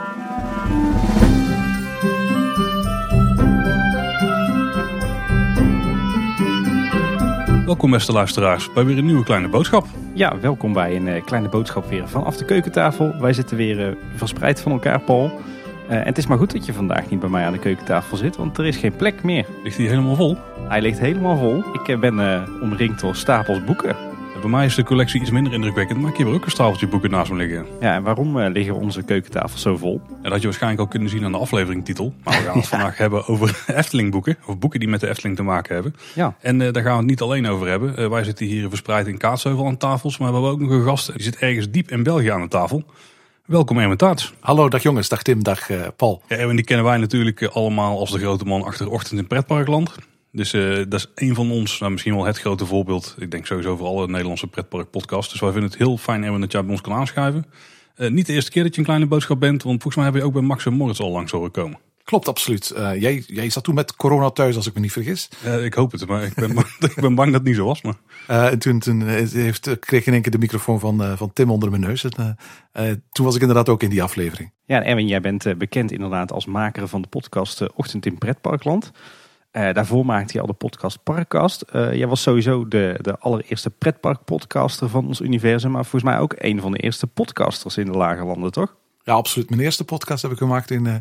Welkom beste luisteraars bij weer een nieuwe kleine boodschap. Ja, welkom bij een kleine boodschap weer vanaf de keukentafel. Wij zitten weer verspreid van elkaar, Paul. En het is maar goed dat je vandaag niet bij mij aan de keukentafel zit, want er is geen plek meer. Ligt hij helemaal vol? Hij ligt helemaal vol. Ik ben omringd door stapels boeken. Bij mij is de collectie iets minder indrukwekkend, maar ik heb er ook een stapeltje boeken naast me liggen. Ja, en waarom liggen onze keukentafels zo vol? Ja, dat had je waarschijnlijk al kunnen zien aan de afleveringtitel. Maar we gaan het vandaag hebben over Efteling boeken. Of boeken die met de Efteling te maken hebben. Ja. En daar gaan we het niet alleen over hebben. Wij zitten hier verspreid in Kaatsheuvel aan tafels. Maar we hebben ook nog een gast. Die zit ergens diep in België aan de tafel. Welkom Erwin Taats. Hallo, dag jongens. Dag Tim, dag Paul. Ja, Erwin, die kennen wij natuurlijk allemaal als de grote man achter Ochtend in Pretparkland. Dus dat is een van ons, misschien wel het grote voorbeeld. Ik denk sowieso voor alle Nederlandse pretparkpodcasts. Dus wij vinden het heel fijn, Erwin, dat jij bij ons kan aanschuiven. Niet de eerste keer dat je een kleine boodschap bent. Want volgens mij heb je ook bij Max en Moritz al langs horen komen. Klopt, absoluut. Jij zat toen met corona thuis, als ik me niet vergis. Ik hoop het, maar ik ben bang dat het niet zo was. Maar. En toen kreeg ik in één keer de microfoon van Tim onder mijn neus. Toen was ik inderdaad ook in die aflevering. Ja, Erwin, jij bent bekend inderdaad als maker van de podcast Ochtend in Pretparkland. Daarvoor maakte hij al de podcast Parkkast. Jij was sowieso de allereerste pretparkpodcaster van ons universum. Maar volgens mij ook een van de eerste podcasters in de Lage Landen, toch? Ja, absoluut. Mijn eerste podcast heb ik gemaakt in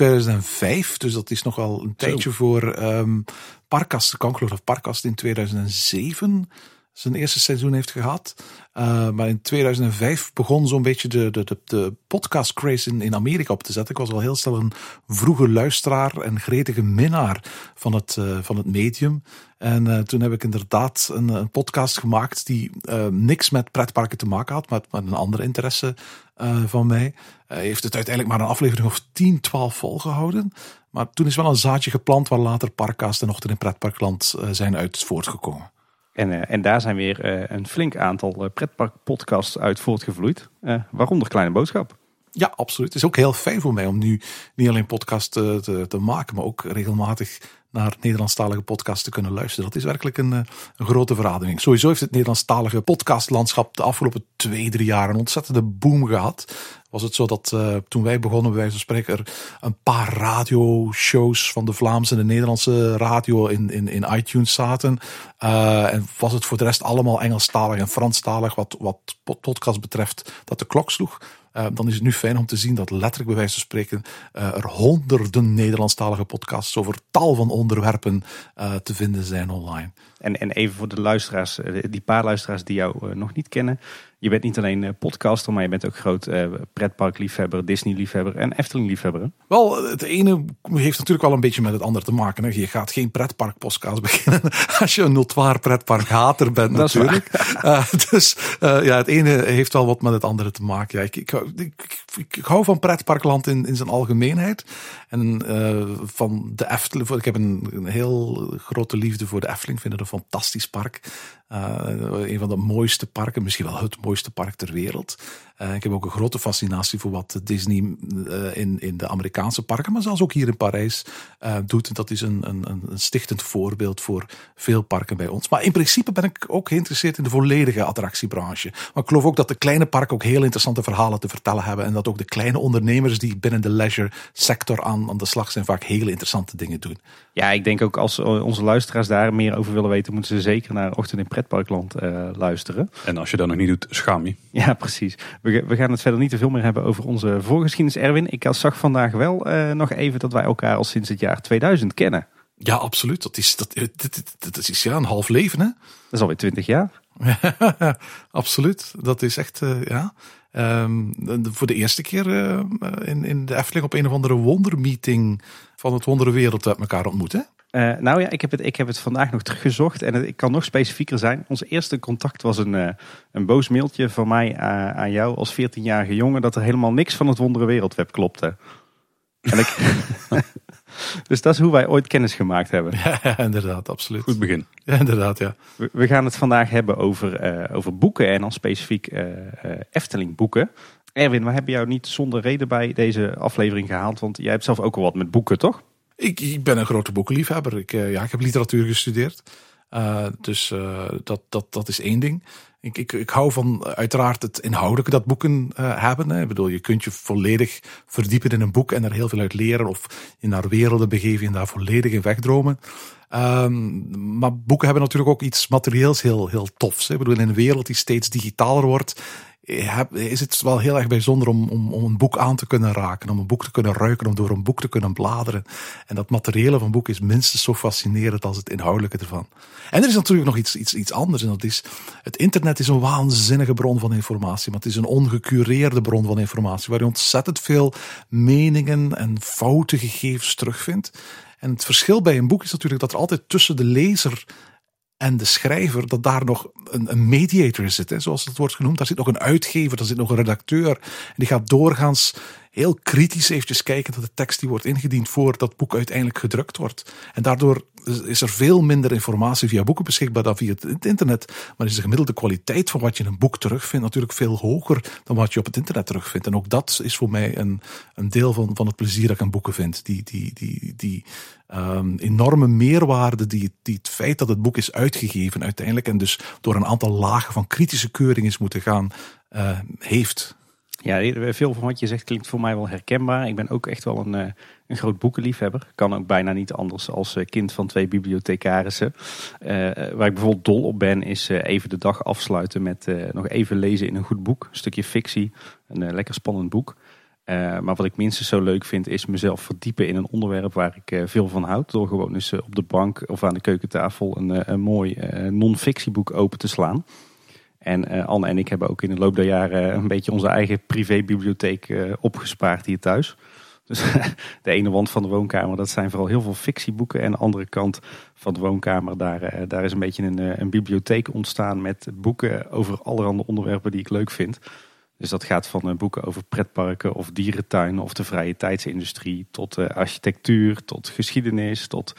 2005. Dus dat is nog wel een tijdje voor Parkkast. Ik kan geloof dat Parkkast in 2007 zijn eerste seizoen heeft gehad. Maar in 2005 begon zo'n beetje de podcast craze in Amerika op te zetten. Ik was al heel snel een vroege luisteraar en gretige minnaar van het medium. En toen heb ik inderdaad een podcast gemaakt die niks met pretparken te maken had, maar met een andere interesse van mij. Heeft het uiteindelijk maar een aflevering of 10, 12 volgehouden. Maar toen is wel een zaadje geplant waar later Parkkast en Ochtend in Pretparkland zijn uit voortgekomen. En daar zijn weer een flink aantal pretparkpodcasts uit voortgevloeid. Waaronder Kleine Boodschap. Ja, absoluut. Het is ook heel fijn voor mij om nu niet alleen podcast te maken, maar ook regelmatig naar Nederlandstalige podcasts te kunnen luisteren. Dat is werkelijk een grote verademing. Sowieso heeft het Nederlandstalige podcastlandschap de afgelopen 2-3 jaar een ontzettende boom gehad. Was het zo dat toen wij begonnen, bij wijze van spreken, er een paar radioshows van de Vlaamse en de Nederlandse radio in iTunes zaten. En was het voor de rest allemaal Engelstalig en Franstalig wat podcast betreft dat de klok sloeg. Dan is het nu fijn om te zien dat letterlijk bij wijze van spreken er honderden Nederlandstalige podcasts over tal van onderwerpen te vinden zijn online. En even voor de luisteraars, die paar luisteraars die jou nog niet kennen. Je bent niet alleen podcaster, maar je bent ook groot pretparkliefhebber, Disney-liefhebber en Efteling-liefhebber. Wel, het ene heeft natuurlijk wel een beetje met het andere te maken. Hè. Je gaat geen pretparkpodcast beginnen als je een notoire pretparkhater bent natuurlijk. Het ene heeft wel wat met het andere te maken. Ja, ik hou van pretparkland in zijn algemeenheid. En van de Efteling. Ik heb een heel grote liefde voor de Efteling. Ik vind het een fantastisch park. Een van de mooiste parken, misschien wel het mooiste park ter wereld. Ik heb ook een grote fascinatie voor wat Disney in de Amerikaanse parken, maar zelfs ook hier in Parijs doet. En dat is een stichtend voorbeeld voor veel parken bij ons. Maar in principe ben ik ook geïnteresseerd in de volledige attractiebranche. Maar ik geloof ook dat de kleine parken ook heel interessante verhalen te vertellen hebben. En dat ook de kleine ondernemers die binnen de leisure sector aan de slag zijn vaak hele interessante dingen doen. Ja, ik denk ook als onze luisteraars daar meer over willen weten, moeten ze zeker naar Ochtend in Pretparkland luisteren. En als je dat nog niet doet, schaam je. Ja, precies. We gaan het verder niet te veel meer hebben over onze voorgeschiedenis, Erwin. Ik zag vandaag wel nog even dat wij elkaar al sinds het jaar 2000 kennen. Ja, absoluut. Dat is een half leven, hè? Dat is alweer 20 jaar. Absoluut. Dat is echt, voor de eerste keer in de Efteling op een of andere wondermeeting van het Wonderenwereld uit elkaar ontmoet, hè? Nou ja, ik heb het vandaag nog teruggezocht en ik kan nog specifieker zijn. Ons eerste contact was een boos mailtje van mij aan jou als 14-jarige jongen dat er helemaal niks van het Wonderenwereldweb klopte. En dus dat is hoe wij ooit kennis gemaakt hebben. Ja, inderdaad, absoluut. Goed begin. Ja, inderdaad, ja. We gaan het vandaag hebben over boeken en dan specifiek Efteling boeken. Erwin, we hebben jou niet zonder reden bij deze aflevering gehaald, want jij hebt zelf ook al wat met boeken, toch? Ik ben een grote boekenliefhebber. Ik heb literatuur gestudeerd. Dus dat is één ding. Ik hou van uiteraard het inhoudelijke dat boeken hebben. Hè. Ik bedoel, je kunt je volledig verdiepen in een boek en er heel veel uit leren of je naar werelden begeven en daar volledig in wegdromen. Maar boeken hebben natuurlijk ook iets materieels heel tofs. Hè. Ik bedoel, in een wereld die steeds digitaler wordt, is het wel heel erg bijzonder om een boek aan te kunnen raken, om een boek te kunnen ruiken, om door een boek te kunnen bladeren. En dat materiële van een boek is minstens zo fascinerend als het inhoudelijke ervan. En er is natuurlijk nog iets anders. En dat is, het internet is een waanzinnige bron van informatie, maar het is een ongecureerde bron van informatie, waar je ontzettend veel meningen en foute gegevens terugvindt. En het verschil bij een boek is natuurlijk dat er altijd tussen de lezer en de schrijver, dat daar nog een mediator zit, hè, zoals het wordt genoemd. Daar zit nog een uitgever, daar zit nog een redacteur. En die gaat doorgaans heel kritisch eventjes kijken dat de tekst die wordt ingediend voor dat boek uiteindelijk gedrukt wordt. En daardoor is er veel minder informatie via boeken beschikbaar dan via het internet. Maar is de gemiddelde kwaliteit van wat je in een boek terugvindt natuurlijk veel hoger dan wat je op het internet terugvindt. En ook dat is voor mij een deel van het plezier dat ik aan boeken vind. Die enorme meerwaarde die het feit dat het boek is uitgegeven uiteindelijk en dus door een aantal lagen van kritische keuring is moeten gaan, heeft. Ja, veel van wat je zegt klinkt voor mij wel herkenbaar. Ik ben ook echt wel een groot boekenliefhebber. Kan ook bijna niet anders als kind van 2 bibliothecarissen. Waar ik bijvoorbeeld dol op ben, is even de dag afsluiten met nog even lezen in een goed boek. Een stukje fictie, een lekker spannend boek. Maar wat ik minstens zo leuk vind, is mezelf verdiepen in een onderwerp waar ik veel van houd. Door gewoon eens op de bank of aan de keukentafel een mooi non-fictieboek open te slaan. En Anne en ik hebben ook in de loop der jaren een beetje onze eigen privébibliotheek opgespaard hier thuis. Dus de ene wand van de woonkamer, dat zijn vooral heel veel fictieboeken. En de andere kant van de woonkamer, daar is een beetje een bibliotheek ontstaan met boeken over allerhande onderwerpen die ik leuk vind. Dus dat gaat van boeken over pretparken of dierentuinen of de vrije tijdsindustrie tot architectuur, tot geschiedenis, tot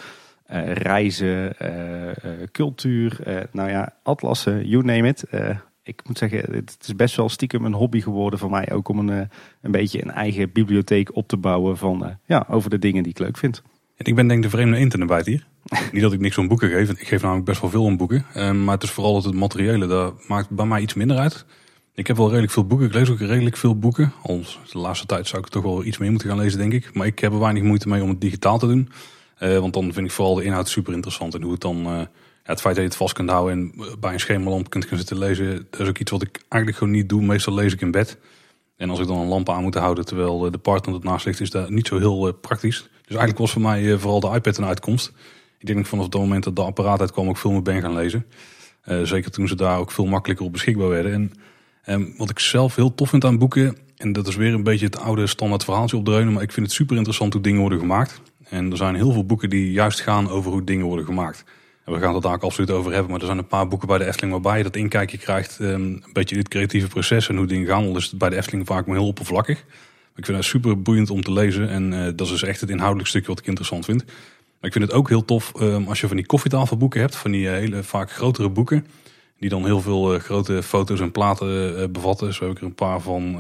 reizen, cultuur, atlassen, you name it. Ik moet zeggen, het is best wel stiekem een hobby geworden voor mij ook om een beetje een eigen bibliotheek op te bouwen van over de dingen die ik leuk vind. Ik ben denk ik de vreemde eend in de bijt hier. Niet dat ik niks om boeken geef. Ik geef namelijk best wel veel om boeken. Maar het is vooral het materiële, dat maakt bij mij iets minder uit. Ik heb wel redelijk veel boeken. Ik lees ook redelijk veel boeken. Al de laatste tijd zou ik toch wel iets meer moeten gaan lezen, denk ik. Maar ik heb er weinig moeite mee om het digitaal te doen. Want dan vind ik vooral de inhoud super interessant. En hoe het dan, het feit dat je het vast kunt houden en bij een schemerlamp kunt gaan zitten lezen. Dat is ook iets wat ik eigenlijk gewoon niet doe. Meestal lees ik in bed. En als ik dan een lamp aan moet houden terwijl de partner ernaast ligt, is dat niet zo heel praktisch. Dus eigenlijk was voor mij vooral de iPad een uitkomst. Ik denk vanaf het moment dat de apparaat uitkwam ook veel meer ben gaan lezen. Zeker toen ze daar ook veel makkelijker op beschikbaar werden. En wat ik zelf heel tof vind aan boeken, en dat is weer een beetje het oude standaard verhaaltje opdreunen, maar ik vind het super interessant hoe dingen worden gemaakt. En er zijn heel veel boeken die juist gaan over hoe dingen worden gemaakt. En we gaan het daar ook absoluut over hebben, maar er zijn een paar boeken bij de Efteling waarbij je dat inkijkje krijgt. Een beetje in het creatieve proces en hoe dingen gaan. Al is het bij de Efteling vaak maar heel oppervlakkig. Maar ik vind het super boeiend om te lezen en dat is dus echt het inhoudelijk stukje wat ik interessant vind. Maar ik vind het ook heel tof als je van die koffietafelboeken hebt, van die hele vaak grotere boeken. Die dan heel veel grote foto's en platen bevatten. Zo heb ik er een paar van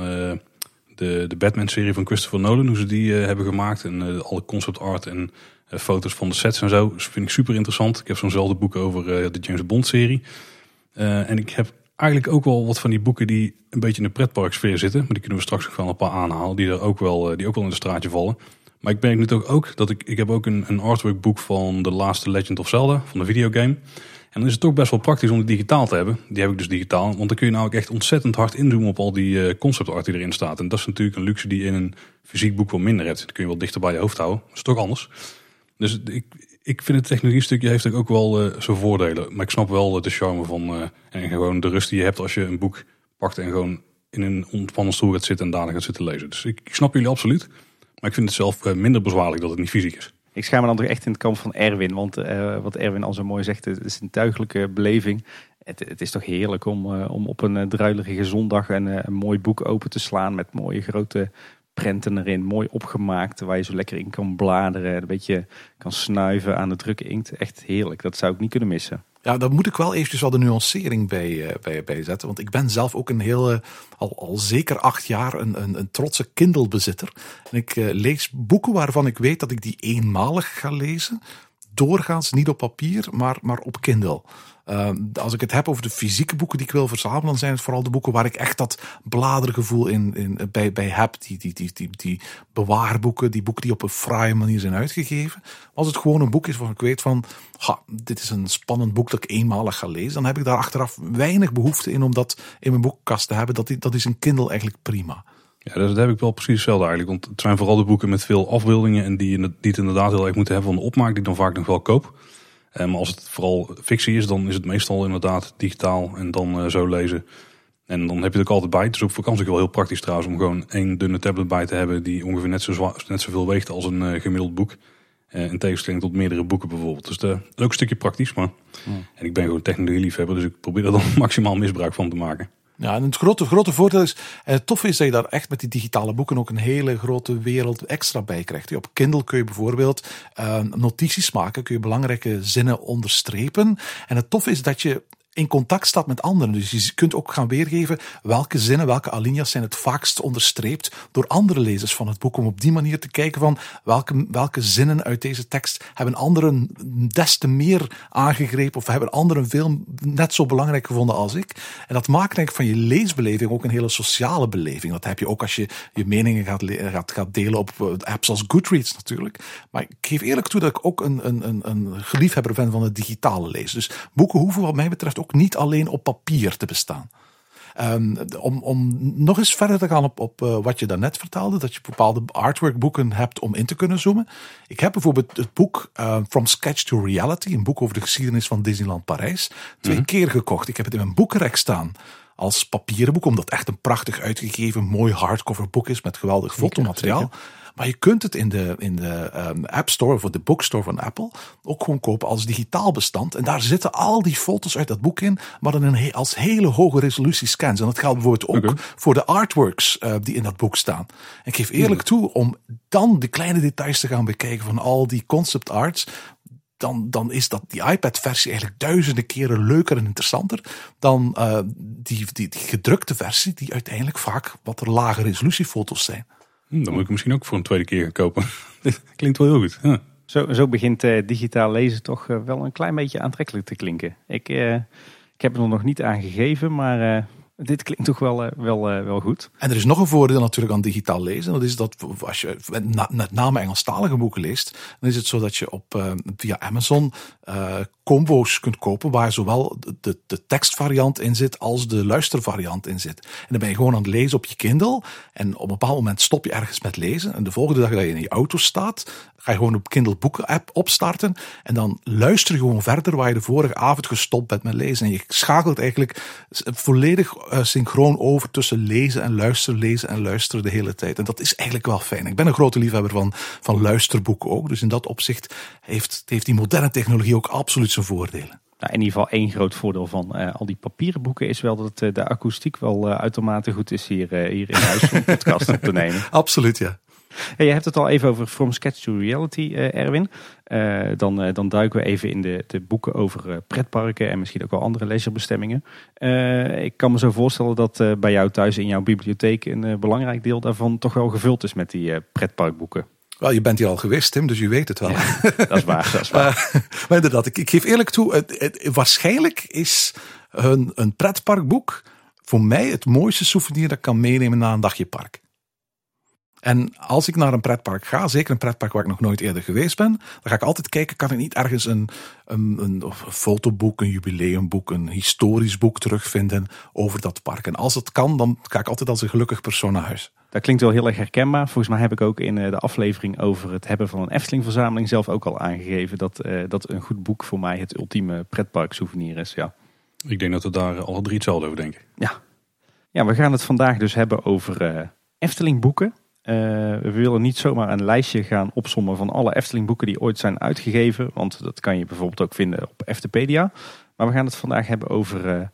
de Batman-serie van Christopher Nolan. Hoe ze die hebben gemaakt. En alle concept art en foto's van de sets en zo. Dus vind ik super interessant. Ik heb zo'nzelfde boek over de James Bond-serie. En ik heb eigenlijk ook wel wat van die boeken die een beetje in de pretparksfeer zitten. Maar die kunnen we straks nog wel een paar aanhalen. Die ook wel in het straatje vallen. Maar ik merk nu ook dat ik heb ook een artwork boek van The Last Legend of Zelda. Van de videogame. En dan is het toch best wel praktisch om het digitaal te hebben. Die heb ik dus digitaal. Want dan kun je namelijk echt ontzettend hard inzoomen op al die concept art die erin staat. En dat is natuurlijk een luxe die je in een fysiek boek wel minder hebt. Dan kun je wel dichter bij je hoofd houden. Dat is toch anders. Dus ik vind het technologie stukje heeft ook wel zijn voordelen. Maar ik snap wel de charme van en gewoon de rust die je hebt als je een boek pakt en gewoon in een ontspannen stoel gaat zitten en daarna gaat zitten lezen. Dus ik snap jullie absoluut. Maar ik vind het zelf minder bezwaarlijk dat het niet fysiek is. Ik schaam me dan toch echt in het kamp van Erwin. Want wat Erwin al zo mooi zegt, het is een tuigelijke beleving. Het is toch heerlijk om op een druilerige zondag een mooi boek open te slaan. Met mooie grote prenten erin. Mooi opgemaakt, waar je zo lekker in kan bladeren. Een beetje kan snuiven aan de drukke inkt. Echt heerlijk, dat zou ik niet kunnen missen. Ja, daar moet ik wel eventjes wel de nuancering bij zetten. Want ik ben zelf ook al zeker 8 jaar een trotse Kindle-bezitter. En ik lees boeken waarvan ik weet dat ik die eenmalig ga lezen. doorgaans niet op papier, maar op Kindle. Als ik het heb over de fysieke boeken die ik wil verzamelen, dan zijn het vooral de boeken waar ik echt dat bladergevoel bij heb. Die bewaarboeken, die boeken die op een fraaie manier zijn uitgegeven. Als het gewoon een boek is waarvan ik weet van, dit is een spannend boek dat ik eenmalig ga lezen, dan heb ik daar achteraf weinig behoefte in om dat in mijn boekenkast te hebben. Dat is een Kindle eigenlijk prima. Ja, dat heb ik wel precies hetzelfde eigenlijk. Want het zijn vooral de boeken met veel afbeeldingen en die het inderdaad heel erg moeten hebben van de opmaak, die ik dan vaak nog wel koop. Maar als het vooral fictie is, dan is het meestal inderdaad digitaal en dan zo lezen. En dan heb je het ook altijd bij. Het is op vakantie wel heel praktisch trouwens om gewoon 1 dunne tablet bij te hebben die ongeveer net zoveel weegt als een gemiddeld boek. In tegenstelling tot meerdere boeken bijvoorbeeld. Dus dat is ook een stukje praktisch. Maar en ik ben gewoon technologie-liefhebber, dus ik probeer er dan maximaal misbruik van te maken. Ja, en het grote voordeel is, het toffe is dat je daar echt met die digitale boeken ook een hele grote wereld extra bij krijgt. Op Kindle kun je bijvoorbeeld notities maken, kun je belangrijke zinnen onderstrepen. En het toffe is dat je in contact staat met anderen. Dus je kunt ook gaan weergeven welke zinnen, welke alinea's zijn het vaakst onderstreept door andere lezers van het boek. Om op die manier te kijken van welke zinnen uit deze tekst hebben anderen des te meer aangegrepen of hebben anderen net zo belangrijk gevonden als ik. En dat maakt denk ik van je leesbeleving ook een hele sociale beleving. Dat heb je ook als je je meningen gaat delen op apps als Goodreads natuurlijk. Maar ik geef eerlijk toe dat ik ook een geliefhebber ben van het digitale lezen. Dus boeken hoeven wat mij betreft ook niet alleen op papier te bestaan. Om nog eens verder te gaan op wat je daarnet vertelde, dat je bepaalde artworkboeken hebt om in te kunnen zoomen. Ik heb bijvoorbeeld het boek From Sketch to Reality, een boek over de geschiedenis van Disneyland Parijs, 2 keer gekocht. Ik heb het in mijn boekenrek staan als papieren boek, omdat het echt een prachtig uitgegeven, mooi hardcover boek is met geweldig fotomateriaal. Zeker. Maar je kunt het in de App Store of de Bookstore van Apple ook gewoon kopen als digitaal bestand. En daar zitten al die foto's uit dat boek in, maar dan als hele hoge resolutie scans. En dat geldt bijvoorbeeld ook voor de artworks die in dat boek staan. En ik geef eerlijk toe, om dan de kleine details te gaan bekijken van al die concept arts, dan is dat die iPad-versie eigenlijk duizenden keren leuker en interessanter dan die gedrukte versie, die uiteindelijk vaak wat lage resolutiefoto's zijn. Dan moet ik misschien ook voor een tweede keer gaan kopen. Dit klinkt wel heel goed. Ja. Zo begint digitaal lezen toch wel een klein beetje aantrekkelijk te klinken. Ik heb er nog niet aan gegeven, maar dit klinkt toch wel goed. En er is nog een voordeel natuurlijk aan digitaal lezen. Dat is dat als je met name Engelstalige boeken leest, dan is het zo dat je via Amazon combo's kunt kopen waar zowel de tekstvariant in zit als de luistervariant in zit. En dan ben je gewoon aan het lezen op je Kindle en op een bepaald moment stop je ergens met lezen en de volgende dag dat je in je auto staat, ga je gewoon op Kindle Boeken app opstarten en dan luister je gewoon verder waar je de vorige avond gestopt bent met lezen. En je schakelt eigenlijk volledig synchroon over tussen lezen en luisteren de hele tijd. En dat is eigenlijk wel fijn. Ik ben een grote liefhebber van luisterboeken ook. Dus in dat opzicht heeft die moderne technologie ook absoluut zijn voordelen. Nou, in ieder geval één groot voordeel van al die papieren boeken is wel dat de akoestiek wel uitermate goed is hier in huis om een podcast op te nemen. Absoluut, ja. Je hebt het al even over From Sketch to Reality, Erwin. Dan duiken we even in de boeken over pretparken en misschien ook wel andere lezerbestemmingen. Ik kan me zo voorstellen dat bij jou thuis in jouw bibliotheek een belangrijk deel daarvan toch wel gevuld is met die pretparkboeken. Wel, je bent hier al geweest, Tim, dus je weet het wel. Ja, dat is waar. Maar inderdaad, ik geef eerlijk toe, waarschijnlijk is een pretparkboek voor mij het mooiste souvenir dat ik kan meenemen na een dagje park. En als ik naar een pretpark ga, zeker een pretpark waar ik nog nooit eerder geweest ben, dan ga ik altijd kijken, kan ik niet ergens een fotoboek, een jubileumboek, een historisch boek terugvinden over dat park. En als het kan, dan ga ik altijd als een gelukkig persoon naar huis. Dat klinkt wel heel erg herkenbaar. Volgens mij heb ik ook in de aflevering over het hebben van een Efteling-verzameling zelf ook al aangegeven dat een goed boek voor mij het ultieme pretpark-souvenir is. Ja. Ik denk dat we daar alle drie hetzelfde over denken. Ja, we gaan het vandaag dus hebben over Efteling-boeken. We willen niet zomaar een lijstje gaan opsommen van alle Efteling-boeken die ooit zijn uitgegeven. Want dat kan je bijvoorbeeld ook vinden op Eftepedia. Maar we gaan het vandaag hebben over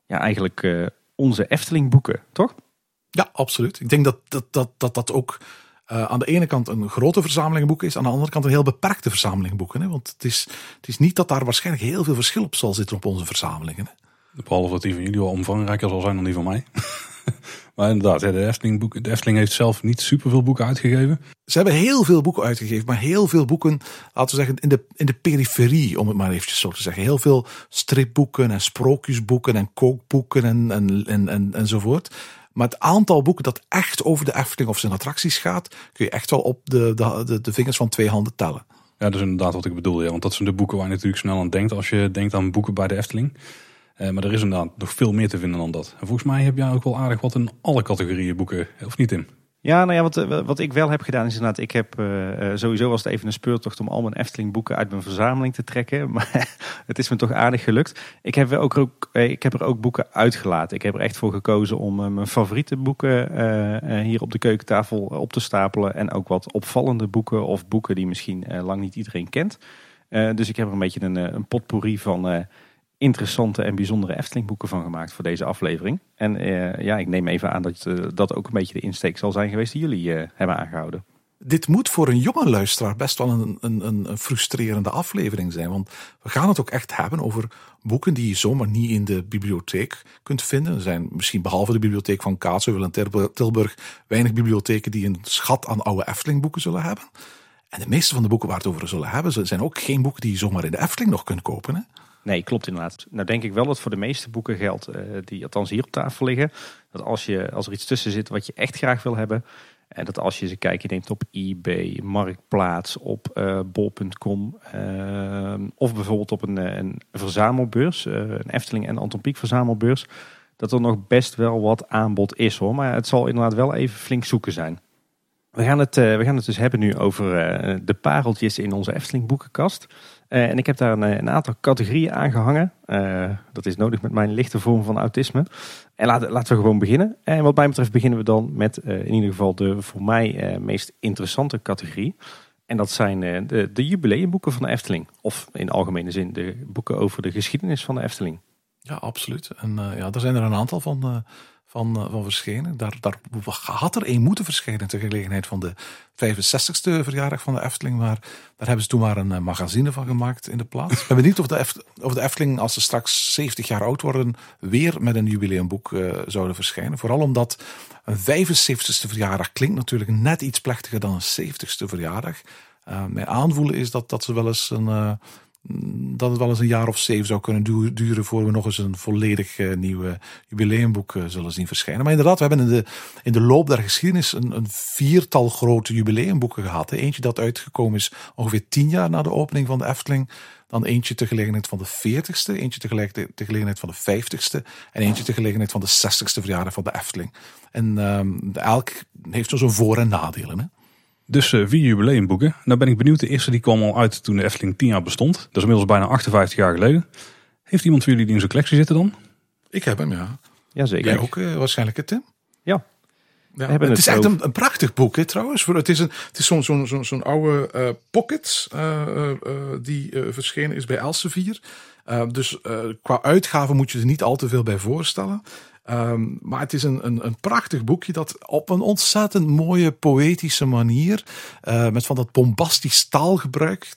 onze Efteling-boeken, toch? Ja, absoluut. Ik denk dat ook aan de ene kant een grote verzameling boeken is. Aan de andere kant een heel beperkte verzameling boeken. Hè? Want het is niet dat daar waarschijnlijk heel veel verschil op zal zitten op onze verzamelingen. Hè? Behalve dat die van jullie wel omvangrijker zal zijn dan die van mij. Maar inderdaad, de Efteling heeft zelf niet superveel boeken uitgegeven. Ze hebben heel veel boeken uitgegeven, maar heel veel boeken, laten we zeggen, in de periferie, om het maar eventjes zo te zeggen. Heel veel stripboeken en sprookjesboeken en kookboeken enzovoort. Maar het aantal boeken dat echt over de Efteling of zijn attracties gaat, kun je echt wel op de vingers van 2 handen tellen. Ja, dat is inderdaad wat ik bedoel. Ja. Want dat zijn de boeken waar je natuurlijk snel aan denkt als je denkt aan boeken bij de Efteling. Maar er is inderdaad nog veel meer te vinden dan dat. En volgens mij heb jij ook wel aardig wat in alle categorieën boeken, of niet, Tim? Ja, nou ja, wat ik wel heb gedaan is inderdaad, ik heb sowieso was het even een speurtocht om al mijn Efteling boeken uit mijn verzameling te trekken. Maar het is me toch aardig gelukt. Ik heb er ook boeken uitgelaten. Ik heb er echt voor gekozen om mijn favoriete boeken hier op de keukentafel op te stapelen. En ook wat opvallende boeken of boeken die misschien lang niet iedereen kent. Dus ik heb er een beetje een potpourri van interessante en bijzondere Efteling boeken van gemaakt voor deze aflevering. En ik neem even aan dat dat ook een beetje de insteek zal zijn geweest die jullie hebben aangehouden. Dit moet voor een jonge luisteraar best wel een frustrerende aflevering zijn. Want we gaan het ook echt hebben over boeken die je zomaar niet in de bibliotheek kunt vinden. Er zijn misschien behalve de bibliotheek van Kaatsheuvel en Tilburg weinig bibliotheken die een schat aan oude Efteling boeken zullen hebben. En de meeste van de boeken waar we het over zullen hebben, zijn ook geen boeken die je zomaar in de Efteling nog kunt kopen, hè? Nee, klopt inderdaad. Nou denk ik wel dat voor de meeste boeken geldt die althans hier op tafel liggen. Dat als er iets tussen zit wat je echt graag wil hebben. En dat als je ze kijkje neemt op eBay, Marktplaats, op bol.com. Of bijvoorbeeld op een verzamelbeurs. Een Efteling en Anton Pieck verzamelbeurs. Dat er nog best wel wat aanbod is hoor. Maar het zal inderdaad wel even flink zoeken zijn. We gaan het dus hebben nu over de pareltjes in onze Efteling boekenkast. En ik heb daar een aantal categorieën aan gehangen. Dat is nodig met mijn lichte vorm van autisme. En laten we gewoon beginnen. En wat mij betreft beginnen we dan met in ieder geval de voor mij meest interessante categorie. En dat zijn de jubileumboeken van de Efteling. Of in algemene zin de boeken over de geschiedenis van de Efteling. Ja, absoluut. En daar zijn er een aantal van verschenen. Daar had er één moeten verschijnen ter gelegenheid van de 65ste verjaardag van de Efteling. Maar daar hebben ze toen maar een magazine van gemaakt in de plaats. Ik ben benieuwd of de Efteling, als ze straks 70 jaar oud worden, weer met een jubileumboek zouden verschijnen. Vooral omdat een 75ste verjaardag klinkt natuurlijk net iets plechtiger dan een 70ste verjaardag. Mijn aanvoelen is dat ze wel eens dat het wel eens een jaar of 7 zou kunnen duren voor we nog eens een volledig nieuw jubileumboek zullen zien verschijnen. Maar inderdaad, we hebben in de loop der geschiedenis een 4-tal grote jubileumboeken gehad. Eentje dat uitgekomen is ongeveer 10 jaar na de opening van de Efteling. Dan eentje ter gelegenheid van de 40ste, eentje ter gelegenheid van de 50ste en eentje ter gelegenheid van de 60ste verjaardag van de Efteling. En elk heeft zo zijn voor- en nadelen, hè? Dus 4 jubileumboeken. Nou ben ik benieuwd. De eerste die kwam al uit toen de Efteling 10 jaar bestond. Dat is inmiddels bijna 58 jaar geleden. Heeft iemand van jullie die in zijn collectie zitten dan? Ik heb hem, ja. Jazeker. Jij ook waarschijnlijk, het, Tim? Ja. Ja, het is echt een prachtig boek, hè, trouwens. Het is zo'n oude pocket die verschenen is bij Elsevier. Dus qua uitgave moet je er niet al te veel bij voorstellen. Maar het is een prachtig boekje dat op een ontzettend mooie poëtische manier, met van dat bombastisch taalgebruik,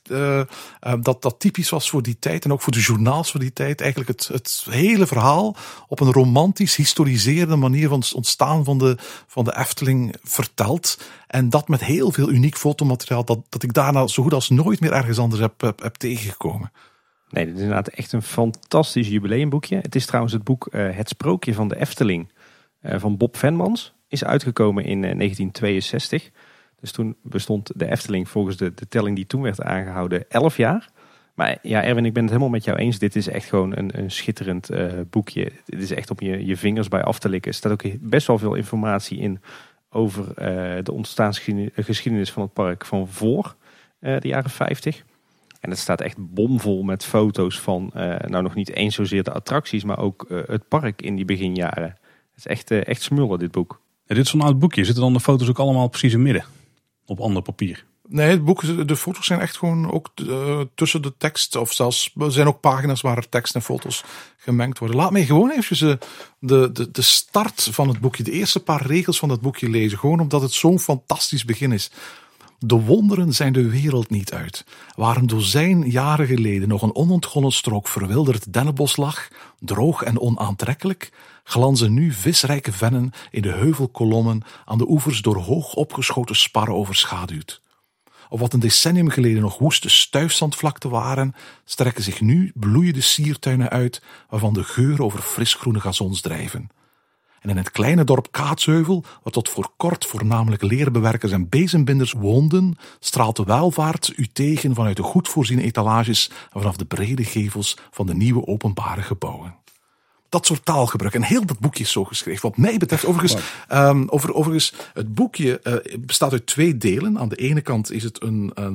dat typisch was voor die tijd en ook voor de journaals voor die tijd, eigenlijk het hele verhaal op een romantisch, historiserende manier van het ontstaan van de Efteling vertelt. En dat met heel veel uniek fotomateriaal dat ik daarna zo goed als nooit meer ergens anders heb tegengekomen. Nee, dit is inderdaad echt een fantastisch jubileumboekje. Het is trouwens het boek Het Sprookje van de Efteling van Bob Venmans. Is uitgekomen in 1962. Dus toen bestond de Efteling volgens de telling die toen werd aangehouden 11 jaar. Maar ja, Erwin, ik ben het helemaal met jou eens. Dit is echt gewoon een schitterend boekje. Dit is echt op je vingers bij af te likken. Er staat ook best wel veel informatie in over de ontstaansgeschiedenis van het park van voor de jaren 50. En het staat echt bomvol met foto's van, nog niet eens zozeer de attracties, maar ook het park in die beginjaren. Het is echt smullen, dit boek. Ja, dit is zo'n oud boekje. Zitten dan de foto's ook allemaal precies in midden? Op ander papier? Nee, het boek, de foto's zijn echt gewoon ook tussen de tekst. Of zelfs, er zijn ook pagina's waar er tekst en foto's gemengd worden. Laat mij gewoon eventjes de start van het boekje, de eerste paar regels van het boekje lezen. Gewoon omdat het zo'n fantastisch begin is. De wonderen zijn de wereld niet uit. Waar een dozijn jaren geleden nog een onontgonnen strook verwilderd dennenbos lag, droog en onaantrekkelijk, glanzen nu visrijke vennen in de heuvelkolommen aan de oevers door hoog opgeschoten sparren overschaduwd. Of wat een decennium geleden nog woeste stuifzandvlakten waren, strekken zich nu bloeiende siertuinen uit, waarvan de geuren over frisgroene gazons drijven. En in het kleine dorp Kaatsheuvel, waar tot voor kort voornamelijk leerbewerkers en bezembinders woonden, straalt de welvaart u tegen vanuit de goed voorziene etalages en vanaf de brede gevels van de nieuwe openbare gebouwen. Dat soort taalgebruik. En heel dat boekje is zo geschreven. Wat mij betreft, overigens het boekje bestaat uit 2 delen. Aan de ene kant is het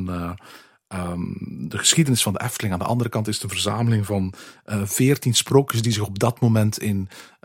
de geschiedenis van de Efteling. Aan de andere kant is het een verzameling van 14 sprookjes die zich op dat moment in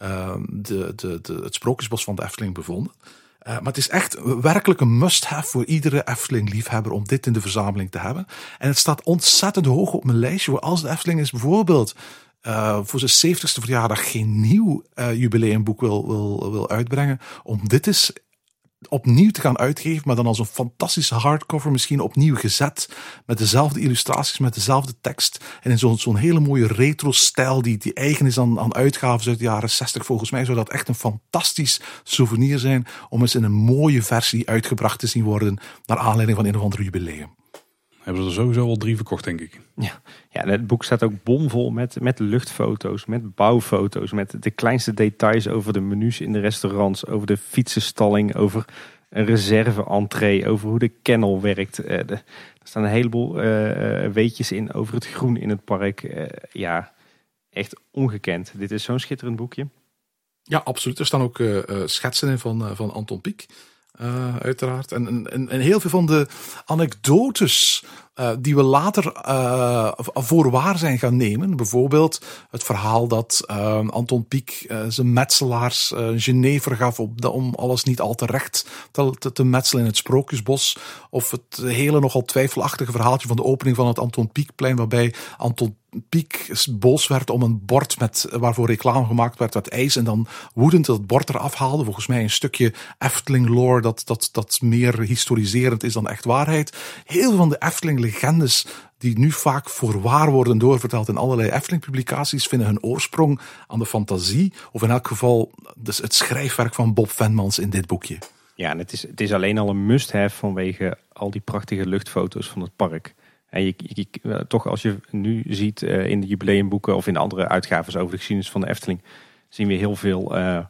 het Sprookjesbos van de Efteling bevonden. Maar het is echt werkelijk een must-have voor iedere Efteling-liefhebber om dit in de verzameling te hebben. En het staat ontzettend hoog op mijn lijstje. Als de Efteling is bijvoorbeeld voor zijn 70ste verjaardag geen nieuw jubileumboek wil uitbrengen, om dit eens opnieuw te gaan uitgeven, maar dan als een fantastische hardcover, misschien opnieuw gezet, met dezelfde illustraties, met dezelfde tekst, en in zo'n hele mooie retro-stijl die eigen is aan uitgaven uit de jaren 60. Volgens mij zou dat echt een fantastisch souvenir zijn, om eens in een mooie versie uitgebracht te zien worden, naar aanleiding van een of ander jubileum. Hebben ze er sowieso al 3 verkocht, denk ik. Ja, het boek staat ook bomvol met luchtfoto's, met bouwfoto's, met de kleinste details over de menus in de restaurants, over de fietsenstalling, over een reserve-entree, over hoe de kennel werkt. Er staan een heleboel weetjes in over het groen in het park. Ja, echt ongekend. Dit is zo'n schitterend boekje. Ja, absoluut. Er staan ook schetsen in van Anton Pieck. Uiteraard. En heel veel van de anekdotes die we later voor waar zijn gaan nemen. Bijvoorbeeld het verhaal dat Anton Pieck zijn metselaars een Genever gaf om alles niet al te recht te metselen in het Sprookjesbos. Of het hele nogal twijfelachtige verhaaltje van de opening van het Anton Pieckplein, waarbij Anton Pieck boos werd om een bord waarvoor reclame gemaakt werd met ijs en dan woedend het bord eraf haalde. Volgens mij een stukje Efteling lore dat meer historiserend is dan echt waarheid. Heel veel van de Efteling legendes die nu vaak voor waar worden doorverteld in allerlei Efteling publicaties vinden hun oorsprong aan de fantasie, of in elk geval dus het schrijfwerk van Bob Venmans in dit boekje. Ja, en het is alleen al een must-have vanwege al die prachtige luchtfoto's van het park. En toch als je nu ziet in de jubileumboeken of in andere uitgaven over de geschiedenis van de Efteling, zien we heel veel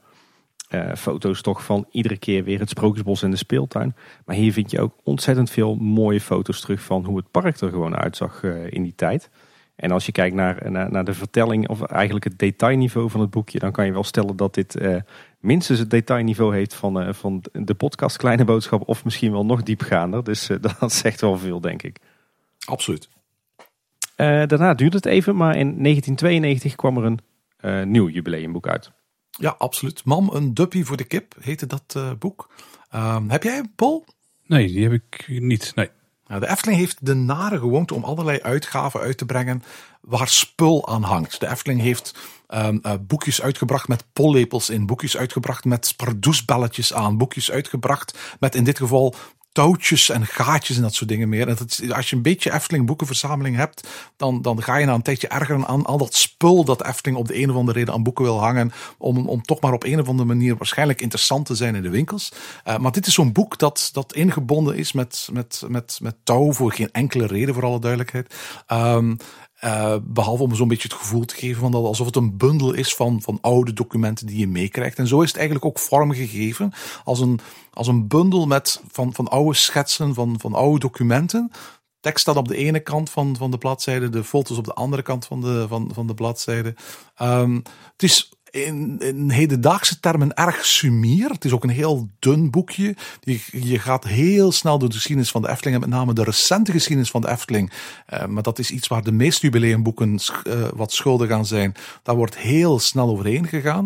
foto's toch van iedere keer weer het Sprookjesbos en de speeltuin. Maar hier vind je ook ontzettend veel mooie foto's terug van hoe het park er gewoon uitzag in die tijd. En als je kijkt naar de vertelling, of eigenlijk het detailniveau van het boekje, dan kan je wel stellen dat dit minstens het detailniveau heeft van de podcast Kleine Boodschap, of misschien wel nog diepgaander. Dus dat zegt wel veel, denk ik. Absoluut. Daarna duurde het even, maar in 1992 kwam er een nieuw jubileumboek uit. Ja, absoluut. Mam, een duppie voor de kip heette dat boek. Heb jij een, Paul? Nee, die heb ik niet. Nee. Nou, de Efteling heeft de nare gewoonte om allerlei uitgaven uit te brengen waar spul aan hangt. De Efteling heeft boekjes uitgebracht met pollepels in, boekjes uitgebracht met spardoesbelletjes aan, boekjes uitgebracht met in dit geval touwtjes en gaatjes en dat soort dingen meer. En als je een beetje Efteling boekenverzameling hebt, dan ga je na een tijdje ergeren aan al dat spul dat Efteling op de een of andere reden aan boeken wil hangen, om toch maar op een of andere manier waarschijnlijk interessant te zijn in de winkels. Maar dit is zo'n boek dat ingebonden is met touw voor geen enkele reden, voor alle duidelijkheid. Behalve om zo'n beetje het gevoel te geven van dat alsof het een bundel is van oude documenten die je meekrijgt. En zo is het eigenlijk ook vormgegeven als een bundel van oude schetsen, van oude documenten. Tekst staat op de ene kant van de bladzijde, de foto's op de andere kant van de bladzijde. Het is in hedendaagse termen erg sumier. Het is ook een heel dun boekje. Je gaat heel snel door de geschiedenis van de Efteling en met name de recente geschiedenis van de Efteling. Maar dat is iets waar de meeste jubileumboeken wat schuldig aan zijn. Daar wordt heel snel overheen gegaan.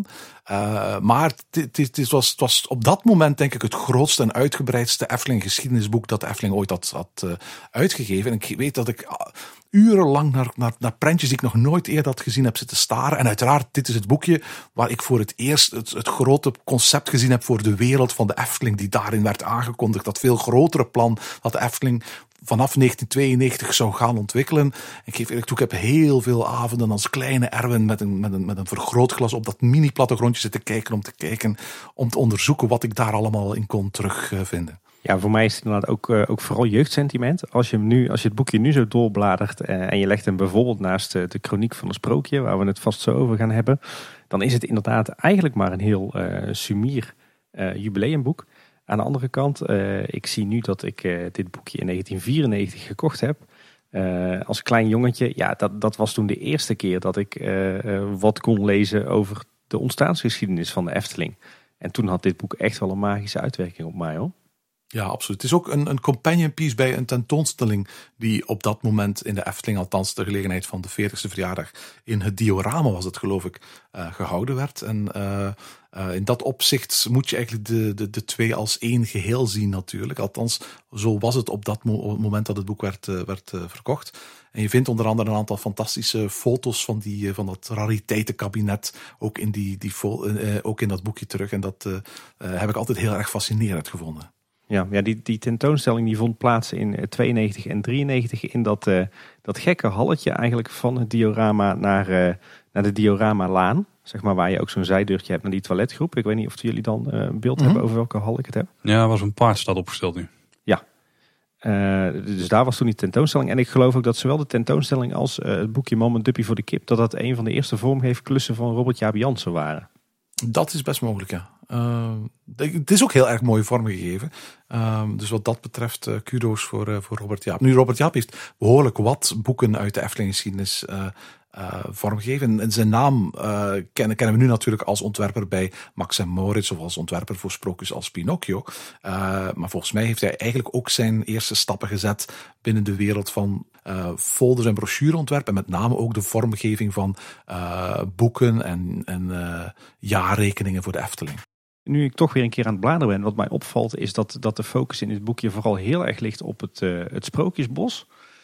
Maar het was op dat moment denk ik het grootste en uitgebreidste Efteling geschiedenisboek dat de Efteling ooit had uitgegeven. En ik weet dat ik urenlang naar prentjes die ik nog nooit eerder had gezien heb zitten staren. En uiteraard, dit is het boekje waar ik voor het eerst het grote concept gezien heb voor de wereld van de Efteling die daarin werd aangekondigd. Dat veel grotere plan dat de Efteling vanaf 1992 zou gaan ontwikkelen. Ik geef eerlijk toe, ik heb heel veel avonden als kleine Erwin met een vergrootglas op dat mini plattegrondje zitten kijken om te onderzoeken wat ik daar allemaal in kon terugvinden. Ja, voor mij is het inderdaad ook vooral jeugdsentiment. Als je het boekje nu zo doorbladert en je legt hem bijvoorbeeld naast de Kroniek van een Sprookje, waar we het vast zo over gaan hebben, dan is het inderdaad eigenlijk maar een heel sumier jubileumboek. Aan de andere kant, ik zie nu dat ik dit boekje in 1994 gekocht heb. Als klein jongetje, ja, dat was toen de eerste keer dat ik wat kon lezen over de ontstaansgeschiedenis van de Efteling. En toen had dit boek echt wel een magische uitwerking op mij, hoor. Ja, absoluut. Het is ook een companion piece bij een tentoonstelling die op dat moment in de Efteling, althans de gelegenheid van de 40ste verjaardag, in het diorama was het geloof ik, gehouden werd. En in dat opzicht moet je eigenlijk de twee als één geheel zien natuurlijk. Althans, zo was het op dat moment dat het boek werd verkocht. En je vindt onder andere een aantal fantastische foto's van dat rariteitenkabinet ook ook in dat boekje terug. En dat heb ik altijd heel erg fascinerend gevonden. Ja, die tentoonstelling die vond plaats in 92 en 93 in dat gekke halletje eigenlijk van het diorama naar de Diorama-laan. Zeg maar, waar je ook zo'n zijdeurtje hebt naar die toiletgroep. Ik weet niet of jullie dan een beeld hebben over welke hal ik het heb. Ja, er was een paard staat opgesteld nu. Ja, dus daar was toen die tentoonstelling. En ik geloof ook dat zowel de tentoonstelling als het boekje Mam en Duppie voor de Kip, dat een van de eerste vormgeefklussen van Robert Jaap Jansen waren. Dat is best mogelijk, ja. Het is ook heel erg mooi vormgegeven. Dus wat dat betreft, kudo's voor Robert Jaap. Nu, Robert Jaap heeft behoorlijk wat boeken uit de Efteling-geschiedenis vormgegeven. En zijn naam kennen we nu natuurlijk als ontwerper bij Max en Moritz of als ontwerper voor sprookjes als Pinocchio. Maar volgens mij heeft hij eigenlijk ook zijn eerste stappen gezet binnen de wereld van folders en brochureontwerp. En met name ook de vormgeving van boeken en jaarrekeningen voor de Efteling. Nu ik toch weer een keer aan het bladeren ben, wat mij opvalt is dat de focus in dit boekje vooral heel erg ligt op het Sprookjesbos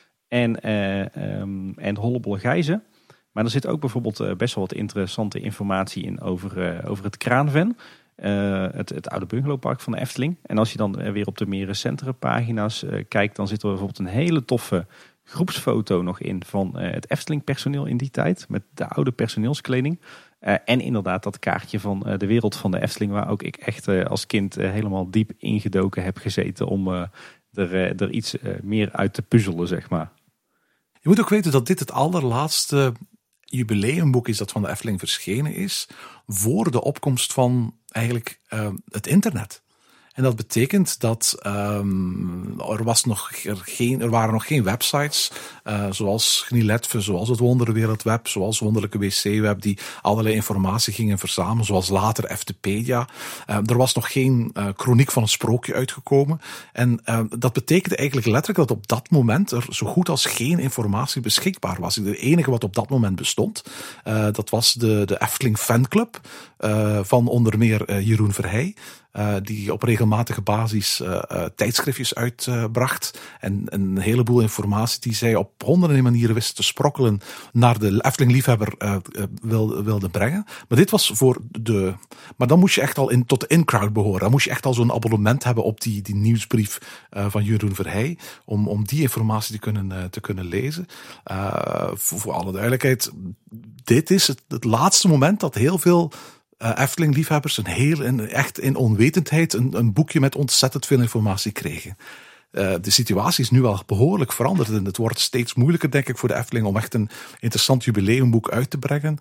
en Hollebolle Gijzen. Maar er zit ook bijvoorbeeld best wel wat interessante informatie in over het Kraanven, het oude bungalowpark van de Efteling. En als je dan weer op de meer recentere pagina's kijkt, dan zit er bijvoorbeeld een hele toffe groepsfoto nog in van het Efteling personeel in die tijd, met de oude personeelskleding. En inderdaad dat kaartje van de wereld van de Efteling, waar ook ik echt als kind helemaal diep ingedoken heb gezeten om er iets meer uit te puzzelen, zeg maar. Je moet ook weten dat dit het allerlaatste jubileumboek is dat van de Efteling verschenen is voor de opkomst van eigenlijk het internet. En dat betekent dat er waren nog geen websites zoals Gniletve, zoals het Wonderwereldweb, zoals Wonderlijke WC-web, die allerlei informatie gingen verzamelen, zoals later Eftepedia. Er was nog geen Kroniek van een Sprookje uitgekomen. En dat betekende eigenlijk letterlijk dat op dat moment er zo goed als geen informatie beschikbaar was. Het enige wat op dat moment bestond, dat was de Efteling fanclub van onder meer Jeroen Verheij. Die op regelmatige basis tijdschriftjes uitbracht. En een heleboel informatie die zij op honderden manieren wisten te sprokkelen naar de Efteling-liefhebber wilde brengen. Maar dit was maar dan moest je echt al tot de in-crowd behoren. Dan moest je echt al zo'n abonnement hebben op die nieuwsbrief van Jeroen Verheij. Om die informatie te kunnen lezen. Voor alle duidelijkheid, dit is het laatste moment dat heel veel Efteling-liefhebbers echt in onwetendheid een boekje met ontzettend veel informatie kregen. De situatie is nu al behoorlijk veranderd en het wordt steeds moeilijker, denk ik, voor de Efteling om echt een interessant jubileumboek uit te brengen.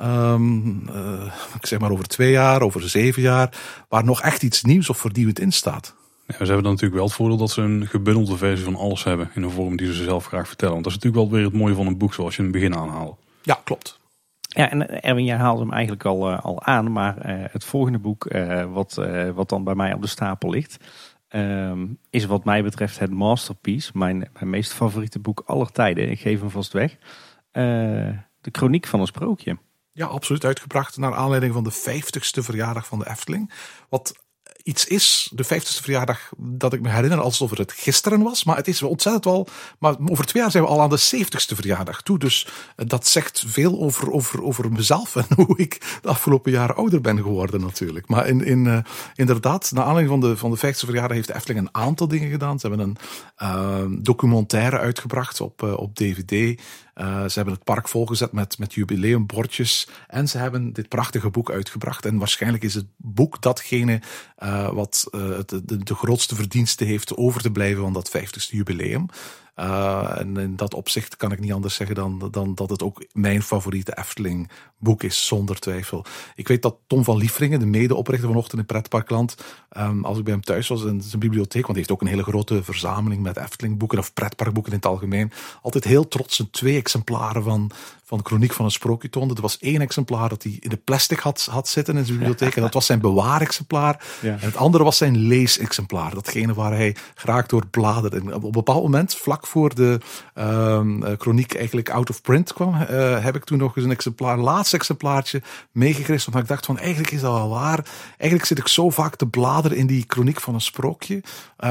Ik zeg maar over 2 jaar, over 7 jaar, waar nog echt iets nieuws of vernieuwend in staat. Ja, ze hebben dan natuurlijk wel het voordeel dat ze een gebundelde versie van alles hebben in een vorm die ze zelf graag vertellen. Want dat is natuurlijk wel weer het mooie van een boek zoals je in het begin aanhaalde. Ja, klopt. Ja, en Erwin, jij haalde hem eigenlijk al aan, maar het volgende boek wat dan bij mij op de stapel ligt, is wat mij betreft het masterpiece, mijn meest favoriete boek aller tijden. Ik geef hem vast weg. De Kroniek van een Sprookje. Ja, absoluut. Uitgebracht naar aanleiding van de 50ste verjaardag van de Efteling. Wat iets is, de 50ste verjaardag, dat ik me herinner alsof het gisteren was. Maar het is ontzettend wel. Maar over 2 jaar zijn we al aan de 70ste verjaardag toe. Dus dat zegt veel over mezelf en hoe ik de afgelopen jaren ouder ben geworden natuurlijk. Maar inderdaad, naar aanleiding van de 50ste verjaardag heeft de Efteling een aantal dingen gedaan. Ze hebben een documentaire uitgebracht op DVD. Ze hebben het park volgezet met jubileumbordjes. En ze hebben dit prachtige boek uitgebracht. En waarschijnlijk is het boek datgene wat de grootste verdienste heeft over te blijven van dat 50ste jubileum. En in dat opzicht kan ik niet anders zeggen dan dat het ook mijn favoriete Efteling boek is, zonder twijfel. Ik weet dat Tom van Liefringen, de medeoprichter van Ochtend in Pretparkland, als ik bij hem thuis was in zijn bibliotheek, want hij heeft ook een hele grote verzameling met Efteling boeken of pretparkboeken in het algemeen, altijd heel trots zijn 2 exemplaren van Chroniek van een Sprookje toonde. Er was 1 exemplaar dat hij in de plastic had zitten in zijn bibliotheek en dat was zijn bewaarexemplaar. Ja. En het andere was zijn leesexemplaar, datgene waar hij graag door bladerde. En op een bepaald moment, vlak voor de Chroniek eigenlijk out of print kwam, heb ik toen nog eens een laatste exemplaartje meegekregen, omdat ik dacht van eigenlijk is dat wel waar. Eigenlijk zit ik zo vaak te bladeren in die Chroniek van een Sprookje,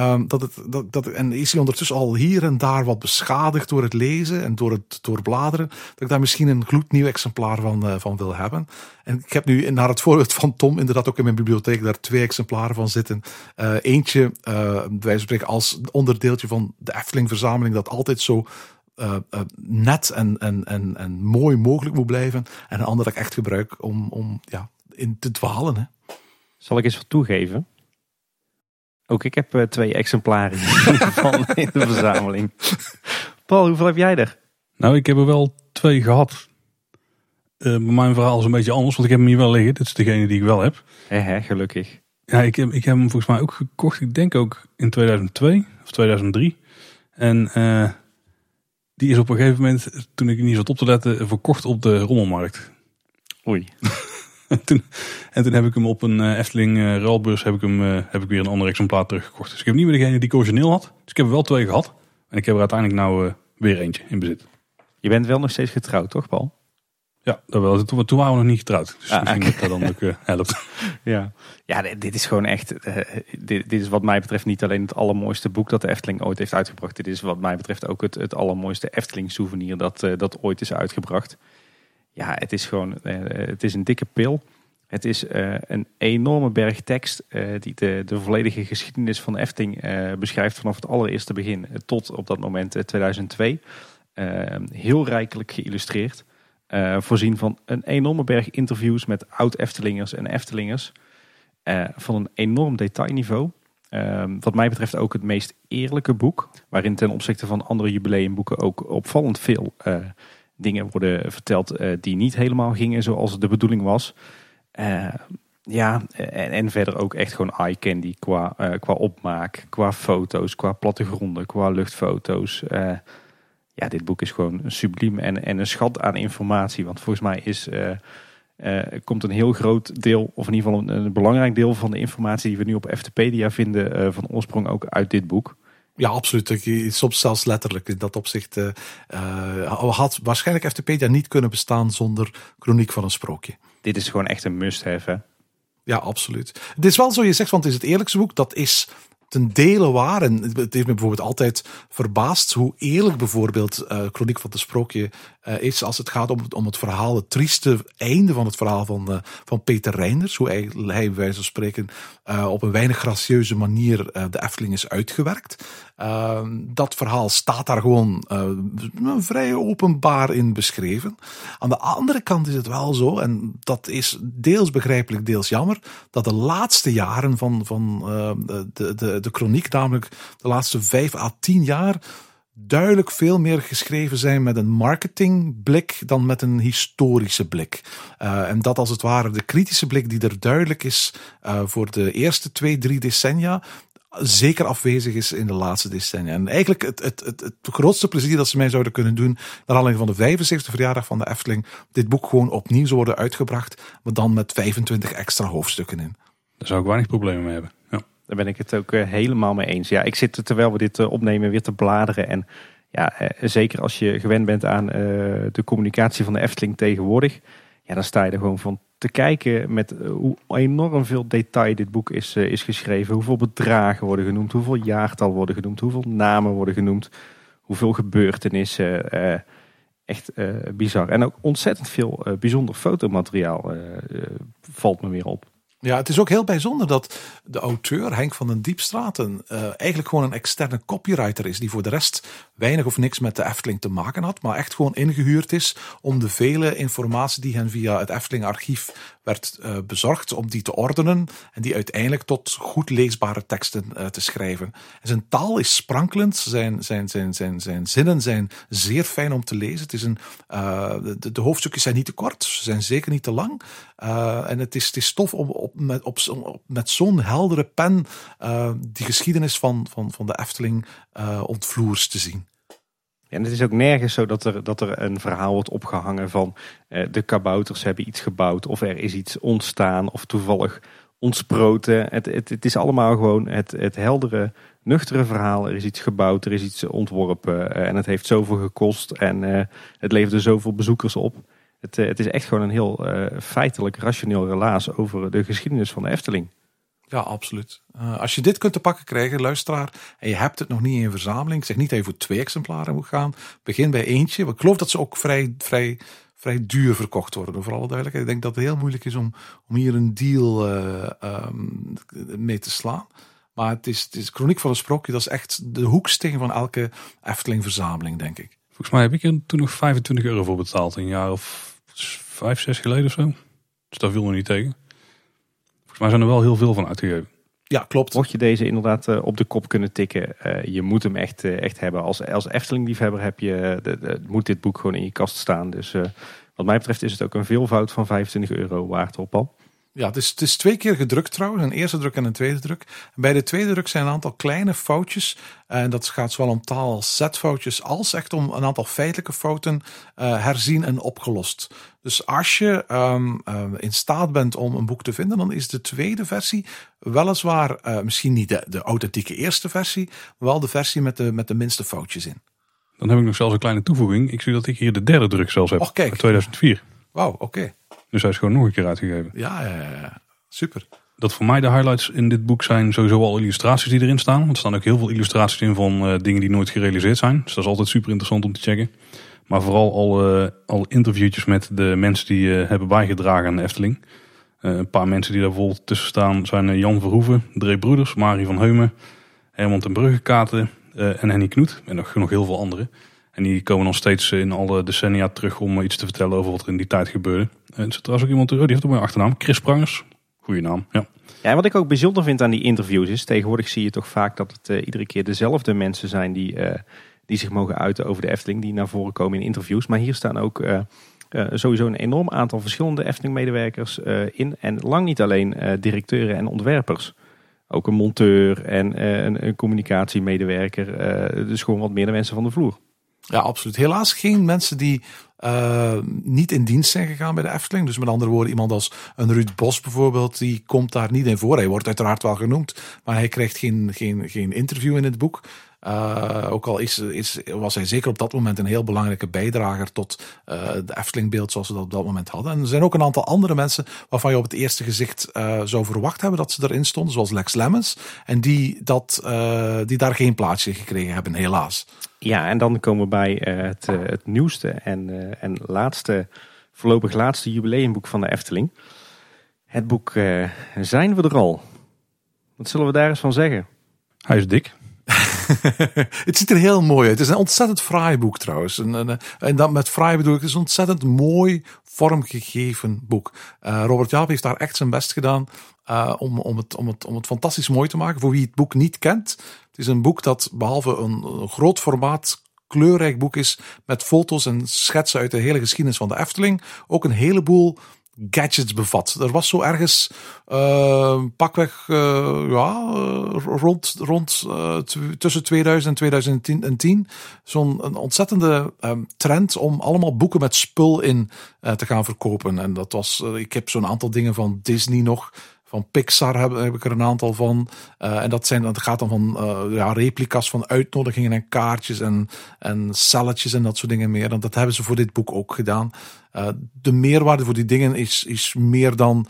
en is hij ondertussen al hier en daar wat beschadigd door het lezen en door het doorbladeren, dat ik daar misschien een gloednieuw exemplaar van wil hebben. En ik heb nu, naar het voorbeeld van Tom, inderdaad ook in mijn bibliotheek daar 2 exemplaren van zitten. Eentje, bij wijze van spreken, als onderdeeltje van de Efteling-verzameling, dat altijd zo net en mooi mogelijk moet blijven. En een ander dat ik echt gebruik om in te dwalen. Hè. Zal ik eens wat toegeven? Ook ik heb 2 exemplaren van in de verzameling. Paul, hoeveel heb jij er? Nou, ik heb er wel 2 gehad. Maar mijn verhaal is een beetje anders, want ik heb hem hier wel liggen. Dit is degene die ik wel heb. Gelukkig. Ja, ik heb hem volgens mij ook gekocht. Ik denk ook in 2002 of 2003. En die is op een gegeven moment, toen ik niet zat op te letten, verkocht op de rommelmarkt. Oei. en toen heb ik hem op een Efteling ruilbeurs heb ik weer een ander exemplaar teruggekocht. Dus ik heb niet meer degene die ik origineel had. Dus ik heb er wel 2 gehad. En ik heb er uiteindelijk nou weer eentje in bezit. Je bent wel nog steeds getrouwd, toch Paul? Ja, dat wel. Toen waren we nog niet getrouwd. Dus misschien dat dat dan ook helpt. Ja, dit is gewoon echt... Dit is wat mij betreft niet alleen het allermooiste boek dat de Efteling ooit heeft uitgebracht. Dit is wat mij betreft ook het allermooiste Efteling souvenir dat ooit is uitgebracht. Ja, het is gewoon... het is een dikke pil. Het is een enorme berg tekst die de volledige geschiedenis van de Efteling beschrijft vanaf het allereerste begin tot op dat moment 2002. Heel rijkelijk geïllustreerd. Voorzien van een enorme berg interviews met oud-Eftelingers en Eftelingers. Van een enorm detailniveau. Wat mij betreft ook het meest eerlijke boek. Waarin ten opzichte van andere jubileumboeken ook opvallend veel dingen worden verteld die niet helemaal gingen zoals de bedoeling was. En verder ook echt gewoon eye candy qua opmaak, qua foto's, qua plattegronden, qua luchtfoto's. Dit boek is gewoon subliem en een schat aan informatie. Want volgens mij komt een heel groot deel, of in ieder geval een belangrijk deel van de informatie die we nu op Eftepedia vinden van oorsprong ook uit dit boek. Ja, absoluut. Soms zelfs letterlijk. In dat opzicht had waarschijnlijk Eftepedia niet kunnen bestaan zonder Chroniek van een Sprookje. Dit is gewoon echt een must-have, hè? Ja, absoluut. Het is wel zo, je zegt, want het is het eerlijkste boek. Dat is ten dele waar. En het heeft me bijvoorbeeld altijd verbaasd hoe eerlijk bijvoorbeeld Chroniek van het Sprookje is als het gaat om het verhaal, het trieste einde van het verhaal van Peter Reinders. Hoe hij bij wijze van spreken op een weinig gracieuze manier de Efteling is uitgewerkt. Dat verhaal staat daar gewoon vrij openbaar in beschreven. Aan de andere kant is het wel zo, en dat is deels begrijpelijk, deels jammer, dat de laatste jaren van de chroniek, namelijk de laatste 5 à 10 jaar, duidelijk veel meer geschreven zijn met een marketingblik dan met een historische blik. En dat als het ware de kritische blik die er duidelijk is voor de eerste 2-3 decennia, zeker afwezig is in de laatste decennia. En eigenlijk het grootste plezier dat ze mij zouden kunnen doen, naar aanleiding van de 75e verjaardag van de Efteling, dit boek gewoon opnieuw zou worden uitgebracht, maar dan met 25 extra hoofdstukken in. Daar zou ik weinig problemen mee hebben. Ja. Daar ben ik het ook helemaal mee eens. Ja, ik zit terwijl we dit opnemen weer te bladeren. En zeker als je gewend bent aan de communicatie van de Efteling tegenwoordig. Ja, dan sta je er gewoon van te kijken met hoe enorm veel detail dit boek is geschreven. Hoeveel bedragen worden genoemd, hoeveel jaartal worden genoemd, hoeveel namen worden genoemd, hoeveel gebeurtenissen. Echt bizar. En ook ontzettend veel bijzonder fotomateriaal valt me weer op. Ja, het is ook heel bijzonder dat de auteur, Henk van den Diepstraten, eigenlijk gewoon een externe copywriter is die voor de rest weinig of niks met de Efteling te maken had, maar echt gewoon ingehuurd is om de vele informatie die hen via het Efteling archief werd bezorgd, om die te ordenen en die uiteindelijk tot goed leesbare teksten te schrijven. En zijn taal is sprankelend, zijn zinnen zijn zeer fijn om te lezen. Het is de hoofdstukjes zijn niet te kort, ze zijn zeker niet te lang. En het is tof om met zo'n heldere pen die geschiedenis van de Efteling ontvloers te zien. Ja, en het is ook nergens zo dat er een verhaal wordt opgehangen van de kabouters hebben iets gebouwd of er is iets ontstaan of toevallig ontsproten. Het is allemaal gewoon het heldere, nuchtere verhaal. Er is iets gebouwd, er is iets ontworpen en het heeft zoveel gekost en het leverde zoveel bezoekers op. Het is echt gewoon een heel feitelijk, rationeel relaas over de geschiedenis van de Efteling. Ja, absoluut. Als je dit kunt te pakken krijgen, luisteraar, en je hebt het nog niet in verzameling, ik zeg niet dat je voor 2 exemplaren moet gaan, begin bij eentje. Ik geloof dat ze ook vrij duur verkocht worden, voor alle duidelijkheid. Ik denk dat het heel moeilijk is om hier een deal mee te slaan. Maar het is Chroniek van een Sprookje, dat is echt de hoeksteen van elke Efteling verzameling, denk ik. Volgens mij heb ik er toen nog €25 voor betaald, een jaar of 5, 6 geleden of zo. Dus daar viel me niet tegen. Volgens mij zijn er wel heel veel van uitgegeven. Ja, klopt. Mocht je deze inderdaad op de kop kunnen tikken, je moet hem echt hebben. Als Efteling-liefhebber moet dit boek gewoon in je kast staan. Dus wat mij betreft is het ook een veelvoud van €25 waard, op al. Ja, het is 2 keer gedrukt trouwens, een eerste druk en een tweede druk. Bij de tweede druk zijn een aantal kleine foutjes. En dat gaat zowel om taal als zetfoutjes, als echt om een aantal feitelijke fouten herzien en opgelost. Dus als je in staat bent om een boek te vinden, dan is de tweede versie weliswaar misschien niet de authentieke eerste versie, maar wel de versie met de minste foutjes in. Dan heb ik nog zelfs een kleine toevoeging. Ik zie dat ik hier de derde druk zelfs heb, uit 2004. Wauw, oké. Dus hij is gewoon nog een keer uitgegeven. Ja, super. Dat voor mij de highlights in dit boek zijn sowieso al illustraties die erin staan. Want er staan ook heel veel illustraties in van dingen die nooit gerealiseerd zijn. Dus dat is altijd super interessant om te checken. Maar vooral al interviewtjes met de mensen die hebben bijgedragen aan de Efteling. Een paar mensen die daar bijvoorbeeld tussen staan zijn Jan Verhoeven, Dree Broeders, Marie van Heumen, Herman ten Bruggekaten en Henny Knoet. En nog heel veel anderen. En die komen nog steeds in alle decennia terug om iets te vertellen over wat er in die tijd gebeurde. En er zit trouwens ook iemand, die heeft ook een achternaam, Chris Prangers. Goeie naam, ja. Ja, en wat ik ook bijzonder vind aan die interviews is, tegenwoordig zie je toch vaak dat het iedere keer dezelfde mensen zijn die zich mogen uiten over de Efteling, die naar voren komen in interviews. Maar hier staan ook sowieso een enorm aantal verschillende Efteling-medewerkers in. En lang niet alleen directeuren en ontwerpers. Ook een monteur en een communicatiemedewerker. Dus gewoon wat meer de mensen van de vloer. Ja, absoluut. Helaas geen mensen die niet in dienst zijn gegaan bij de Efteling. Dus met andere woorden, iemand als een Ruud Bos bijvoorbeeld, die komt daar niet in voor. Hij wordt uiteraard wel genoemd, maar hij krijgt geen interview in het boek. Ook al was hij zeker op dat moment een heel belangrijke bijdrager tot de Eftelingbeeld zoals we dat op dat moment hadden. En er zijn ook een aantal andere mensen waarvan je op het eerste gezicht zou verwacht hebben dat ze erin stonden, zoals Lex Lemmens. En die daar geen plaatsje gekregen hebben, helaas. Ja, en dan komen we bij het nieuwste en voorlopig laatste jubileumboek van de Efteling. Het boek Zijn we er al? Wat zullen we daar eens van zeggen? Hij is dik. Het ziet er heel mooi uit. Het is een ontzettend fraai boek trouwens. En dat met fraai bedoel ik, het is een ontzettend mooi vormgegeven boek. Robert Jaap heeft daar echt zijn best gedaan om het fantastisch mooi te maken. Voor wie het boek niet kent. Het is een boek dat behalve een groot formaat kleurrijk boek is met foto's en schetsen uit de hele geschiedenis van de Efteling. Ook een heleboel gadgets bevat. Er was zo ergens pakweg rond tussen 2000 en 2010 zo'n ontzettende trend om allemaal boeken met spul in te gaan verkopen. En dat was, ik heb zo'n aantal dingen van Disney nog, Van Pixar heb ik er een aantal van. En dat gaat dan van replica's van uitnodigingen en kaartjes en celletjes en dat soort dingen meer. En dat hebben ze voor dit boek ook gedaan. De meerwaarde voor die dingen is meer dan...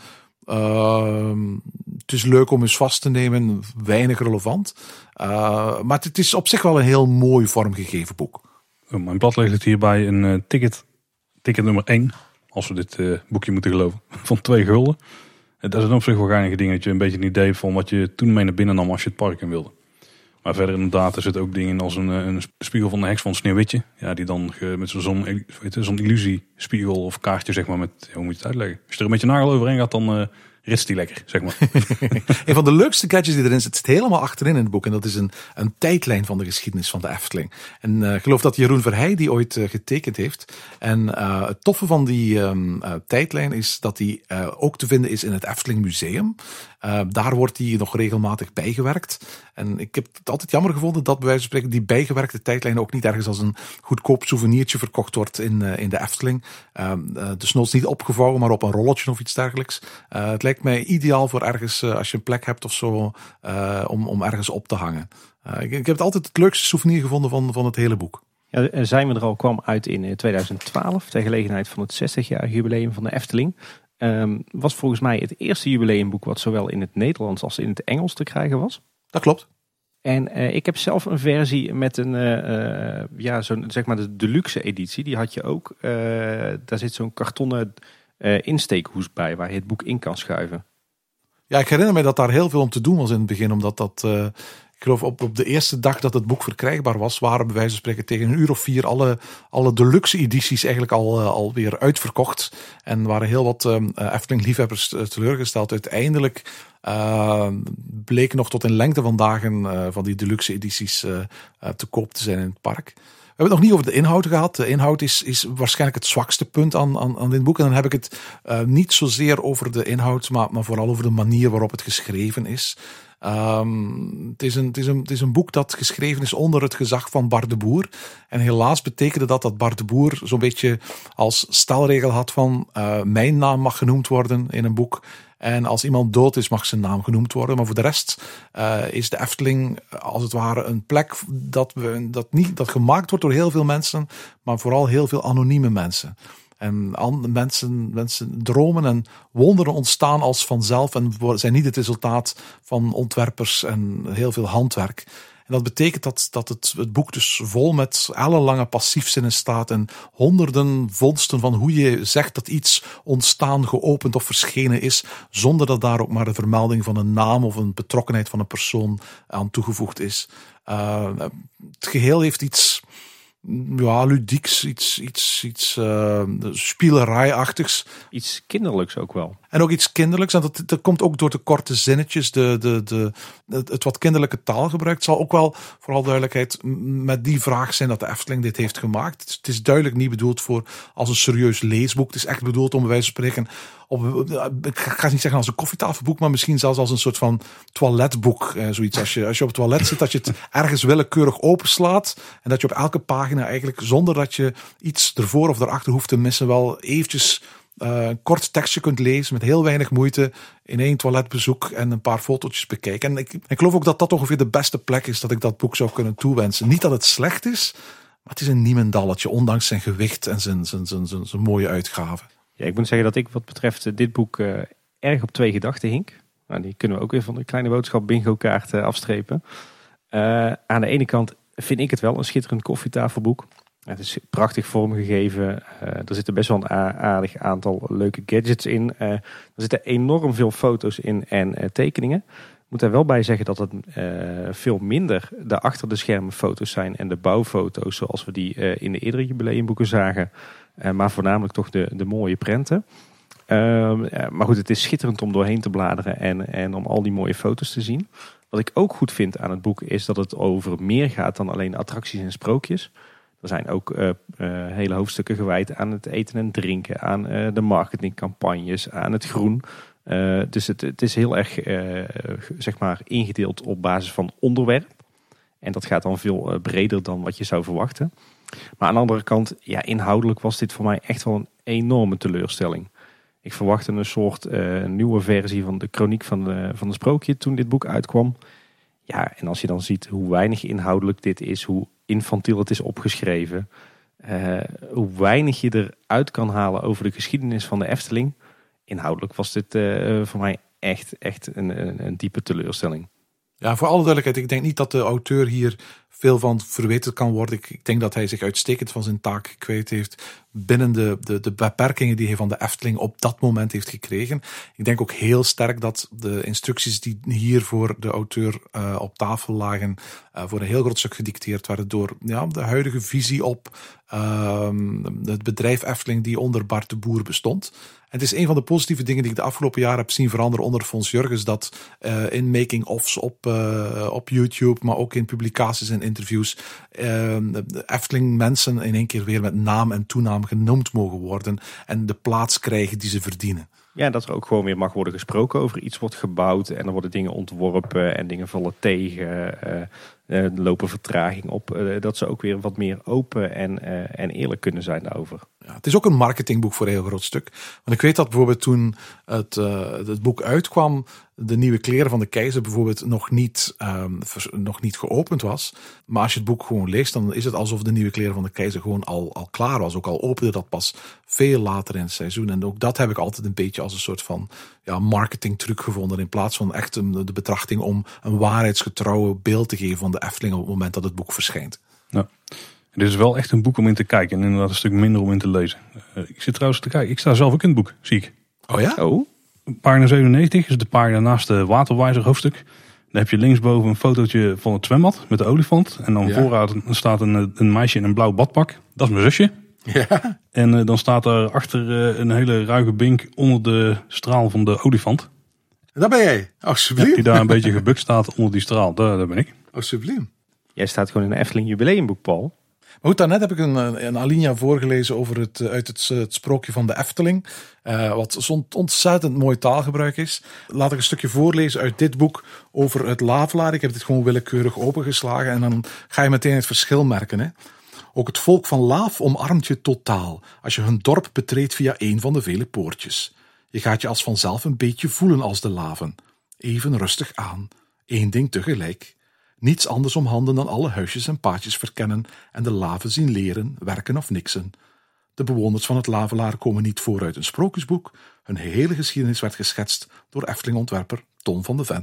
het is leuk om eens vast te nemen, weinig relevant. Maar het is op zich wel een heel mooi vormgegeven boek. Mijn blad ligt hierbij een ticket nummer 1, als we dit boekje moeten geloven, van 2 gulden. Dat is op zich wel geinige ding, dat je een beetje een idee van wat je toen mee naar binnen nam als je het park in wilde. Maar verder inderdaad, er zitten ook dingen als een spiegel van de heks van Sneeuwwitje. Ja, die dan met zo'n illusiespiegel of kaartje, zeg maar, met, hoe moet je het uitleggen? Als je er een beetje nagel overheen gaat, dan ritst die lekker, zeg maar. Een van de leukste gadgets die erin zit helemaal achterin in het boek. En dat is een tijdlijn van de geschiedenis van de Efteling. En ik geloof dat Jeroen Verheij die ooit getekend heeft. En het toffe van die tijdlijn is dat die ook te vinden is in het Efteling Museum. Daar wordt die nog regelmatig bijgewerkt. En ik heb het altijd jammer gevonden dat bij wijze van spreken die bijgewerkte tijdlijn ook niet ergens als een goedkoop souvenirtje verkocht wordt in de Efteling. Dus noods niet opgevouwen, maar op een rolletje of iets dergelijks. Het lijkt mij ideaal voor ergens, als je een plek hebt of zo, om ergens op te hangen. Ik heb het altijd het leukste souvenir gevonden van het hele boek. Ja, Zijn we er al kwam uit in 2012, ter gelegenheid van het 60-jarig jubileum van de Efteling. Was volgens mij het eerste jubileumboek wat zowel in het Nederlands als in het Engels te krijgen was. Dat klopt. En ik heb zelf een versie met zo'n zeg maar de deluxe editie. Die had je ook. Daar zit zo'n kartonnen insteekhoes bij waar je het boek in kan schuiven. Ja, ik herinner me dat daar heel veel om te doen was in het begin. Omdat dat, ik geloof op de eerste dag dat het boek verkrijgbaar was, waren bij wijze van spreken tegen 1:00 alle deluxe edities eigenlijk alweer uitverkocht. En waren heel wat Efteling-liefhebbers teleurgesteld. Uiteindelijk bleek nog tot in lengte van dagen van die deluxe edities te koop te zijn in het park. We hebben het nog niet over de inhoud gehad. De inhoud is waarschijnlijk het zwakste punt aan dit boek. En dan heb ik het niet zozeer over de inhoud, maar vooral over de manier waarop het geschreven is. Het is een boek dat geschreven is onder het gezag van Bart de Boer. En helaas betekende dat Bart de Boer zo'n beetje als stelregel had van mijn naam mag genoemd worden in een boek. En als iemand dood is, mag zijn naam genoemd worden. Maar voor de rest is de Efteling als het ware een plek dat gemaakt wordt door heel veel mensen, maar vooral heel veel anonieme mensen. En mensen dromen en wonderen ontstaan als vanzelf en zijn niet het resultaat van ontwerpers en heel veel handwerk. En dat betekent dat het boek dus vol met ellenlange passiefzinnen staat en honderden vondsten van hoe je zegt dat iets ontstaan, geopend of verschenen is, zonder dat daar ook maar de vermelding van een naam of een betrokkenheid van een persoon aan toegevoegd is. Het geheel heeft iets ludieks, iets spielerij-achtigs. Iets kinderlijks ook wel. En ook iets kinderlijks. En dat komt ook door de korte zinnetjes, het wat kinderlijke taalgebruik. Het zal ook wel, vooral duidelijkheid, met die vraag zijn dat de Efteling dit heeft gemaakt. Het is duidelijk niet bedoeld als een serieus leesboek. Het is echt bedoeld om bij wijze van spreken, ik ga niet zeggen als een koffietafelboek, maar misschien zelfs als een soort van toiletboek. Zoiets. Als je op het toilet zit, dat je het ergens willekeurig openslaat en dat je op elke pagina eigenlijk, zonder dat je iets ervoor of erachter hoeft te missen, wel eventjes een kort tekstje kunt lezen met heel weinig moeite in 1 toiletbezoek en een paar fotootjes bekijken. En ik geloof ook dat ongeveer de beste plek is dat ik dat boek zou kunnen toewensen. Niet dat het slecht is, maar het is een niemendalletje, ondanks zijn gewicht en zijn mooie uitgave. Ja, ik moet zeggen dat ik wat betreft dit boek erg op 2 gedachten hink. Nou, die kunnen we ook weer van de kleine boodschap bingo kaart afstrepen. Aan de ene kant vind ik het wel een schitterend koffietafelboek. Het is prachtig vormgegeven. Er zitten best wel een aardig aantal leuke gadgets in. Er zitten enorm veel foto's in en tekeningen. Ik moet er wel bij zeggen dat het veel minder de achter de schermen foto's zijn en de bouwfoto's zoals we die in de eerdere jubileumboeken zagen. Maar voornamelijk toch de mooie prenten. Maar goed, het is schitterend om doorheen te bladeren en om al die mooie foto's te zien. Wat ik ook goed vind aan het boek is dat het over meer gaat dan alleen attracties en sprookjes. Er zijn ook hele hoofdstukken gewijd aan het eten en drinken, aan de marketingcampagnes, aan het groen. Dus het is heel erg zeg maar ingedeeld op basis van onderwerp. En dat gaat dan veel breder dan wat je zou verwachten. Maar aan de andere kant, ja, inhoudelijk was dit voor mij echt wel een enorme teleurstelling. Ik verwachtte een soort nieuwe versie van de kroniek van de sprookje toen dit boek uitkwam. Ja, en als je dan ziet hoe weinig inhoudelijk dit is, hoe infantiel het is opgeschreven, hoe weinig je eruit kan halen over de geschiedenis van de Efteling. Inhoudelijk was dit voor mij echt een diepe teleurstelling. Ja, voor alle duidelijkheid, ik denk niet dat de auteur hier veel van verweten kan worden. Ik denk dat hij zich uitstekend van zijn taak gekwijt heeft binnen de beperkingen die hij van de Efteling op dat moment heeft gekregen. Ik denk ook heel sterk dat de instructies die hier voor de auteur op tafel lagen, voor een heel groot stuk gedicteerd werden door de huidige visie op het bedrijf Efteling die onder Bart de Boer bestond. En het is een van de positieve dingen die ik de afgelopen jaren heb zien veranderen onder Fons Jurgens, dat in making-ofs op YouTube, maar ook in publicaties en interviews, Efteling mensen in één keer weer met naam en toenaam genoemd mogen worden en de plaats krijgen die ze verdienen. Ja, dat er ook gewoon weer mag worden gesproken over iets wordt gebouwd en er worden dingen ontworpen en dingen vallen tegen, lopen vertraging op. Dat ze ook weer wat meer open en eerlijk kunnen zijn daarover. Ja, het is ook een marketingboek voor een heel groot stuk. Want ik weet dat bijvoorbeeld toen het boek uitkwam, de nieuwe kleren van de keizer bijvoorbeeld nog niet geopend was. Maar als je het boek gewoon leest, dan is het alsof de nieuwe kleren van de keizer gewoon al klaar was. Ook al opende dat pas veel later in het seizoen. En ook dat heb ik altijd een beetje als een soort van marketingtruc gevonden. In plaats van echt de betrachting om een waarheidsgetrouwe beeld te geven van de Efteling op het moment dat het boek verschijnt. Ja. Dit is wel echt een boek om in te kijken en inderdaad een stuk minder om in te lezen. Ik zit trouwens te kijken, ik sta zelf ook in het boek, zie ik. Oh ja? Oh. Pagina 97 is de pagina naast de waterwijzer hoofdstuk. Dan heb je linksboven een fotootje van het zwembad met de olifant. En dan vooraan staat een meisje in een blauw badpak. Dat is mijn zusje. Ja. En dan staat er achter een hele ruige bink onder de straal van de olifant. Daar ben jij. Oh, subliem. Ja, die daar een beetje gebukt staat onder die straal. Daar ben ik. Oh, subliem. Jij staat gewoon in een Efteling jubileumboek, Paul. Maar goed, daarnet heb ik een alinea voorgelezen over uit het sprookje van de Efteling. Wat zo'n ontzettend mooi taalgebruik is. Laat ik een stukje voorlezen uit dit boek over het Lavelaar. Ik heb dit gewoon willekeurig opengeslagen en dan ga je meteen het verschil merken. Hè? Ook het volk van Laaf omarmt je totaal als je hun dorp betreedt via een van de vele poortjes. Je gaat je als vanzelf een beetje voelen als de Laven. Even rustig aan. 1 ding tegelijk. Niets anders om handen dan alle huisjes en paadjes verkennen en de Laven zien leren, werken of niksen. De bewoners van het Lavelaar komen niet voor uit een sprookjesboek. Hun hele geschiedenis werd geschetst door Efteling-ontwerper Ton van de Ven.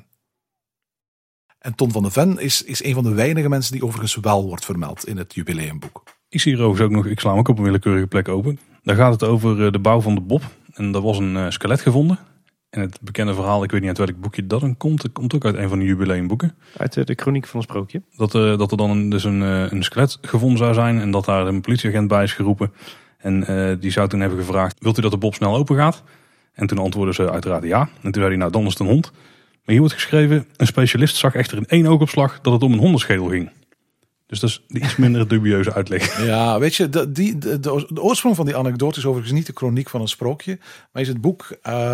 En Ton van de Ven is een van de weinige mensen die overigens wel wordt vermeld in het jubileumboek. Ik zie hier overigens ook nog, ik sla hem ook op een willekeurige plek open. Daar gaat het over de bouw van de Bob. En er was een skelet gevonden. En het bekende verhaal, ik weet niet uit welk boekje dat dan komt. Het komt ook uit een van de jubileumboeken. Uit de kroniek van het sprookje. Dat er dan een skelet gevonden zou zijn. En dat daar een politieagent bij is geroepen. En die zou toen hebben gevraagd, wilt u dat de Bob snel open gaat? En toen antwoordden ze uiteraard ja. En toen zei hij, nou dan is het een hond. Maar hier wordt geschreven, een specialist zag echter in 1 oogopslag dat het om een hondenschedel ging. Dus dat is de iets minder dubieuze uitleg. Ja, weet je, de oorsprong van die anekdote is overigens niet de kroniek van een sprookje, maar is het boek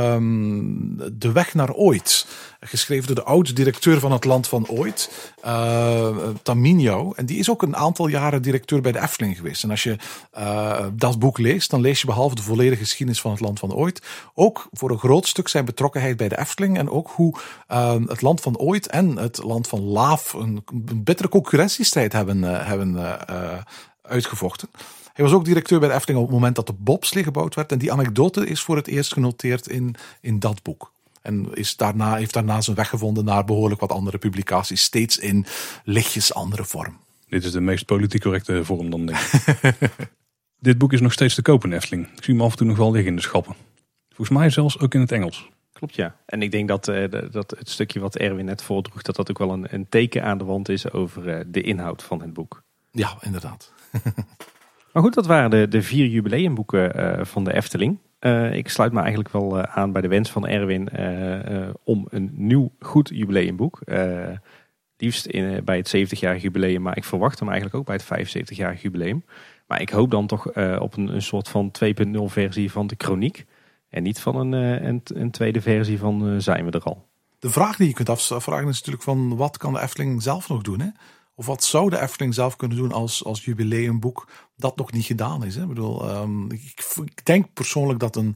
De Weg naar Ooit. Geschreven door de oud-directeur van het Land van Ooit, Taminio. En die is ook een aantal jaren directeur bij de Efteling geweest. En als je dat boek leest, dan lees je behalve de volledige geschiedenis van het Land van Ooit ook voor een groot stuk zijn betrokkenheid bij de Efteling. En ook hoe het Land van Ooit en het Land van Laaf een bittere concurrentiestrijd hebben uitgevochten. Hij was ook directeur bij de Efteling op het moment dat de bobslee gebouwd werd. En die anekdote is voor het eerst genoteerd in dat boek. En heeft daarna zijn weg gevonden naar behoorlijk wat andere publicaties. Steeds in lichtjes andere vorm. Dit is de meest politiek correcte vorm dan denk ik. Dit boek is nog steeds te koop in Efteling. Ik zie hem af en toe nog wel liggen in de schappen. Volgens mij zelfs ook in het Engels. Klopt, ja. En ik denk dat het stukje wat Erwin net voordroeg, dat ook wel een teken aan de wand is over de inhoud van het boek. Ja, inderdaad. Maar goed, dat waren de 4 jubileumboeken van de Efteling. Ik sluit me eigenlijk wel aan bij de wens van Erwin om een nieuw goed jubileumboek. Liefst bij het 70-jarig jubileum, maar ik verwacht hem eigenlijk ook bij het 75-jarig jubileum. Maar ik hoop dan toch op een soort van 2.0 versie van de kroniek. En niet van een tweede versie van Zijn we er al. De vraag die je kunt afvragen is natuurlijk van wat kan de Efteling zelf nog doen? Hè? Of wat zou de Efteling zelf kunnen doen als jubileumboek dat nog niet gedaan is? Hè? Ik bedoel, ik denk persoonlijk dat een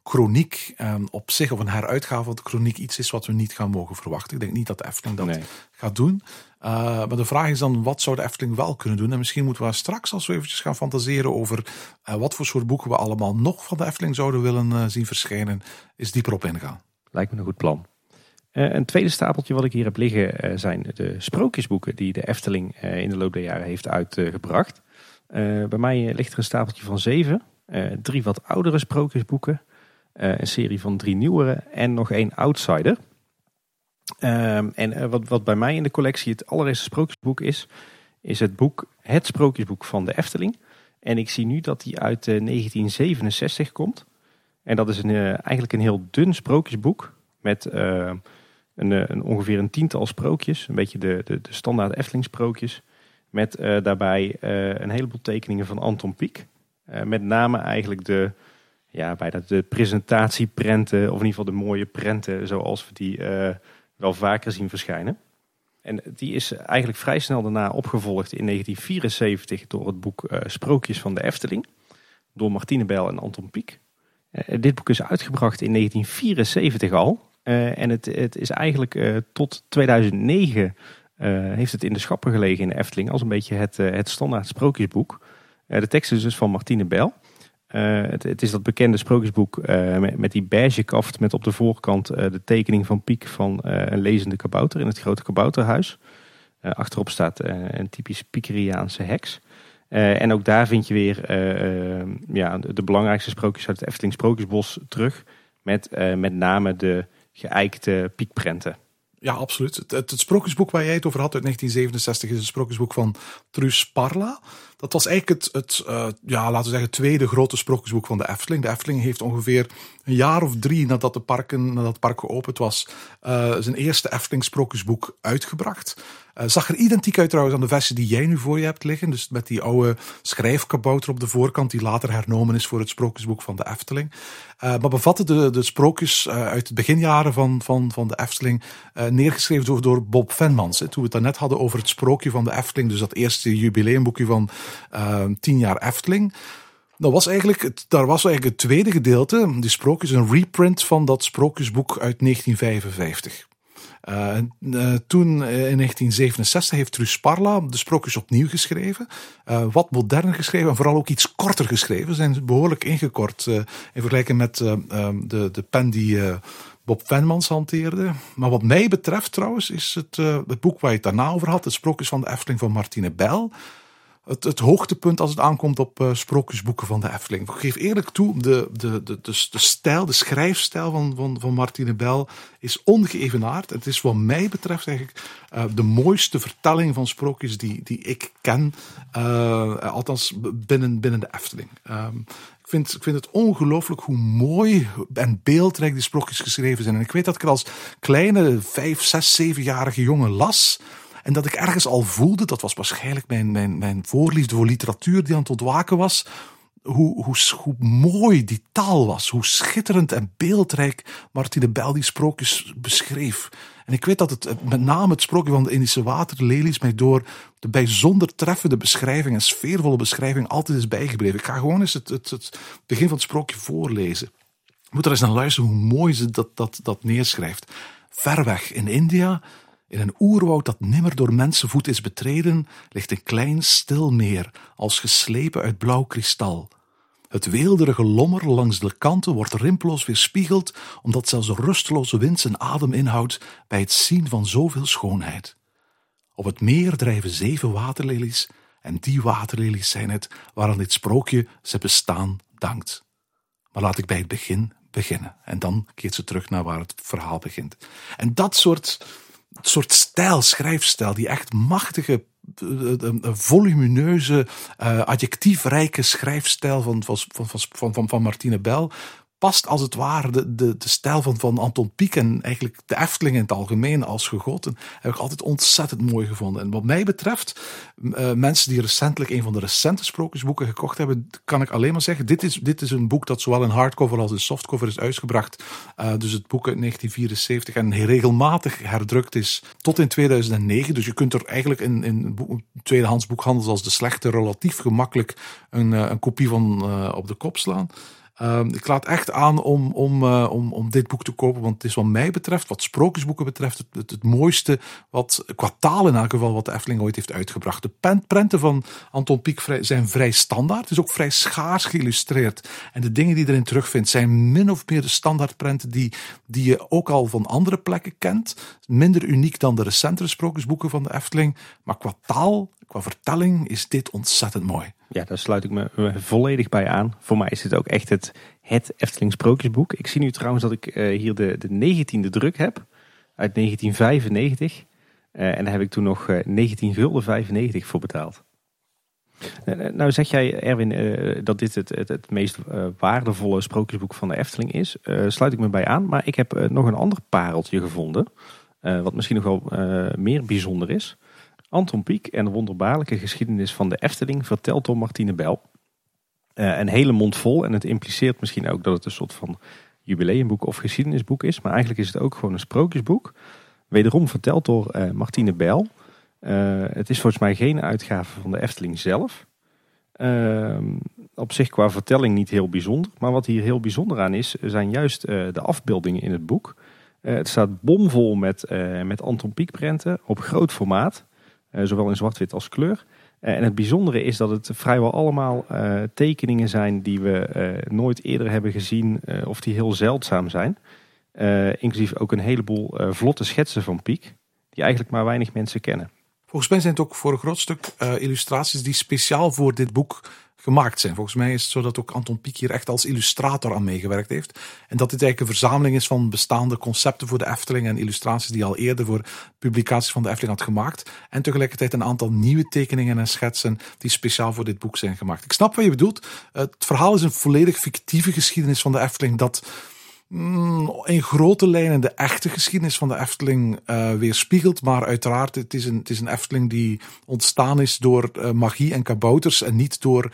Chroniek op zich, of een heruitgave van de Chroniek, iets is wat we niet gaan mogen verwachten. Ik denk niet dat de Efteling dat gaat doen. Maar de vraag is dan, wat zou de Efteling wel kunnen doen? En misschien moeten we straks, als we eventjes gaan fantaseren over wat voor soort boeken we allemaal nog van de Efteling zouden willen zien verschijnen, is dieper op ingaan. Lijkt me een goed plan. Een tweede stapeltje wat ik hier heb liggen zijn de sprookjesboeken die de Efteling in de loop der jaren heeft uitgebracht. Bij mij ligt er een stapeltje van 7. 3 wat oudere sprookjesboeken. Een serie van 3 nieuwere en nog 1 outsider. Wat bij mij in de collectie het allereerste sprookjesboek is het boek Het Sprookjesboek van de Efteling. En ik zie nu dat die uit 1967 komt. En dat is eigenlijk een heel dun sprookjesboek met ongeveer een 10-tal sprookjes. Een beetje de standaard Efteling sprookjes. Met daarbij een heleboel tekeningen van Anton Pieck. Met name eigenlijk bijna de presentatieprenten, of in ieder geval de mooie prenten zoals we die wel vaker zien verschijnen. En die is eigenlijk vrij snel daarna opgevolgd in 1974 door het boek Sprookjes van de Efteling. Door Martine Bijl en Anton Pieck. Dit boek is uitgebracht in 1974 al. En het is eigenlijk tot 2009 heeft het in de schappen gelegen in de Efteling als een beetje het standaard sprookjesboek. De tekst is dus van Martine Bijl. Het is dat bekende sprookjesboek met die beige kaft met op de voorkant de tekening van Pieck van een lezende kabouter in het grote kabouterhuis. Achterop staat een typisch Pieckeriaanse heks. En ook daar vind je weer de belangrijkste sprookjes uit het Efteling Sprookjesbos terug. Met name de geëikte Pieckprenten. Ja, absoluut. Het sprookjesboek waar jij het over had uit 1967 is een sprookjesboek van Truus Parla. Dat was eigenlijk laten we zeggen, tweede grote sprookjesboek van de Efteling. De Efteling heeft ongeveer een jaar of 3 nadat het park geopend was, zijn eerste Efteling sprookjesboek uitgebracht. Zag er identiek uit trouwens aan de versie die jij nu voor je hebt liggen. Dus met die oude schrijfkabouter op de voorkant die later hernomen is voor het sprookjesboek van de Efteling. Maar bevatte de sprookjes uit de beginjaren van de Efteling, neergeschreven door Bob Venmans. Toen we het daarnet hadden over het sprookje van de Efteling, dus dat eerste jubileumboekje van 10 jaar Efteling. Daar was eigenlijk het tweede gedeelte, die sprookjes, een reprint van dat sprookjesboek uit 1955. Toen in 1967 heeft Truus Parla de sprookjes opnieuw geschreven. Wat moderner geschreven en vooral ook iets korter geschreven. Ze zijn behoorlijk ingekort in vergelijking met de pen die Bob Venmans hanteerde. Maar wat mij betreft trouwens is het boek waar je het daarna over had, het Sprookjes van de Efteling van Martine Bijl, het hoogtepunt als het aankomt op sprookjesboeken van de Efteling. Ik geef eerlijk toe, de schrijfstijl van Martine Bijl is ongeëvenaard. Het is wat mij betreft eigenlijk de mooiste vertelling van sprookjes die ik ken. Althans binnen de Efteling. Ik vind het ongelooflijk hoe mooi en beeldrijk die sprookjes geschreven zijn. En ik weet dat ik er als kleine 5, 6, 7-jarige jongen las. En dat ik ergens al voelde, dat was waarschijnlijk mijn voorliefde voor literatuur die aan het ontwaken was, hoe mooi die taal was, hoe schitterend en beeldrijk Martine Bijl die sprookjes beschreef. En ik weet dat het met name het sprookje van de Indische waterlelies mij door de bijzonder treffende beschrijving en sfeervolle beschrijving altijd is bijgebleven. Ik ga gewoon eens het begin van het sprookje voorlezen. Je moet er eens naar luisteren hoe mooi ze dat neerschrijft. Ver weg in India, in een oerwoud dat nimmer door mensenvoet is betreden, ligt een klein stil meer, als geslepen uit blauw kristal. Het weelderige lommer langs de kanten wordt rimpelloos weerspiegeld, omdat zelfs de rusteloze wind zijn adem inhoudt bij het zien van zoveel schoonheid. Op het meer drijven 7 waterlelies, en die waterlelies zijn het waaraan dit sprookje zijn bestaan dankt. Maar laat ik bij het begin beginnen, en dan keert ze terug naar waar het verhaal begint. En dat soort schrijfstijl, die echt machtige, volumineuze, adjectiefrijke schrijfstijl van Martine Bijl, past als het ware de stijl van Anton Pieck en eigenlijk de Efteling in het algemeen als gegoten, heb ik altijd ontzettend mooi gevonden. En wat mij betreft, mensen die recentelijk een van de recente sprookjesboeken gekocht hebben, kan ik alleen maar zeggen, dit is een boek dat zowel in hardcover als in softcover is uitgebracht. Dus het boek uit 1974 en regelmatig herdrukt is tot in 2009. Dus je kunt er eigenlijk in tweedehands boekhandels als De Slechte relatief gemakkelijk een kopie van op de kop slaan. Ik laat echt aan om dit boek te kopen, want het is wat mij betreft, wat sprookjesboeken betreft, het mooiste wat qua taal in elk geval wat de Efteling ooit heeft uitgebracht. De prenten van Anton Pieck zijn vrij standaard. Het is ook vrij schaars geïllustreerd. En de dingen die je erin terugvindt zijn min of meer de standaardprenten die je ook al van andere plekken kent. Minder uniek dan de recentere sprookjesboeken van de Efteling. Maar qua taal, qua vertelling is dit ontzettend mooi. Ja, daar sluit ik me volledig bij aan. Voor mij is dit ook echt het Efteling sprookjesboek. Ik zie nu trouwens dat ik hier de 19e druk heb. Uit 1995. En daar heb ik toen nog 19,95 voor betaald. Nou zeg jij, Erwin, dat dit het meest waardevolle sprookjesboek van de Efteling is. Sluit ik me bij aan. Maar ik heb nog een ander pareltje gevonden. Wat misschien nog wel meer bijzonder is. Anton Pieck en de wonderbaarlijke geschiedenis van de Efteling, verteld door Martine Bijl. Een hele mond vol. En het impliceert misschien ook dat het een soort van jubileumboek of geschiedenisboek is. Maar eigenlijk is het ook gewoon een sprookjesboek. Wederom verteld door Martine Bijl. Het is volgens mij geen uitgave van de Efteling zelf. Op zich qua vertelling niet heel bijzonder. Maar wat hier heel bijzonder aan is, zijn juist de afbeeldingen in het boek. Het staat bomvol met Anton Pieck prenten op groot formaat. Zowel in zwart-wit als kleur. En het bijzondere is dat het vrijwel allemaal tekeningen zijn die we nooit eerder hebben gezien. Of die heel zeldzaam zijn. Inclusief ook een heleboel vlotte schetsen van Pieck. Die eigenlijk maar weinig mensen kennen. Volgens mij zijn het ook voor een groot stuk illustraties die speciaal voor dit boek gemaakt zijn. Volgens mij is het zo dat ook Anton Pieck hier echt als illustrator aan meegewerkt heeft. En dat dit eigenlijk een verzameling is van bestaande concepten voor de Efteling en illustraties die al eerder voor publicaties van de Efteling had gemaakt. En tegelijkertijd een aantal nieuwe tekeningen en schetsen die speciaal voor dit boek zijn gemaakt. Ik snap wat je bedoelt. Het verhaal is een volledig fictieve geschiedenis van de Efteling dat in grote lijnen de echte geschiedenis van de Efteling weerspiegelt. Maar uiteraard, het is een Efteling die ontstaan is door magie en kabouters en niet door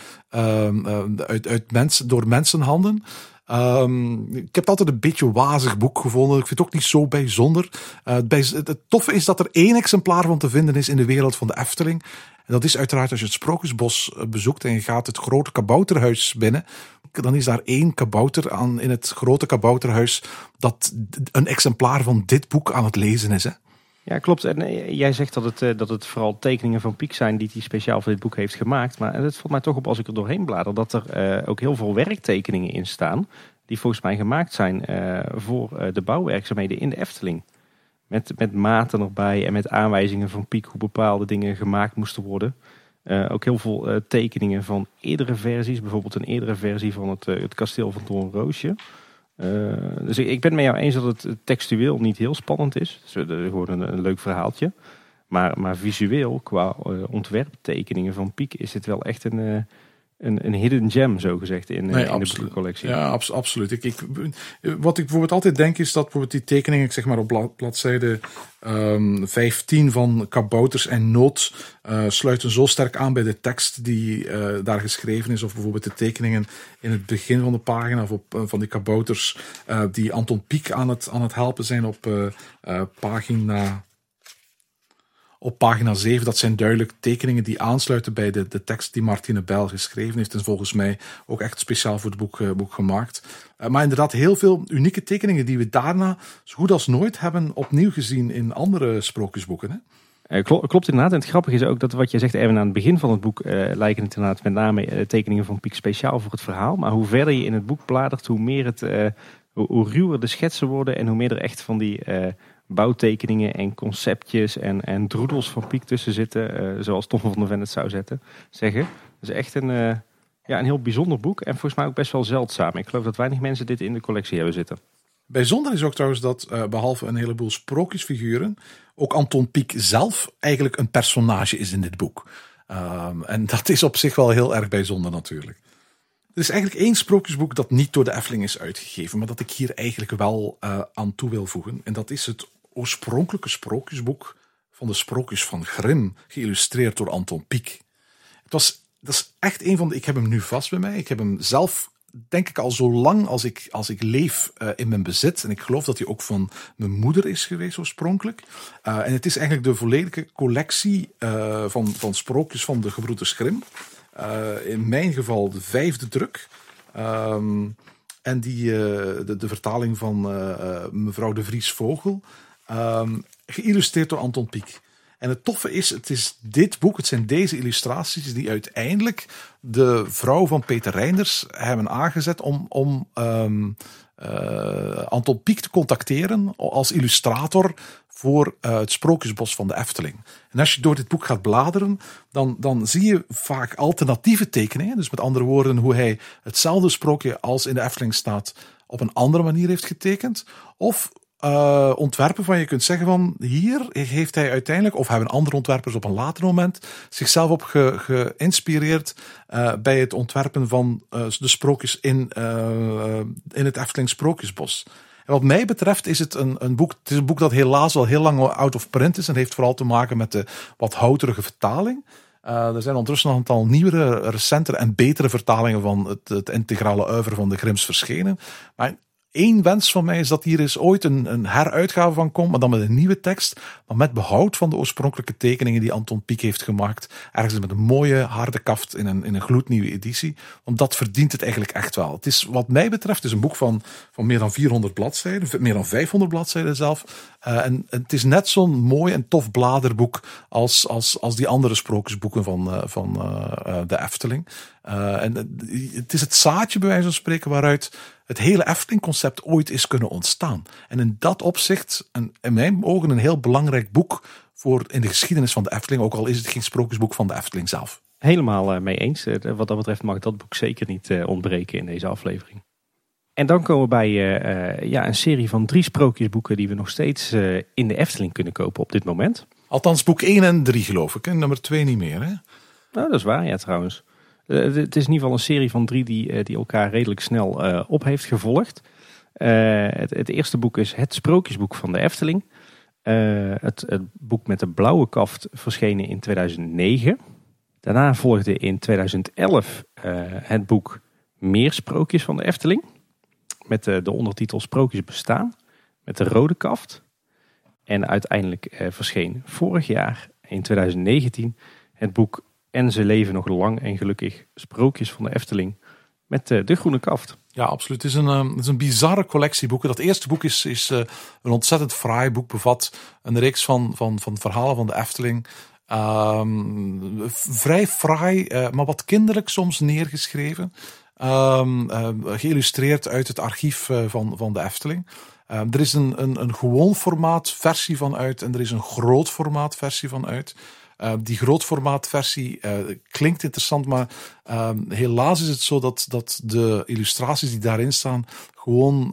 mensenhanden. Ik heb het altijd een beetje wazig boek gevonden. Ik vind het ook niet zo bijzonder. Het toffe is dat er 1 exemplaar van te vinden is in de wereld van de Efteling. En dat is uiteraard als je het Sprookjesbos bezoekt en je gaat het grote kabouterhuis binnen. Dan is daar 1 kabouter in het grote kabouterhuis dat een exemplaar van dit boek aan het lezen is. Hè? Ja, klopt. En jij zegt dat het vooral tekeningen van Pieck zijn die hij speciaal voor dit boek heeft gemaakt. Maar het valt mij toch op als ik er doorheen blader dat er ook heel veel werktekeningen in staan. Die volgens mij gemaakt zijn voor de bouwwerkzaamheden in de Efteling. Met maten erbij en met aanwijzingen van Pieck hoe bepaalde dingen gemaakt moesten worden. Ook heel veel tekeningen van eerdere versies. Bijvoorbeeld een eerdere versie van het kasteel van Doornroosje. Dus ik ben het met jou eens dat het textueel niet heel spannend is. Het is gewoon een leuk verhaaltje. Maar visueel, qua ontwerptekeningen van Pieck, is het wel echt een hidden gem, zo gezegd, in de boekencollectie. Ja, absoluut. Wat ik bijvoorbeeld altijd denk is dat bijvoorbeeld die tekeningen, ik zeg maar op bladzijde 15 van Kabouters en Nood sluiten zo sterk aan bij de tekst die daar geschreven is. Of bijvoorbeeld de tekeningen in het begin van de pagina van die kabouters die Anton Pieck aan het helpen zijn op pagina 7, dat zijn duidelijk tekeningen die aansluiten bij de tekst die Martine Bijl geschreven heeft. En volgens mij ook echt speciaal voor het boek gemaakt. Maar inderdaad heel veel unieke tekeningen die we daarna zo goed als nooit hebben opnieuw gezien in andere sprookjesboeken. Hè? Klopt inderdaad. En het grappige is ook dat wat je zegt even aan het begin van het boek lijken het inderdaad met name tekeningen van Pieck speciaal voor het verhaal. Maar hoe verder je in het boek bladert, hoe meer hoe ruwer de schetsen worden en hoe meer er echt van die bouwtekeningen en conceptjes en droedels van Pieck tussen zitten. Zoals Tom van der Ven het zou zeggen. Het is echt een heel bijzonder boek en volgens mij ook best wel zeldzaam. Ik geloof dat weinig mensen dit in de collectie hebben zitten. Bijzonder is ook trouwens dat behalve een heleboel sprookjesfiguren ook Anton Pieck zelf eigenlijk een personage is in dit boek. En dat is op zich wel heel erg bijzonder natuurlijk. Er is eigenlijk 1 sprookjesboek dat niet door de Efteling is uitgegeven, maar dat ik hier eigenlijk wel aan toe wil voegen. En dat is het oorspronkelijke sprookjesboek van de Sprookjes van Grimm, geïllustreerd door Anton Pieck. Dat is echt een van de... Ik heb hem nu vast bij mij. Ik heb hem zelf, denk ik, al zo lang als ik leef in mijn bezit. En ik geloof dat hij ook van mijn moeder is geweest oorspronkelijk. En het is eigenlijk de volledige collectie van sprookjes van de gebroeders Grimm. In mijn geval de 5e druk. En de vertaling van mevrouw de Vries-Vogel. Geïllustreerd door Anton Pieck. En het toffe is, het zijn deze illustraties die uiteindelijk de vrouw van Peter Reinders hebben aangezet om Anton Pieck te contacteren als illustrator voor het Sprookjesbos van de Efteling. En als je door dit boek gaat bladeren, dan zie je vaak alternatieve tekeningen. Dus met andere woorden, hoe hij hetzelfde sprookje als in de Efteling staat op een andere manier heeft getekend. Of ontwerpen van je kunt zeggen van hier heeft hij uiteindelijk, of hebben andere ontwerpers op een later moment zichzelf op geïnspireerd bij het ontwerpen van de sprookjes in het Efteling Sprookjesbos. En wat mij betreft is het een boek. Het is een boek dat helaas al heel lang out of print is en heeft vooral te maken met de wat houterige vertaling. Er zijn ondertussen nog een aantal nieuwere, recentere en betere vertalingen van het integrale oeuvre van de Grimms verschenen. Maar één wens van mij is dat hier eens ooit een heruitgave van komt, maar dan met een nieuwe tekst, maar met behoud van de oorspronkelijke tekeningen die Anton Pieck heeft gemaakt. Ergens met een mooie harde kaft in een gloednieuwe editie. Want dat verdient het eigenlijk echt wel. Het is wat mij betreft een boek van meer dan 400 bladzijden, meer dan 500 bladzijden zelf. En het is net zo'n mooi en tof bladerboek als die andere sprookjesboeken van de Efteling. En het is het zaadje bij wijze van spreken waaruit het hele Efteling-concept ooit is kunnen ontstaan. En in dat opzicht, in mijn ogen, een heel belangrijk boek in de geschiedenis van de Efteling, ook al is het geen sprookjesboek van de Efteling zelf. Helemaal mee eens. Wat dat betreft mag dat boek zeker niet ontbreken in deze aflevering. En dan komen we bij een serie van 3 sprookjesboeken die we nog steeds in de Efteling kunnen kopen op dit moment. Althans boek 1 en 3 geloof ik, en nummer 2 niet meer. Hè? Nou, dat is waar, ja trouwens. Het is in ieder geval een serie van 3 die elkaar redelijk snel op heeft gevolgd. Het eerste boek is Het Sprookjesboek van de Efteling. Het boek met de blauwe kaft verschenen in 2009. Daarna volgde in 2011 het boek Meer Sprookjes van de Efteling. Met de ondertitel Sprookjes bestaan. Met de rode kaft. En uiteindelijk verscheen vorig jaar in 2019 het boek En ze leven nog lang en gelukkig Sprookjes van de Efteling. Met de groene kaft. Ja, absoluut. Het is een bizarre collectie boeken. Dat eerste boek is een ontzettend fraai boek. Bevat een reeks van verhalen van de Efteling. Vrij fraai, maar wat kinderlijk soms neergeschreven. Geïllustreerd uit het archief van de Efteling. Er is een gewoon formaat versie van uit en er is een groot formaat versie van uit. Die grootformaatversie klinkt interessant, maar helaas is het zo dat de illustraties die daarin staan gewoon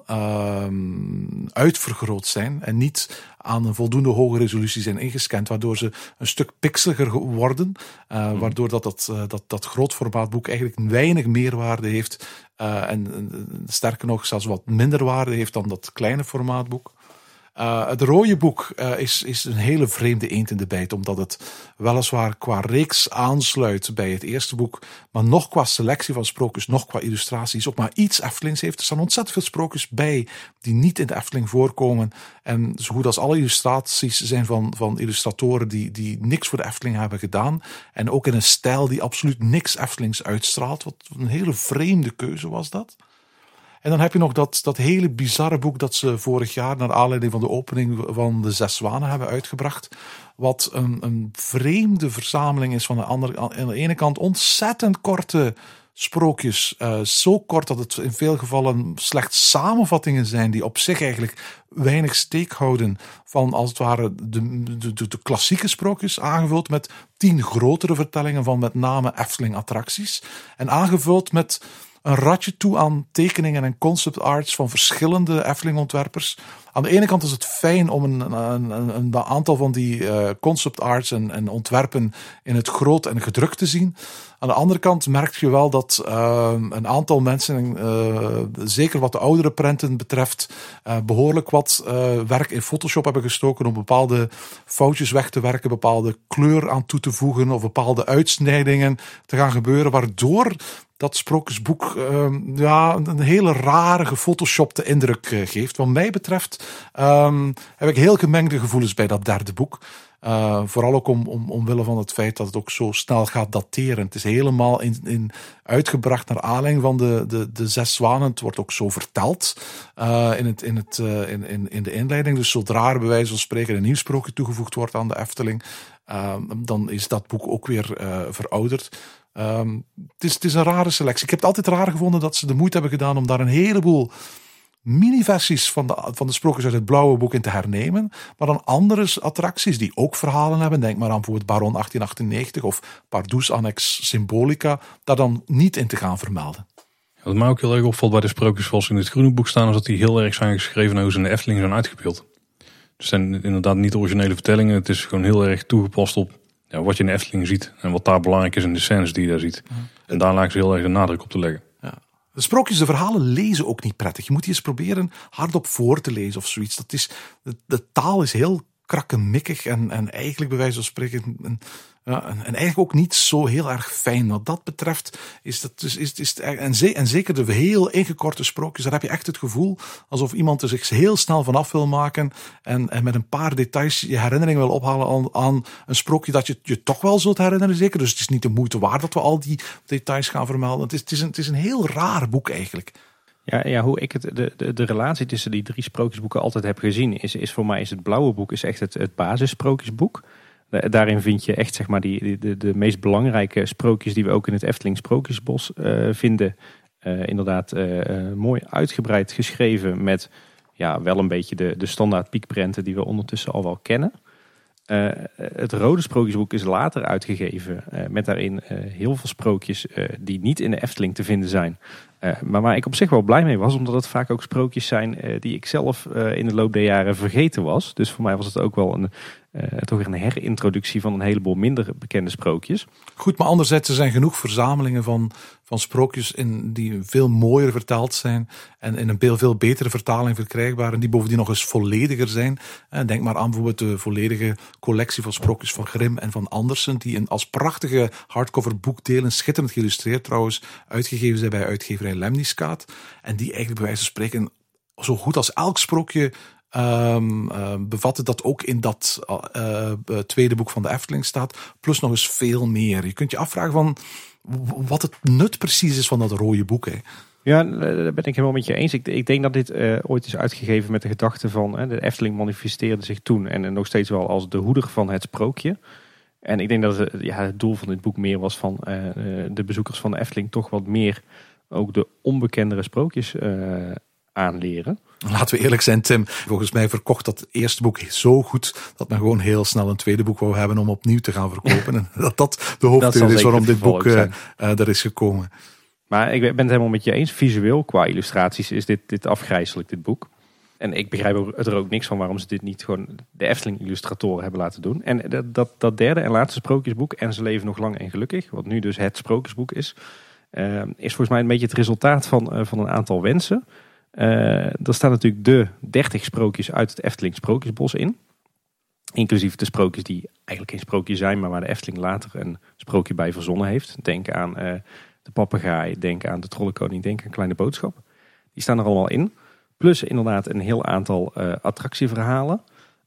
uitvergroot zijn en niet aan een voldoende hoge resolutie zijn ingescand, waardoor ze een stuk pixeliger worden, waardoor dat grootformaatboek eigenlijk weinig meerwaarde heeft en sterker nog zelfs wat minder waarde heeft dan dat kleine formaatboek. Het rode boek is een hele vreemde eend in de bijt, omdat het weliswaar qua reeks aansluit bij het eerste boek, maar nog qua selectie van sprookjes, nog qua illustraties ook maar iets Eftelings heeft. Er staan ontzettend veel sprookjes bij die niet in de Efteling voorkomen. En zo goed als alle illustraties zijn van illustratoren die niks voor de Efteling hebben gedaan. En ook in een stijl die absoluut niks Eftelings uitstraalt. Wat een hele vreemde keuze was dat. En dan heb je nog dat hele bizarre boek dat ze vorig jaar naar aanleiding van de opening van de 6 Zwanen hebben uitgebracht. Wat een vreemde verzameling is van aan de ene kant ontzettend korte sprookjes. Zo kort dat het in veel gevallen slechts samenvattingen zijn die op zich eigenlijk weinig steek houden van als het ware de klassieke sprookjes, aangevuld met 10 grotere vertellingen van met name Efteling attracties. En aangevuld met een ratje toe aan tekeningen en concept arts van verschillende Efteling-ontwerpers. Aan de ene kant is het fijn om een aantal van die concept arts en ontwerpen in het groot en gedrukt te zien. Aan de andere kant merk je wel dat een aantal mensen, zeker wat de oudere prenten betreft, behoorlijk wat werk in Photoshop hebben gestoken om bepaalde foutjes weg te werken, bepaalde kleur aan toe te voegen of bepaalde uitsnijdingen te gaan gebeuren, waardoor dat sprookjesboek een hele rare gefotoshopte indruk geeft. Wat mij betreft heb ik heel gemengde gevoelens bij dat derde boek. Vooral ook omwille van het feit dat het ook zo snel gaat dateren. Het is helemaal uitgebracht naar aanleiding van de 6 zwanen. Het wordt ook zo verteld in de inleiding. Dus zodra er bij wijze van spreken een nieuw sprookje toegevoegd wordt aan de Efteling, dan is dat boek ook weer verouderd. Het is een rare selectie. Ik heb het altijd raar gevonden dat ze de moeite hebben gedaan om daar een heleboel mini-versies van de sprookjes uit het blauwe boek in te hernemen. Maar dan andere attracties die ook verhalen hebben, denk maar aan bijvoorbeeld Baron 1898 of Pardoes Annex Symbolica, daar dan niet in te gaan vermelden. Wat mij ook heel erg opvalt bij de sprookjes zoals in het groene boek staan, is dat die heel erg zijn geschreven naar hoe ze in de Efteling zijn uitgebeeld. Het zijn inderdaad niet originele vertellingen. Het is gewoon heel erg toegepast op wat je in de Efteling ziet en wat daar belangrijk is in de scènes die je daar ziet. En daar lijkt ze heel erg de nadruk op te leggen. Ja. De sprookjes, de verhalen lezen ook niet prettig. Je moet die eens proberen hardop voor te lezen of zoiets. De taal is heel krakkemikkig en eigenlijk bij wijze van spreken en eigenlijk ook niet zo heel erg fijn. Wat dat betreft en zeker de heel ingekorte sprookjes, daar heb je echt het gevoel alsof iemand er zich heel snel vanaf wil maken en met een paar details je herinnering wil ophalen aan een sprookje dat je toch wel zult herinneren, zeker. Dus het is niet de moeite waard dat we al die details gaan vermelden. Het is een heel raar boek eigenlijk. Ja, hoe ik de relatie tussen die 3 sprookjesboeken altijd heb gezien, is voor mij het blauwe boek is echt het basissprookjesboek. Daarin vind je echt zeg maar de meest belangrijke sprookjes die we ook in het Efteling Sprookjesbos vinden. Inderdaad mooi uitgebreid geschreven met wel een beetje de standaard piekprenten die we ondertussen al wel kennen. Het rode sprookjesboek is later uitgegeven met daarin heel veel sprookjes die niet in de Efteling te vinden zijn. Maar waar ik op zich wel blij mee was, omdat het vaak ook sprookjes zijn die ik zelf in de loop der jaren vergeten was. Dus voor mij was het ook wel toch een herintroductie van een heleboel minder bekende sprookjes. Goed, maar anderzijds er zijn genoeg verzamelingen van sprookjes die veel mooier vertaald zijn en in een veel betere vertaling verkrijgbaar en die bovendien nog eens vollediger zijn. Denk maar aan bijvoorbeeld de volledige collectie van sprookjes van Grimm en van Andersen, die als prachtige hardcover boekdelen, schitterend geïllustreerd trouwens, uitgegeven zijn bij uitgeverij Lemniskaat. En die eigenlijk bij wijze van spreken zo goed als elk sprookje bevatten dat ook in dat tweede boek van de Efteling staat. Plus nog eens veel meer. Je kunt je afvragen van wat het nut precies is van dat rode boek. Hè. Ja, daar ben ik helemaal met je eens. Ik denk dat dit ooit is uitgegeven met de gedachte van de Efteling manifesteerde zich toen en nog steeds wel als de hoeder van het sprookje. En ik denk dat het doel van dit boek meer was van de bezoekers van de Efteling toch wat meer ook de onbekendere sprookjes aanleren. Laten we eerlijk zijn, Tim. Volgens mij verkocht dat eerste boek zo goed dat men gewoon heel snel een tweede boek wou hebben om opnieuw te gaan verkopen. En dat de hoofdreden is waarom dit boek er is gekomen. Maar ik ben het helemaal met je eens. Visueel, qua illustraties, is dit afgrijzelijk, dit boek. En ik begrijp er ook niks van waarom ze dit niet gewoon de Efteling-illustratoren hebben laten doen. En dat derde en laatste sprookjesboek, En ze leven nog lang en gelukkig, wat nu dus het sprookjesboek is volgens mij een beetje het resultaat van een aantal wensen. Er staan natuurlijk de 30 sprookjes uit het Efteling Sprookjesbos in. Inclusief de sprookjes die eigenlijk geen sprookje zijn, maar waar de Efteling later een sprookje bij verzonnen heeft. Denk aan de papegaai, denk aan de trollenkoning, denk aan Kleine Boodschap. Die staan er allemaal in. Plus inderdaad een heel aantal attractieverhalen.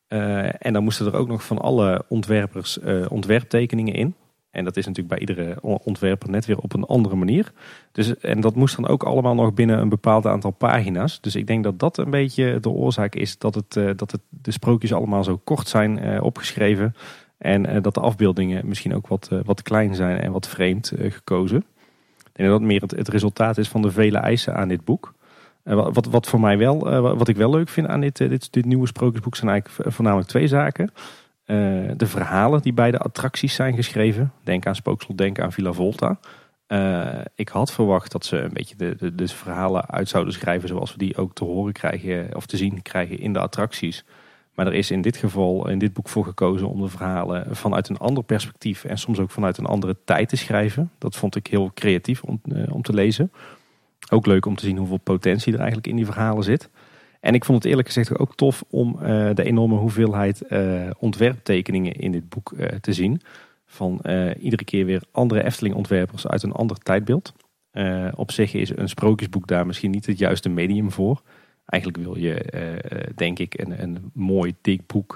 En dan moesten er ook nog van alle ontwerpers ontwerptekeningen in. En dat is natuurlijk bij iedere ontwerper net weer op een andere manier. En dat moest dan ook allemaal nog binnen een bepaald aantal pagina's. Dus ik denk dat dat een beetje de oorzaak is dat de sprookjes allemaal zo kort zijn opgeschreven. En dat de afbeeldingen misschien ook wat klein zijn en wat vreemd gekozen. Ik denk dat dat meer het resultaat is van de vele eisen aan dit boek. Wat voor mij wat ik wel leuk vind aan dit nieuwe sprookjesboek zijn eigenlijk voornamelijk 2 zaken. De verhalen die bij de attracties zijn geschreven. Denk aan Spooksel, denk aan Villa Volta. Ik had verwacht dat ze een beetje de verhalen uit zouden schrijven zoals we die ook te horen krijgen of te zien krijgen in de attracties. Maar er is in dit geval, in dit boek voor gekozen om de verhalen vanuit een ander perspectief en soms ook vanuit een andere tijd te schrijven. Dat vond ik heel creatief om te lezen. Ook leuk om te zien hoeveel potentie er eigenlijk in die verhalen zit. En ik vond het eerlijk gezegd ook tof om de enorme hoeveelheid ontwerptekeningen in dit boek te zien. Van iedere keer weer andere Efteling ontwerpers uit een ander tijdbeeld. Op zich is een sprookjesboek daar misschien niet het juiste medium voor. Eigenlijk wil je, denk ik, een mooi dik boek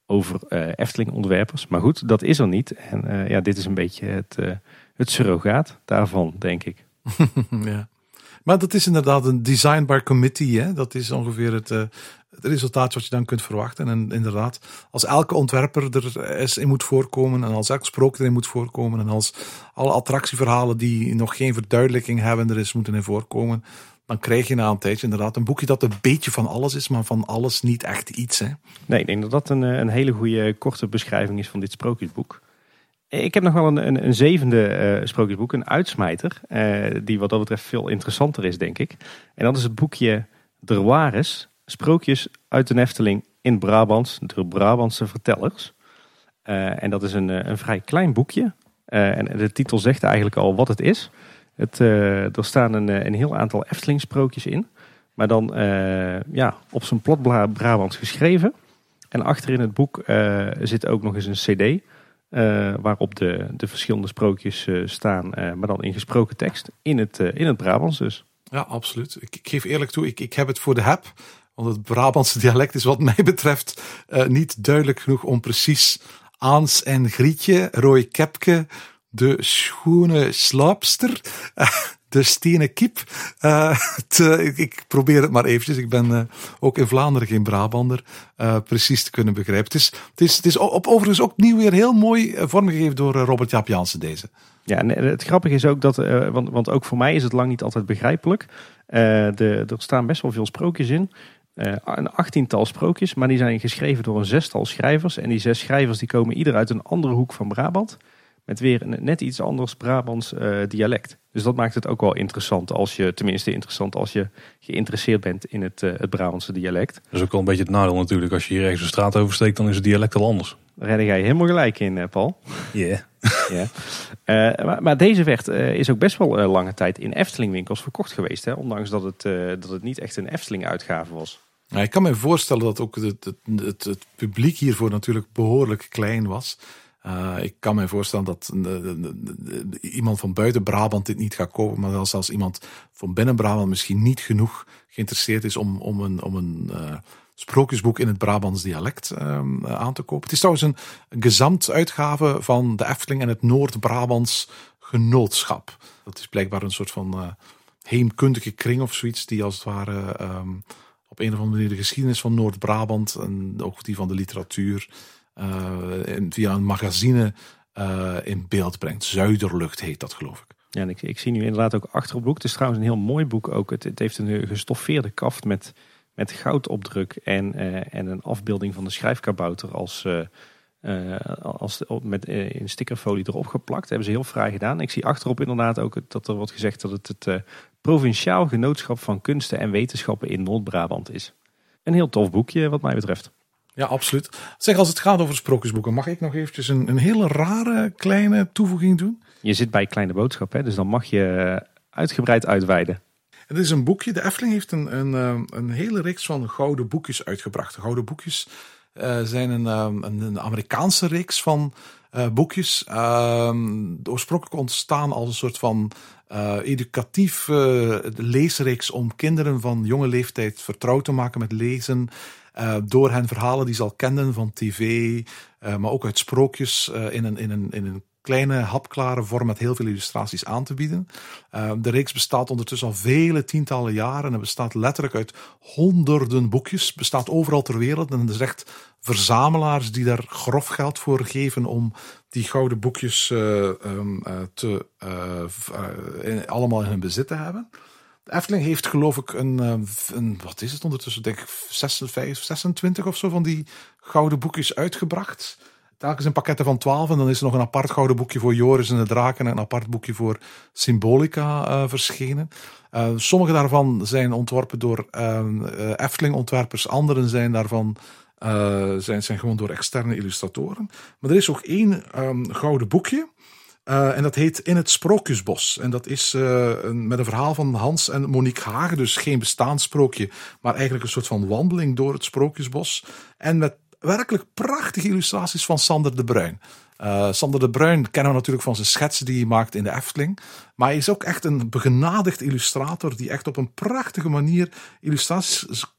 over Efteling-ontwerpers. Maar goed, dat is er niet. En dit is een beetje het surrogaat daarvan, denk ik. Ja. Maar dat is inderdaad een design by committee. Hè? Dat is ongeveer het resultaat wat je dan kunt verwachten. En inderdaad, als elke ontwerper er in moet voorkomen en als elk sprookje erin moet voorkomen en als alle attractieverhalen die nog geen verduidelijking hebben er eens moeten in voorkomen, dan krijg je na een tijdje inderdaad een boekje dat een beetje van alles is, maar van alles niet echt iets. Hè? Nee, ik denk dat dat een hele goede korte beschrijving is van dit sprookjesboek. Ik heb nog wel een zevende sprookjesboek, een uitsmijter, die wat dat betreft veel interessanter is, denk ik. En dat is het boekje Der Wares, sprookjes uit de Efteling in Brabant, door Brabantse vertellers. En dat is een vrij klein boekje. En de titel zegt eigenlijk al wat het is. Er staan een heel aantal Efteling sprookjes in. Maar dan op zijn plat Brabants geschreven. En achter in het boek zit ook nog eens een cd. Waarop de verschillende sprookjes staan. Maar dan in gesproken tekst. In het Brabants dus. Ja, absoluut. Ik geef eerlijk toe, ik heb het voor de heb. Want het Brabantse dialect is wat mij betreft niet duidelijk genoeg om precies Aans en Grietje, Roy Kepke, de schone slaapster, de stenen kip. Ik probeer het maar eventjes. Ik ben ook in Vlaanderen geen Brabander. Precies te kunnen begrijpen. Het is overigens ook opnieuw weer heel mooi vormgegeven door Robert Jaap Jansen deze. Ja, en het grappige is ook dat, want ook voor mij is het lang niet altijd begrijpelijk. Er staan best wel veel sprookjes in. Een 18-tal sprookjes, maar die zijn geschreven door een 6-tal schrijvers. En die 6 schrijvers die komen ieder uit een andere hoek van Brabant. Met weer een net iets anders Brabants dialect. Dus dat maakt het ook wel interessant als je geïnteresseerd bent in het Brabantse dialect. Dat is ook wel een beetje het nadeel natuurlijk. Als je hier ergens de straat oversteekt, dan is het dialect al anders. Daar red jij helemaal gelijk in, Paul. Yeah. Ja. Maar deze is ook best wel lange tijd in Efteling winkels verkocht geweest. Hè? Ondanks dat het niet echt een Efteling uitgave was. Nou, ik kan me voorstellen dat ook het publiek hiervoor natuurlijk behoorlijk klein was. Ik kan me voorstellen dat iemand van buiten Brabant dit niet gaat kopen. Maar zelfs iemand van binnen Brabant misschien niet genoeg geïnteresseerd is om een sprookjesboek in het Brabants dialect aan te kopen. Het is trouwens een gezamtuitgave van de Efteling en het Noord-Brabants Genootschap. Dat is blijkbaar een soort van heemkundige kring of zoiets die als het ware op een of andere manier de geschiedenis van Noord-Brabant en ook die van de literatuur via een magazine in beeld brengt. Zuiderlucht heet dat, geloof ik. Ja, en ik zie nu inderdaad ook achter het boek. Het is trouwens een heel mooi boek ook. Het heeft een gestoffeerde kaft met goudopdruk en een afbeelding van de schrijfkabouter in stickerfolie erop geplakt. Dat hebben ze heel fraai gedaan. Ik zie achterop inderdaad ook dat er wordt gezegd dat het Provinciaal Genootschap van Kunsten en Wetenschappen in Noord-Brabant is. Een heel tof boekje wat mij betreft. Ja, absoluut. Zeg, als het gaat over sprookjesboeken, mag ik nog eventjes een hele rare kleine toevoeging doen? Je zit bij Kleine Boodschap, hè? Dus dan mag je uitgebreid uitweiden. Het is een boekje. De Efteling heeft een hele reeks van gouden boekjes uitgebracht. De gouden boekjes zijn een Amerikaanse reeks van boekjes. Oorspronkelijk ontstaan als een soort van educatief leesreeks om kinderen van jonge leeftijd vertrouwd te maken met lezen. Door hen verhalen die ze al kenden van tv, maar ook uit sprookjes in een kleine hapklare vorm met heel veel illustraties aan te bieden. De reeks bestaat ondertussen al vele tientallen jaren en het bestaat letterlijk uit honderden boekjes. Het bestaat overal ter wereld en er is echt verzamelaars die daar grof geld voor geven om die gouden boekjes allemaal in hun bezit te hebben. De Efteling heeft geloof ik wat is het ondertussen, denk ik 26 of zo van die gouden boekjes uitgebracht. Telkens in pakketten van 12 en dan is er nog een apart gouden boekje voor Joris en de Draken en een apart boekje voor Symbolica verschenen. Sommige daarvan zijn ontworpen door Efteling-ontwerpers, anderen zijn daarvan zijn gewoon door externe illustratoren. Maar er is ook één gouden boekje. En dat heet In het Sprookjesbos. En dat is met een verhaal van Hans en Monique Hagen. Dus geen bestaand sprookje, maar eigenlijk een soort van wandeling door het Sprookjesbos. En met werkelijk prachtige illustraties van Sander de Bruin. Sander de Bruin kennen we natuurlijk van zijn schetsen die hij maakt in de Efteling. Maar hij is ook echt een begenadigd illustrator die echt op een prachtige manier illustraties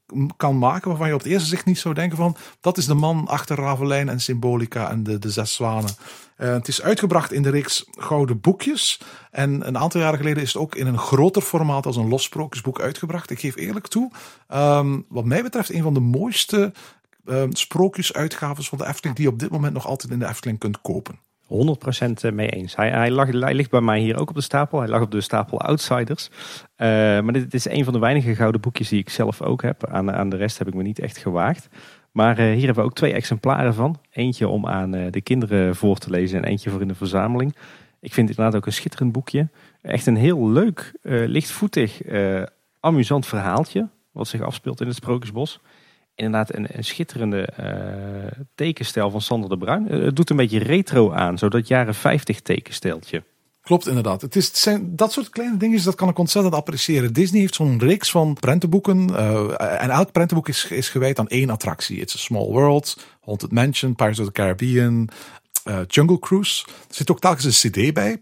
kan maken waarvan je op het eerste zicht niet zou denken van dat is de man achter Ravelijn en Symbolica en de Zes Zwanen. Het is uitgebracht in de reeks Gouden Boekjes. En een aantal jaren geleden is het ook in een groter formaat als een los sprookjesboek uitgebracht. Ik geef eerlijk toe, wat mij betreft een van de mooiste sprookjesuitgaves van de Efteling die je op dit moment nog altijd in de Efteling kunt kopen. 100% mee eens. Hij ligt bij mij hier ook op de stapel. Hij lag op de stapel Outsiders. Maar dit is een van de weinige gouden boekjes die ik zelf ook heb. Aan de rest heb ik me niet echt gewaagd. Maar hier hebben we ook 2 exemplaren van. Eentje om aan de kinderen voor te lezen en eentje voor in de verzameling. Ik vind het inderdaad ook een schitterend boekje. Echt een heel leuk, lichtvoetig, amusant verhaaltje. Wat zich afspeelt in het Sprookjesbos. Inderdaad een schitterende tekenstijl van Sander de Bruin. Het doet een beetje retro aan, zo dat jaren 50 tekenstijltje. Klopt inderdaad. Het zijn dat soort kleine dingen, dat kan ik ontzettend appreciëren. Disney heeft zo'n reeks van prentenboeken. En elk prentenboek is gewijd aan 1 attractie. It's a Small World, Haunted Mansion, Pirates of the Caribbean, Jungle Cruise. Er zit ook telkens een cd bij.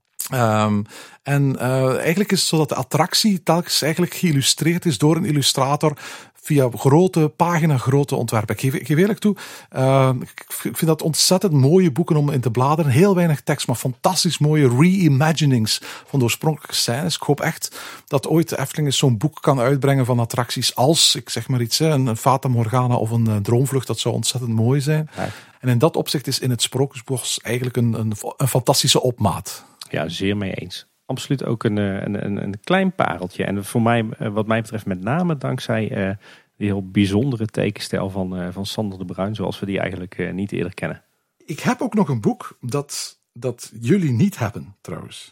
Eigenlijk is het zo dat de attractie telkens eigenlijk geïllustreerd is door een illustrator via grote ontwerpen. Ik geef eerlijk toe, ik vind dat ontzettend mooie boeken om in te bladeren. Heel weinig tekst, maar fantastisch mooie reimaginings van de oorspronkelijke scènes. Ik hoop echt dat ooit de Efteling eens zo'n boek kan uitbrengen van attracties als, ik zeg maar iets, een Fata Morgana of een Droomvlucht. Dat zou ontzettend mooi zijn. Ja. En in dat opzicht is in het Sprookjesbos eigenlijk een fantastische opmaat. Ja, zeer mee eens. Absoluut ook een klein pareltje. En voor mij, wat mij betreft, met name dankzij die heel bijzondere tekenstijl van Sander de Bruin, zoals we die eigenlijk niet eerder kennen. Ik heb ook nog een boek dat jullie niet hebben, trouwens.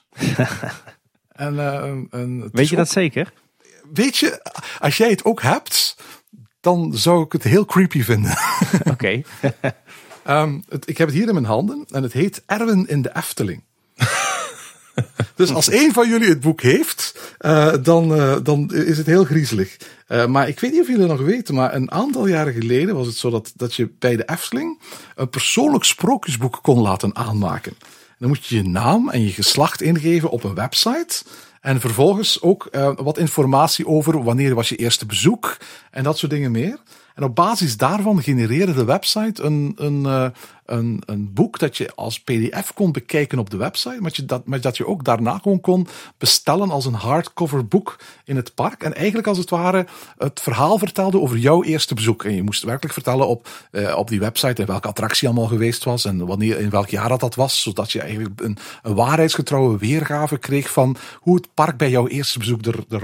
Weet je dat zeker? Weet je, als jij het ook hebt, dan zou ik het heel creepy vinden. Oké. Ik heb het hier in mijn handen en het heet Erwin in de Efteling. Dus als één van jullie het boek heeft, dan is het heel griezelig. Maar ik weet niet of jullie nog weten, maar een aantal jaren geleden was het zo dat je bij de Efteling een persoonlijk sprookjesboek kon laten aanmaken. Dan moet je je naam en je geslacht ingeven op een website. En vervolgens ook wat informatie over wanneer was je eerste bezoek en dat soort dingen meer. En op basis daarvan genereerde de website een boek dat je als pdf kon bekijken op de website, maar dat je ook daarna gewoon kon bestellen als een hardcover boek in het park. En eigenlijk als het ware het verhaal vertelde over jouw eerste bezoek. En je moest werkelijk vertellen op die website in welke attractie allemaal geweest was en wanneer, in welk jaar dat was, zodat je eigenlijk een waarheidsgetrouwe weergave kreeg van hoe het park bij jouw eerste bezoek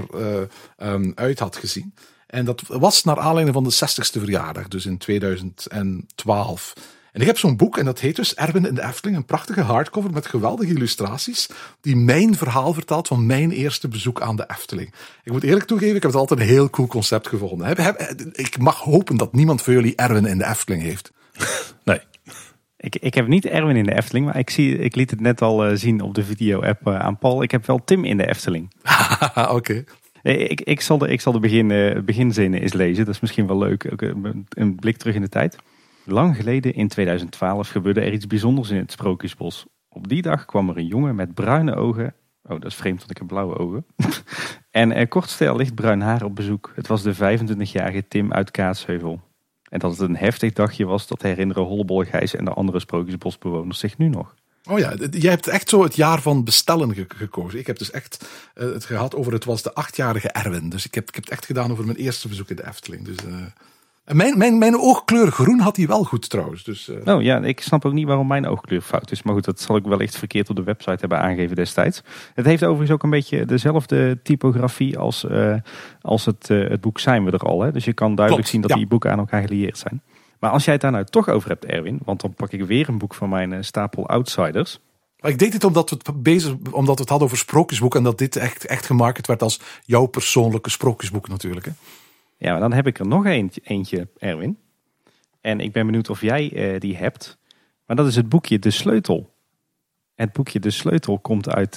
uit had gezien. En dat was naar aanleiding van de 60ste verjaardag, dus in 2012. En ik heb zo'n boek en dat heet dus Erwin in de Efteling. Een prachtige hardcover met geweldige illustraties die mijn verhaal vertelt van mijn eerste bezoek aan de Efteling. Ik moet eerlijk toegeven, ik heb het altijd een heel cool concept gevonden. Ik mag hopen dat niemand van jullie Erwin in de Efteling heeft. Nee. Ik heb niet Erwin in de Efteling, maar ik liet het net al zien op de video-app aan Paul. Ik heb wel Tim in de Efteling. Oké. Ik zal de beginzinnen eens lezen. Dat is misschien wel leuk. Ook een blik terug in de tijd. Lang geleden, in 2012, gebeurde er iets bijzonders in het Sprookjesbos. Op die dag kwam er een jongen met bruine ogen. Oh, dat is vreemd, want ik heb blauwe ogen. En kort stijl lichtbruin haar op bezoek. Het was de 25-jarige Tim uit Kaatsheuvel. En dat het een heftig dagje was, dat herinneren Hollebolle Gijs en de andere Sprookjesbosbewoners zich nu nog. Oh ja, jij hebt echt zo het jaar van bestellen gekozen. Ik heb dus echt het gehad over, het was de 8-jarige Erwin. Dus ik heb het echt gedaan over mijn eerste bezoek in de Efteling. Dus, mijn oogkleur groen had hij wel goed trouwens. Dus, Oh ja, ik snap ook niet waarom mijn oogkleur fout is. Maar goed, dat zal ik wel echt verkeerd op de website hebben aangegeven destijds. Het heeft overigens ook een beetje dezelfde typografie als het boek Zijn we er al. Hè? Dus je kan duidelijk zien dat die boeken aan elkaar gelieerd zijn. Maar als jij het daar nou toch over hebt, Erwin, want dan pak ik weer een boek van mijn stapel Outsiders. Maar ik deed dit omdat we het hadden over sprookjesboek en dat dit echt gemarket werd als jouw persoonlijke sprookjesboek natuurlijk. Hè? Ja, maar dan heb ik er nog eentje, Erwin. En ik ben benieuwd of jij die hebt. Maar dat is het boekje De Sleutel. Het boekje De Sleutel komt uit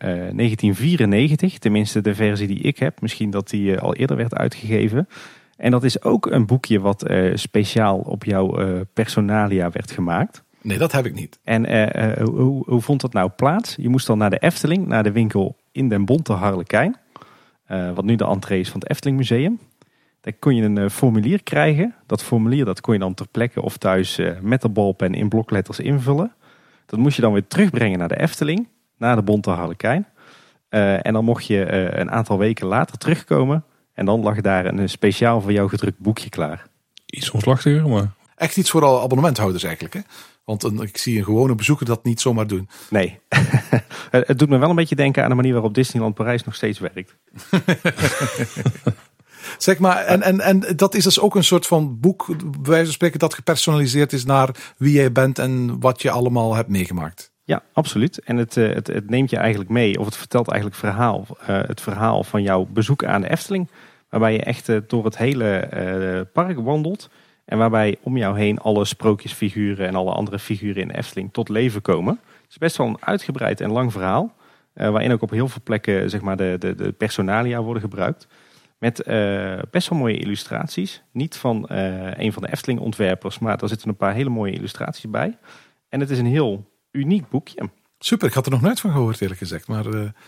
1994. Tenminste de versie die ik heb. Misschien dat die al eerder werd uitgegeven. En dat is ook een boekje wat speciaal op jouw personalia werd gemaakt. Nee, dat heb ik niet. En hoe vond dat nou plaats? Je moest dan naar de Efteling, naar de winkel in Den Bonte Harlekijn. Wat nu de entree is van het Efteling Museum. Dan kon je een formulier krijgen. Dat formulier dat kon je dan ter plekke of thuis met de balpen in blokletters invullen. Dat moest je dan weer terugbrengen naar de Efteling, naar de Bonte Harlekijn. En dan mocht je een aantal weken later terugkomen. En dan lag daar een speciaal voor jou gedrukt boekje klaar. Iets omslachtiger, maar... Echt iets voor abonnementhouders eigenlijk, hè? Want ik zie een gewone bezoeker dat niet zomaar doen. Nee, het doet me wel een beetje denken aan de manier waarop Disneyland Parijs nog steeds werkt. Zeg maar, en dat is dus ook een soort van boek, bij wijze van spreken, dat gepersonaliseerd is naar wie jij bent en wat je allemaal hebt meegemaakt. Ja, absoluut. En het neemt je eigenlijk mee, of het vertelt eigenlijk het verhaal van jouw bezoek aan de Efteling. Waarbij je echt door het hele park wandelt. En waarbij om jou heen alle sprookjesfiguren en alle andere figuren in de Efteling tot leven komen. Het is best wel een uitgebreid en lang verhaal. Waarin ook op heel veel plekken zeg maar, de personalia worden gebruikt. Met best wel mooie illustraties. Niet van een van de Efteling ontwerpers, maar daar zitten een paar hele mooie illustraties bij. En het is een heel uniek boekje. Super, ik had er nog nooit van gehoord eerlijk gezegd. Maar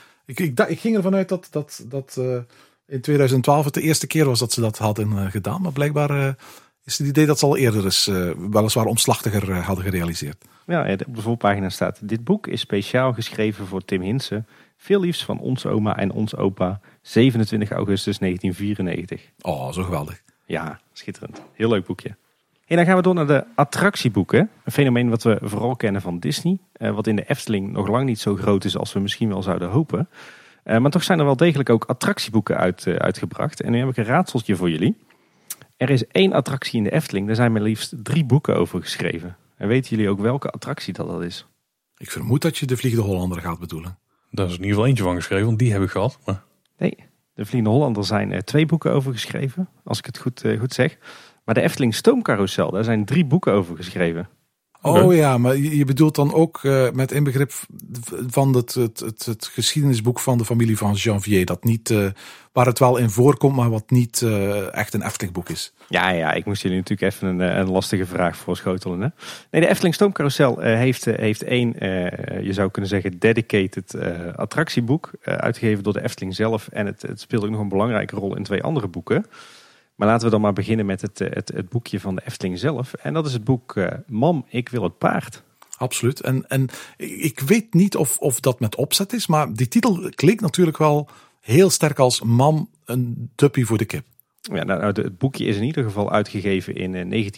ik ging ervan uit dat in 2012 het de eerste keer was dat ze dat hadden gedaan. Maar blijkbaar is het idee dat ze al eerder eens weliswaar omslachtiger hadden gerealiseerd. Ja, op de voorpagina staat: dit boek is speciaal geschreven voor Tim Hinsen. Veel liefs van ons oma en ons opa. 27 augustus 1994. Oh, zo geweldig. Ja, schitterend. Heel leuk boekje. En dan gaan we door naar de attractieboeken. Een fenomeen wat we vooral kennen van Disney. Wat in de Efteling nog lang niet zo groot is als we misschien wel zouden hopen. Maar toch zijn er wel degelijk ook attractieboeken uitgebracht. En nu heb ik een raadseltje voor jullie. Er is 1 attractie in de Efteling. Daar zijn maar liefst 3 boeken over geschreven. En weten jullie ook welke attractie dat is? Ik vermoed dat je de Vliegende Hollander gaat bedoelen. Daar is in ieder geval eentje van geschreven, want die heb ik gehad. Maar... Nee, de Vliegende Hollander zijn 2 boeken over geschreven. Als ik het goed zeg. Maar de Efteling Stoomcarousel, daar zijn 3 boeken over geschreven. Oh ja, maar je bedoelt dan ook met inbegrip van het geschiedenisboek van de familie van Janvier. Dat niet, waar het wel in voorkomt, maar wat niet echt een Efteling boek is. Ja, ik moest jullie natuurlijk even een lastige vraag voorschotelen. Hè? Nee, de Efteling Stoomcarousel heeft 1, je zou kunnen zeggen, dedicated attractieboek. Uitgegeven door de Efteling zelf. En het speelt ook nog een belangrijke rol in 2 andere boeken. Maar laten we dan maar beginnen met het boekje van de Efteling zelf. En dat is het boek Mam, ik wil het paard. Absoluut. En ik weet niet of dat met opzet is. Maar die titel klinkt natuurlijk wel heel sterk als Mam, een duppie voor de kip. Ja, nou, het boekje is in ieder geval uitgegeven in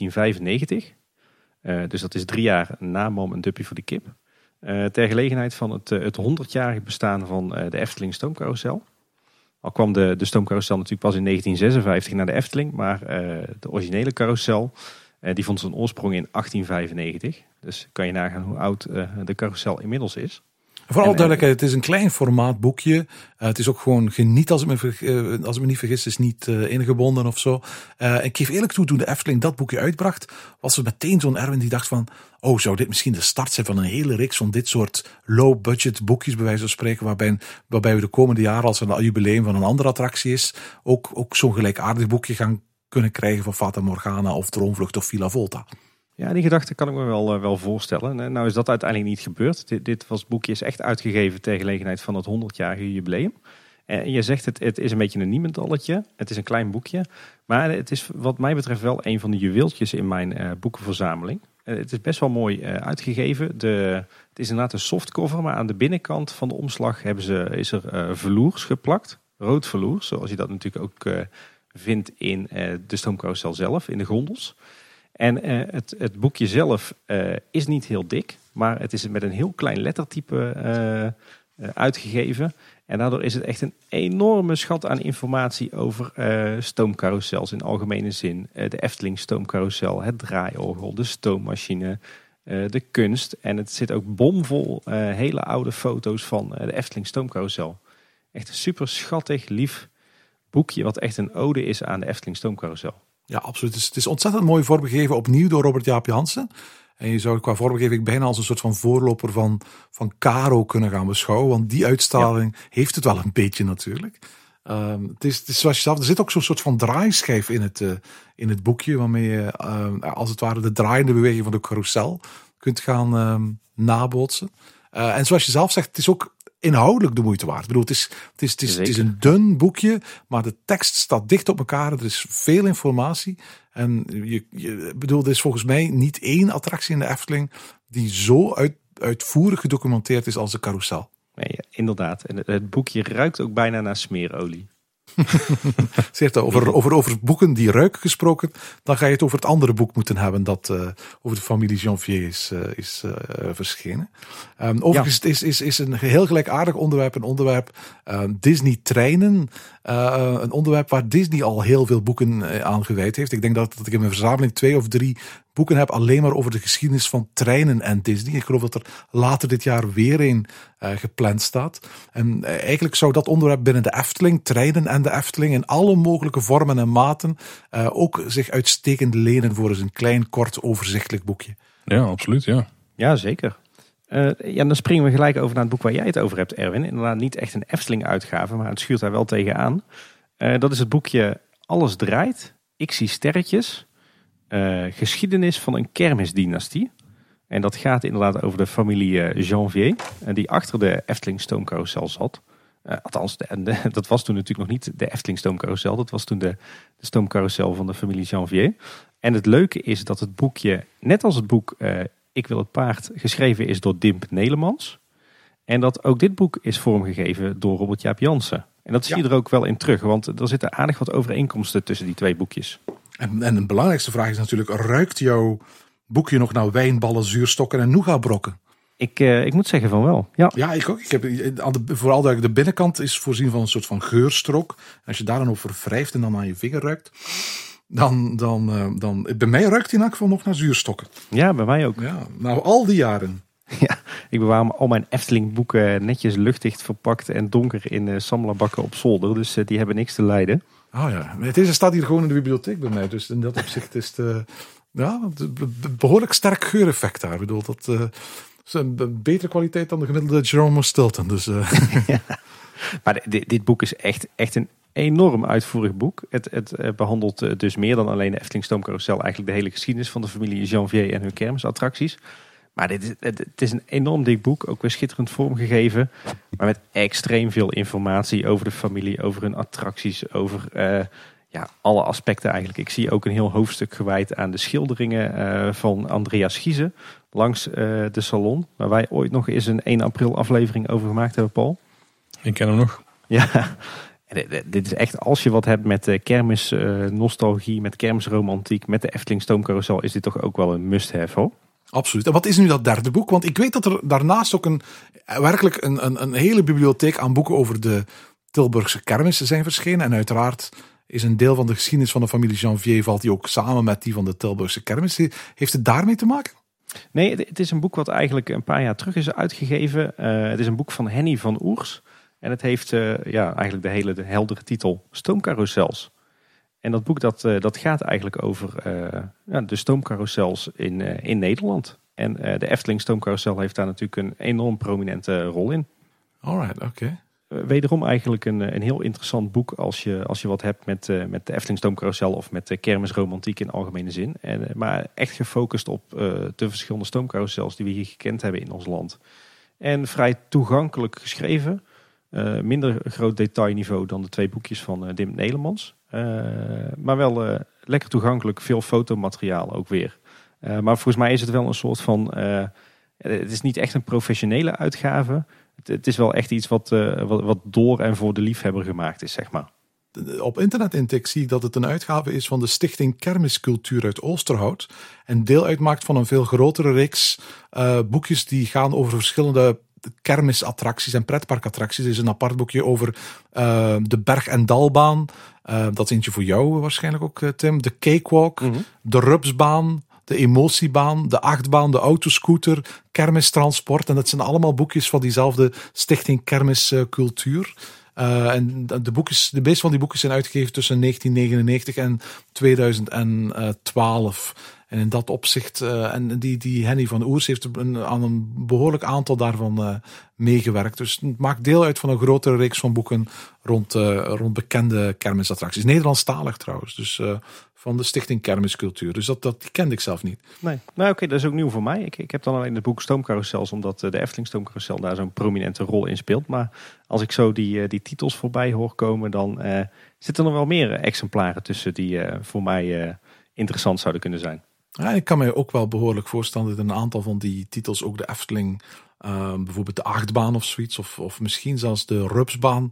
1995. Dus dat is 3 jaar na Mam, een duppie voor de kip. Ter gelegenheid van het 100-jarige bestaan van de Efteling Stoomcarousel. Al kwam de stoomcarousel natuurlijk pas in 1956 naar de Efteling. Maar de originele carousel die vond zijn oorsprong in 1895. Dus kan je nagaan hoe oud de carousel inmiddels is. Voor alle duidelijkheid, het is een klein formaat boekje. Het is ook gewoon geniet, als ik me niet vergis, is niet ingebonden of zo. Ik geef eerlijk toe, toen de Efteling dat boekje uitbracht, was er meteen zo'n Erwin die dacht van, oh, zou dit misschien de start zijn van een hele reeks van dit soort low-budget boekjes, bij wijze van spreken, waarbij we de komende jaren, als er een jubileum van een andere attractie is, ook zo'n gelijkaardig boekje gaan kunnen krijgen van Fata Morgana of Droomvlucht of Villa Volta. Ja, die gedachte kan ik me wel voorstellen. Nou is dat uiteindelijk niet gebeurd. Dit boekje is echt uitgegeven ter gelegenheid van het 100-jarige jubileum. En je zegt het is een beetje een niemendalletje. Het is een klein boekje. Maar het is wat mij betreft wel een van de juweeltjes in mijn boekenverzameling. Het is best wel mooi uitgegeven. Het is inderdaad een softcover, maar aan de binnenkant van de omslag is er velours geplakt. Rood velours, zoals je dat natuurlijk ook vindt in de stoomcarousel zelf, in de gondels. En het boekje zelf is niet heel dik, maar het is met een heel klein lettertype uitgegeven. En daardoor is het echt een enorme schat aan informatie over stoomcarousels in algemene zin. De Efteling stoomcarousel, het draaiorgel, de stoommachine, de kunst. En het zit ook bomvol hele oude foto's van de Efteling stoomcarousel. Echt een super schattig, lief boekje wat echt een ode is aan de Efteling stoomcarousel. Ja, absoluut. Het is ontzettend mooi vormgegeven, opnieuw door Robert Jaap Jansen. En je zou qua vormgeving bijna als een soort van voorloper van Caro kunnen gaan beschouwen. Want die uitstraling heeft het wel een beetje natuurlijk. Het is zoals je zelf, er zit ook zo'n soort van draaischijf in het boekje. Waarmee je als het ware de draaiende beweging van de carousel kunt gaan nabootsen. En zoals je zelf zegt, het is ook inhoudelijk de moeite waard. Ik bedoel, het is een dun boekje, maar de tekst staat dicht op elkaar. Er is veel informatie. En er is volgens mij niet één attractie in de Efteling die zo uitvoerig gedocumenteerd is als de carousel. Nee, inderdaad. En het boekje ruikt ook bijna naar smeerolie. Over boeken die ruiken gesproken, dan ga je het over het andere boek moeten hebben dat over de familie Janvier is verschenen. Overigens is een heel gelijkaardig onderwerp Disney treinen. Een onderwerp waar Disney al heel veel boeken aan gewijd heeft. Ik denk dat ik in mijn verzameling 2 of 3 boeken heb alleen maar over de geschiedenis van treinen en Disney. Ik geloof dat er later dit jaar weer een gepland staat. En eigenlijk zou dat onderwerp binnen de Efteling, treinen en de Efteling, in alle mogelijke vormen en maten ook zich uitstekend lenen voor eens een klein, kort, overzichtelijk boekje. Ja, absoluut, ja. Ja, zeker. Dan springen we gelijk over naar het boek waar jij het over hebt, Erwin. Inderdaad niet echt een Efteling-uitgave, maar het schuurt daar wel tegenaan. Dat is het boekje Alles draait, ik zie sterretjes, geschiedenis van een kermisdynastie. En dat gaat inderdaad over de familie Janvier, die achter de Efteling Stoomcarousel zat. Althans, dat was toen natuurlijk nog niet de Efteling Stoomcarousel. Dat was toen de stoomcarousel van de familie Janvier. En het leuke is dat het boekje, net als het boek Ik wil het paard, geschreven is door Dimp Nelemans. En dat ook dit boek is vormgegeven door Robert Jaap Jansen. En dat zie je er ook wel in terug, want er zitten aardig wat overeenkomsten tussen die 2 boekjes. En de belangrijkste vraag is natuurlijk, ruikt jouw boekje nog naar wijnballen, zuurstokken en nougatbrokken? Ik moet zeggen van wel. Ja, ik ook. Vooral de binnenkant is voorzien van een soort van geurstrook. Als je daar dan over wrijft en dan aan je vinger ruikt, dan bij mij ruikt hij in elk geval nog naar zuurstokken. Ja, bij mij ook. Ja, nou al die jaren. Ja, ik bewaar al mijn Efteling boeken netjes luchtdicht verpakt en donker in samelaarbakken op zolder. Dus die hebben niks te lijden. Oh ja, deze staat hier gewoon in de bibliotheek bij mij. Dus in dat opzicht is het behoorlijk sterk geureffect daar. Ik bedoel, dat is een betere kwaliteit dan de gemiddelde Jerome Stilton. Dus, ja. Maar dit boek is echt een enorm uitvoerig boek. Het behandelt dus meer dan alleen de Efteling Stoomcarousel. Eigenlijk de hele geschiedenis van de familie Janvier en hun kermisattracties. Maar het is een enorm dik boek. Ook weer schitterend vormgegeven. Maar met extreem veel informatie over de familie. Over hun attracties. Over alle aspecten eigenlijk. Ik zie ook een heel hoofdstuk gewijd aan de schilderingen van Andreas Giese. Langs de salon. Waar wij ooit nog eens een 1 april aflevering over gemaakt hebben, Paul. Ik ken hem nog. Ja, dit is echt, als je wat hebt met kermisnostalgie, met kermisromantiek, met de Efteling Stoomcarousel, is dit toch ook wel een must-have, hoor. Absoluut. En wat is nu dat derde boek? Want ik weet dat er daarnaast ook werkelijk een hele bibliotheek aan boeken over de Tilburgse kermissen zijn verschenen. En uiteraard is een deel van de geschiedenis van de familie Janvier, valt die ook samen met die van de Tilburgse kermissen. Heeft het daarmee te maken? Nee, het is een boek wat eigenlijk een paar jaar terug is uitgegeven. Het is een boek van Henny van Oers. En het heeft eigenlijk de heldere titel Stoomcarousels. En dat boek dat gaat eigenlijk over de stoomcarousels in Nederland. En de Efteling Stoomcarousel heeft daar natuurlijk een enorm prominente rol in. Alright, oké. Wederom eigenlijk een heel interessant boek als je wat hebt met de Efteling Stoomcarousel of met de kermisromantiek in algemene zin. Maar echt gefocust op de verschillende stoomcarousels die we hier gekend hebben in ons land. En vrij toegankelijk geschreven. Minder groot detailniveau dan de 2 boekjes van Dimp Nelemans. Maar wel lekker toegankelijk, veel fotomateriaal ook weer. Maar volgens mij is het wel een soort van... het is niet echt een professionele uitgave. Het is wel echt iets wat door en voor de liefhebber gemaakt is, zeg maar. Op internetintik zie ik dat het een uitgave is van de Stichting Kermiscultuur uit Oosterhout. En deel uitmaakt van een veel grotere reeks boekjes die gaan over verschillende kermisattracties en pretparkattracties. Er is een apart boekje over de berg- en dalbaan. Dat is eentje voor jou waarschijnlijk ook, Tim. De cakewalk, de rupsbaan, de emotiebaan, de achtbaan, de autoscooter, kermistransport. En dat zijn allemaal boekjes van diezelfde Stichting Kermiscultuur. En de meeste van die boekjes zijn uitgegeven tussen 1999 en 2012. En in dat opzicht, en die Henny van Oers heeft aan een behoorlijk aantal daarvan meegewerkt. Dus het maakt deel uit van een grotere reeks van boeken rond bekende kermisattracties. Nederlandstalig trouwens, dus van de Stichting Kermiscultuur. Dus die kende ik zelf niet. Nee, nou oké, dat is ook nieuw voor mij. Ik heb dan alleen het boek Stoomcarousels, omdat de Efteling Stoomcarousel daar zo'n prominente rol in speelt. Maar als ik zo die titels voorbij hoor komen, dan zitten er wel meer exemplaren tussen die voor mij interessant zouden kunnen zijn. Ja, ik kan mij ook wel behoorlijk voorstellen dat in een aantal van die titels ook de Efteling, bijvoorbeeld de achtbaan of zoiets, of misschien zelfs de rupsbaan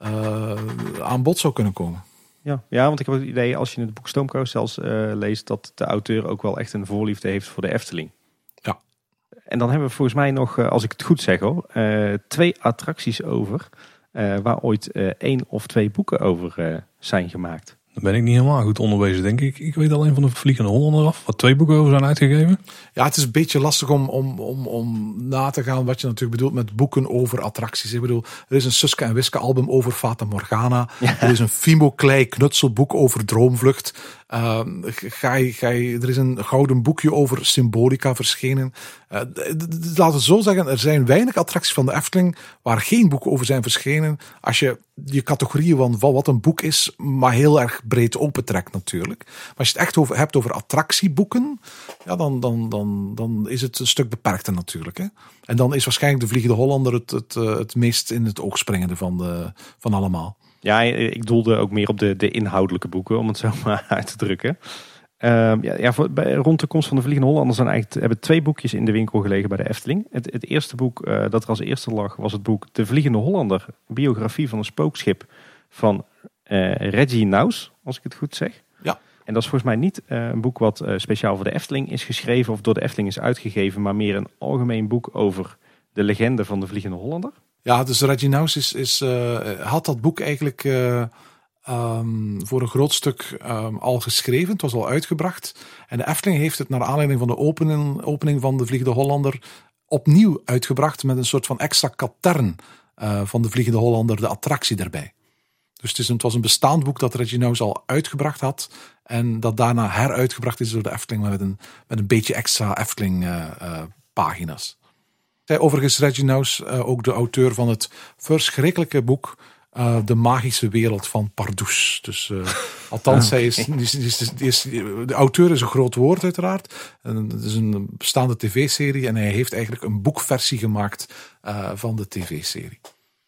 aan bod zou kunnen komen. Ja, want ik heb het idee, als je het boek Stoomcarousels leest, dat de auteur ook wel echt een voorliefde heeft voor de Efteling. Ja. En dan hebben we volgens mij nog, als ik het goed zeg hoor, 2 attracties over, waar ooit 1 of 2 boeken over zijn gemaakt. Daar ben ik niet helemaal goed onderwezen, denk ik. Ik weet alleen van de Vliegende Hollander af, wat 2 boeken over zijn uitgegeven. Ja, het is een beetje lastig om na te gaan wat je natuurlijk bedoelt met boeken over attracties. Ik bedoel, er is een Suske en Wiske album over Fata Morgana. Ja. Er is een Fimo Klei knutselboek over Droomvlucht. Er is een gouden boekje over Symbolica verschenen. Laten we zo zeggen, er zijn weinig attracties van de Efteling waar geen boeken over zijn verschenen. Als je die categorieën van wat een boek is, maar heel erg breed opentrekt natuurlijk. Maar als je het echt hebt over attractieboeken, ja, dan is het een stuk beperkter natuurlijk. Hè? En dan is waarschijnlijk de Vliegende Hollander het meest in het oog springende van allemaal. Ja, ik doelde ook meer op de inhoudelijke boeken, om het zo maar uit te drukken. Rond de komst van de Vliegende Hollander hebben 2 boekjes in de winkel gelegen bij de Efteling. Het eerste boek dat er als eerste lag was het boek De Vliegende Hollander, biografie van een spookschip van Reggie Naus, als ik het goed zeg. Ja. En dat is volgens mij niet een boek wat speciaal voor de Efteling is geschreven of door de Efteling is uitgegeven, maar meer een algemeen boek over de legende van de Vliegende Hollander. Ja, dus Reggie Naus had dat boek eigenlijk voor een groot stuk al geschreven. Het was al uitgebracht. En de Efteling heeft het naar aanleiding van de opening van de Vliegende Hollander opnieuw uitgebracht met een soort van extra katern van de Vliegende Hollander, de attractie erbij. Dus het was een bestaand boek dat Reggie Naus al uitgebracht had en dat daarna heruitgebracht is door de Efteling met een beetje extra Efteling pagina's. Zij overigens Reggie Naus ook de auteur van het verschrikkelijke boek De Magische Wereld van Pardoes. Dus althans, de auteur is een groot woord uiteraard. Het is een bestaande tv-serie en hij heeft eigenlijk een boekversie gemaakt van de tv-serie.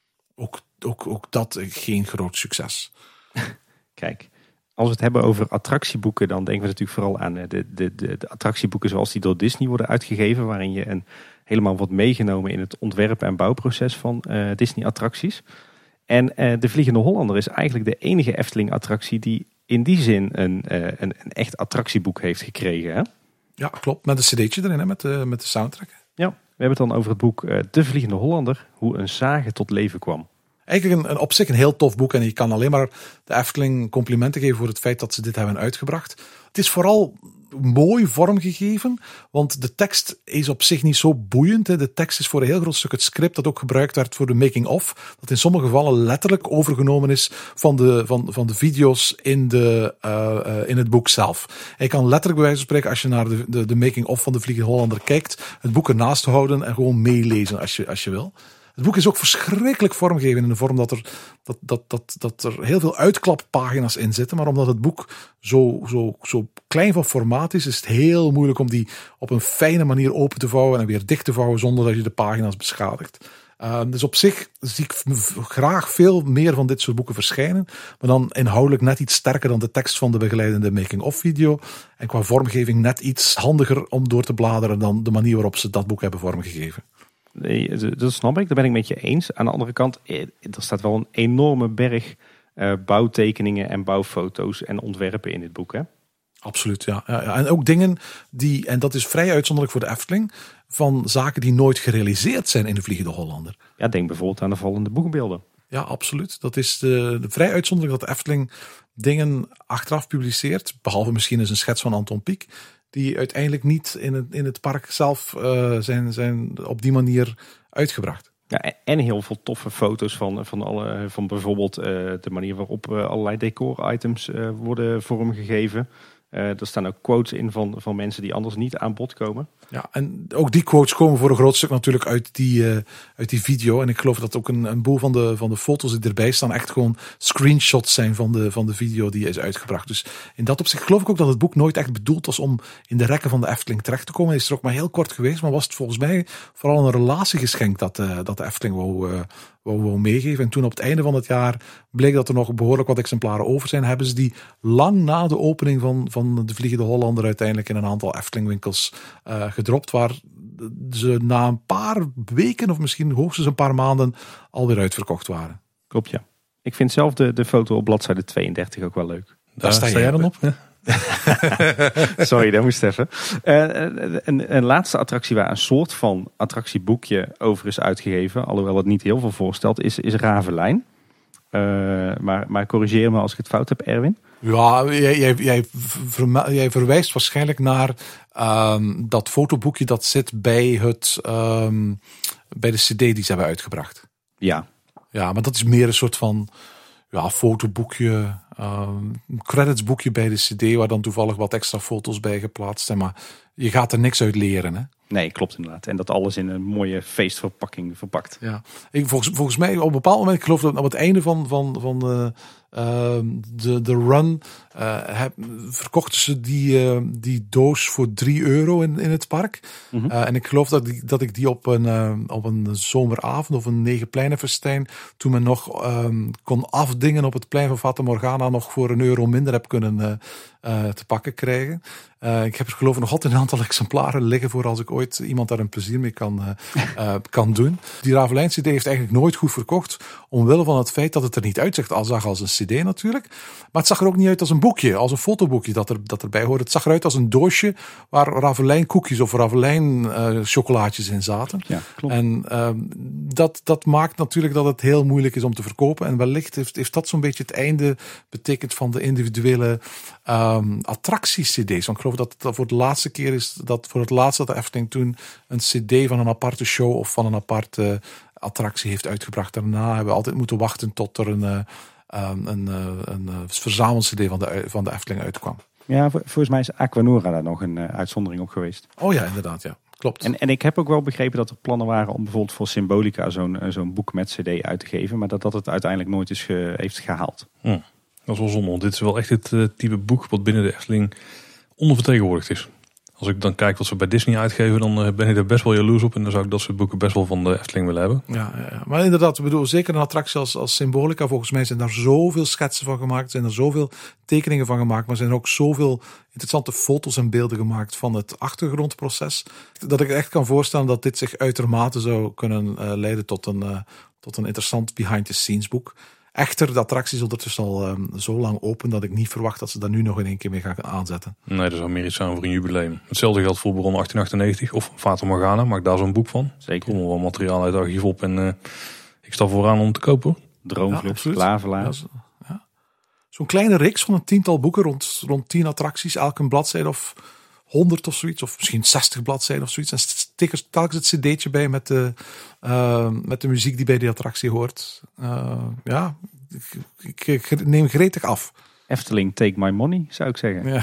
Ook dat geen groot succes. Kijk, als we het hebben over attractieboeken, dan denken we natuurlijk vooral aan de attractieboeken zoals die door Disney worden uitgegeven, waarin je helemaal wordt meegenomen in het ontwerp- en bouwproces van Disney-attracties. En de Vliegende Hollander is eigenlijk de enige Efteling-attractie die in die zin een echt attractieboek heeft gekregen. Hè? Ja, klopt. Met een cd'tje erin, hè? Met de soundtrack. Ja, we hebben het dan over het boek De Vliegende Hollander, hoe een sage tot leven kwam. Eigenlijk op zich een heel tof boek en je kan alleen maar de Efteling complimenten geven voor het feit dat ze dit hebben uitgebracht. Het is vooral mooi vormgegeven, want de tekst is op zich niet zo boeiend. De tekst is voor een heel groot stuk het script dat ook gebruikt werd voor de making-of, dat in sommige gevallen letterlijk overgenomen is van de video's in het boek zelf. En je kan letterlijk bij wijze van spreken, als je naar de making-of van de Vliegende Hollander kijkt, het boek ernaast houden en gewoon meelezen als je wil. Het boek is ook verschrikkelijk vormgegeven in de vorm dat er heel veel uitklappagina's in zitten. Maar omdat het boek zo klein van formaat is het heel moeilijk om die op een fijne manier open te vouwen en weer dicht te vouwen zonder dat je de pagina's beschadigt. Dus op zich zie ik graag veel meer van dit soort boeken verschijnen. Maar dan inhoudelijk net iets sterker dan de tekst van de begeleidende making-of video. En qua vormgeving net iets handiger om door te bladeren dan de manier waarop ze dat boek hebben vormgegeven. Nee, dat snap ik, daar ben ik met je eens. Aan de andere kant, er staat wel een enorme berg bouwtekeningen en bouwfoto's en ontwerpen in dit boek, hè? Absoluut, ja. En ook dingen die, en dat is vrij uitzonderlijk voor de Efteling, van zaken die nooit gerealiseerd zijn in de Vliegende Hollander. Ja, denk bijvoorbeeld aan de vallende boegbeelden. Ja, absoluut. Dat is vrij uitzonderlijk dat de Efteling dingen achteraf publiceert, behalve misschien eens een schets van Anton Pieck, die uiteindelijk niet in het park zelf zijn op die manier uitgebracht. Ja, en heel veel toffe foto's van bijvoorbeeld de manier waarop allerlei decor-items worden vormgegeven. Er staan ook quotes in van mensen die anders niet aan bod komen. Ja, en ook die quotes komen voor een groot stuk natuurlijk uit die video. En ik geloof dat ook een boel van de foto's die erbij staan echt gewoon screenshots zijn van de video die is uitgebracht. Dus in dat opzicht geloof ik ook dat het boek nooit echt bedoeld was om in de rekken van de Efteling terecht te komen. Hij is er ook maar heel kort geweest, maar was het volgens mij vooral een relatiegeschenk dat de Efteling wou meegeven. En toen op het einde van het jaar bleek dat er nog behoorlijk wat exemplaren over zijn. Hebben ze die lang na de opening van de Vliegende Hollander uiteindelijk in een aantal Efteling-winkels gedropt, waar ze na een paar weken of misschien hoogstens een paar maanden alweer uitverkocht waren. Klopt, ja. Ik vind zelf de foto op bladzijde 32 ook wel leuk. Daar sta jij dan op? Ja. Sorry, dat moest even. Een laatste attractie waar een soort van attractieboekje over is uitgegeven, alhoewel het niet heel veel voorstelt, is Ravelijn. Maar corrigeer me als ik het fout heb, Erwin. Ja, jij verwijst waarschijnlijk naar dat fotoboekje dat zit bij de CD die ze hebben uitgebracht. Ja. Ja, maar dat is meer een soort van fotoboekje, creditsboekje bij de CD, waar dan toevallig wat extra foto's bij geplaatst zijn. Maar je gaat er niks uit leren, hè? Nee, klopt inderdaad. En dat alles in een mooie feestverpakking verpakt. Ja. Volgens mij op een bepaald moment, ik geloof dat op het einde van de run verkochten ze die doos voor €3 in het park. Mm-hmm. En ik geloof dat ik die op een zomeravond of een Negenpleinenfestijn, toen men nog kon afdingen op het plein van Fata Morgana, nog voor €1 minder heb kunnen te pakken krijgen. Ik heb er geloof ik nog altijd een aantal exemplaren liggen voor als ik ooit iemand daar een plezier mee kan doen. Die Ravelijn CD heeft eigenlijk nooit goed verkocht, omwille van het feit dat het er niet uitzag als een CD natuurlijk. Maar het zag er ook niet uit als een boekje, als een fotoboekje dat erbij hoort. Het zag eruit als een doosje waar Ravelijn koekjes of Ravelijn chocolaatjes in zaten. Ja, klopt. En dat maakt natuurlijk dat het heel moeilijk is om te verkopen. En wellicht heeft dat zo'n beetje het einde betekend van de individuele attractie-cd's. Want ik geloof dat het voor de laatste keer is dat voor het laatst dat de Efteling toen een cd van een aparte show of van een aparte attractie heeft uitgebracht. Daarna hebben we altijd moeten wachten tot er een verzamel-cd van de Efteling uitkwam. Ja, volgens mij is Aquanura daar nog een uitzondering op geweest. Oh ja, inderdaad, ja. Klopt. En ik heb ook wel begrepen dat er plannen waren om bijvoorbeeld voor Symbolica zo'n boek met cd uit te geven, maar dat het uiteindelijk nooit heeft gehaald. Dat is wel zonde, want dit is wel echt het type boek wat binnen de Efteling ondervertegenwoordigd is. Als ik dan kijk wat ze bij Disney uitgeven, dan ben ik er best wel jaloers op. En dan zou ik dat soort boeken best wel van de Efteling willen hebben. Ja. Maar inderdaad, ik bedoel, zeker een attractie als Symbolica. Volgens mij zijn daar zoveel schetsen van gemaakt. Zijn er zoveel tekeningen van gemaakt. Maar zijn er ook zoveel interessante foto's en beelden gemaakt van het achtergrondproces. Dat ik echt kan voorstellen dat dit zich uitermate zou kunnen leiden tot een interessant behind-the-scenes boek. Echter, de attractie is ondertussen al zo lang open dat ik niet verwacht dat ze daar nu nog in één keer mee gaan aanzetten. Nee, dat zou meer iets zijn voor een jubileum. Hetzelfde geldt voor Baron 1898 of Fata Morgana. Maak daar zo'n boek van. Zeker. Ik kom wel materiaal uit het archief op en ik sta vooraan om te kopen. Droomvlucht, Lavelaar. Ja. Zo'n kleine reeks van een 10-tal boeken rond 10 attracties. Elk een bladzijde of 100 of zoiets. Of misschien 60 bladzijden of zoiets. En steek er telkens het cd'tje bij met de muziek die bij die attractie hoort. Ik neem gretig af. Efteling, take my money, zou ik zeggen. Ja.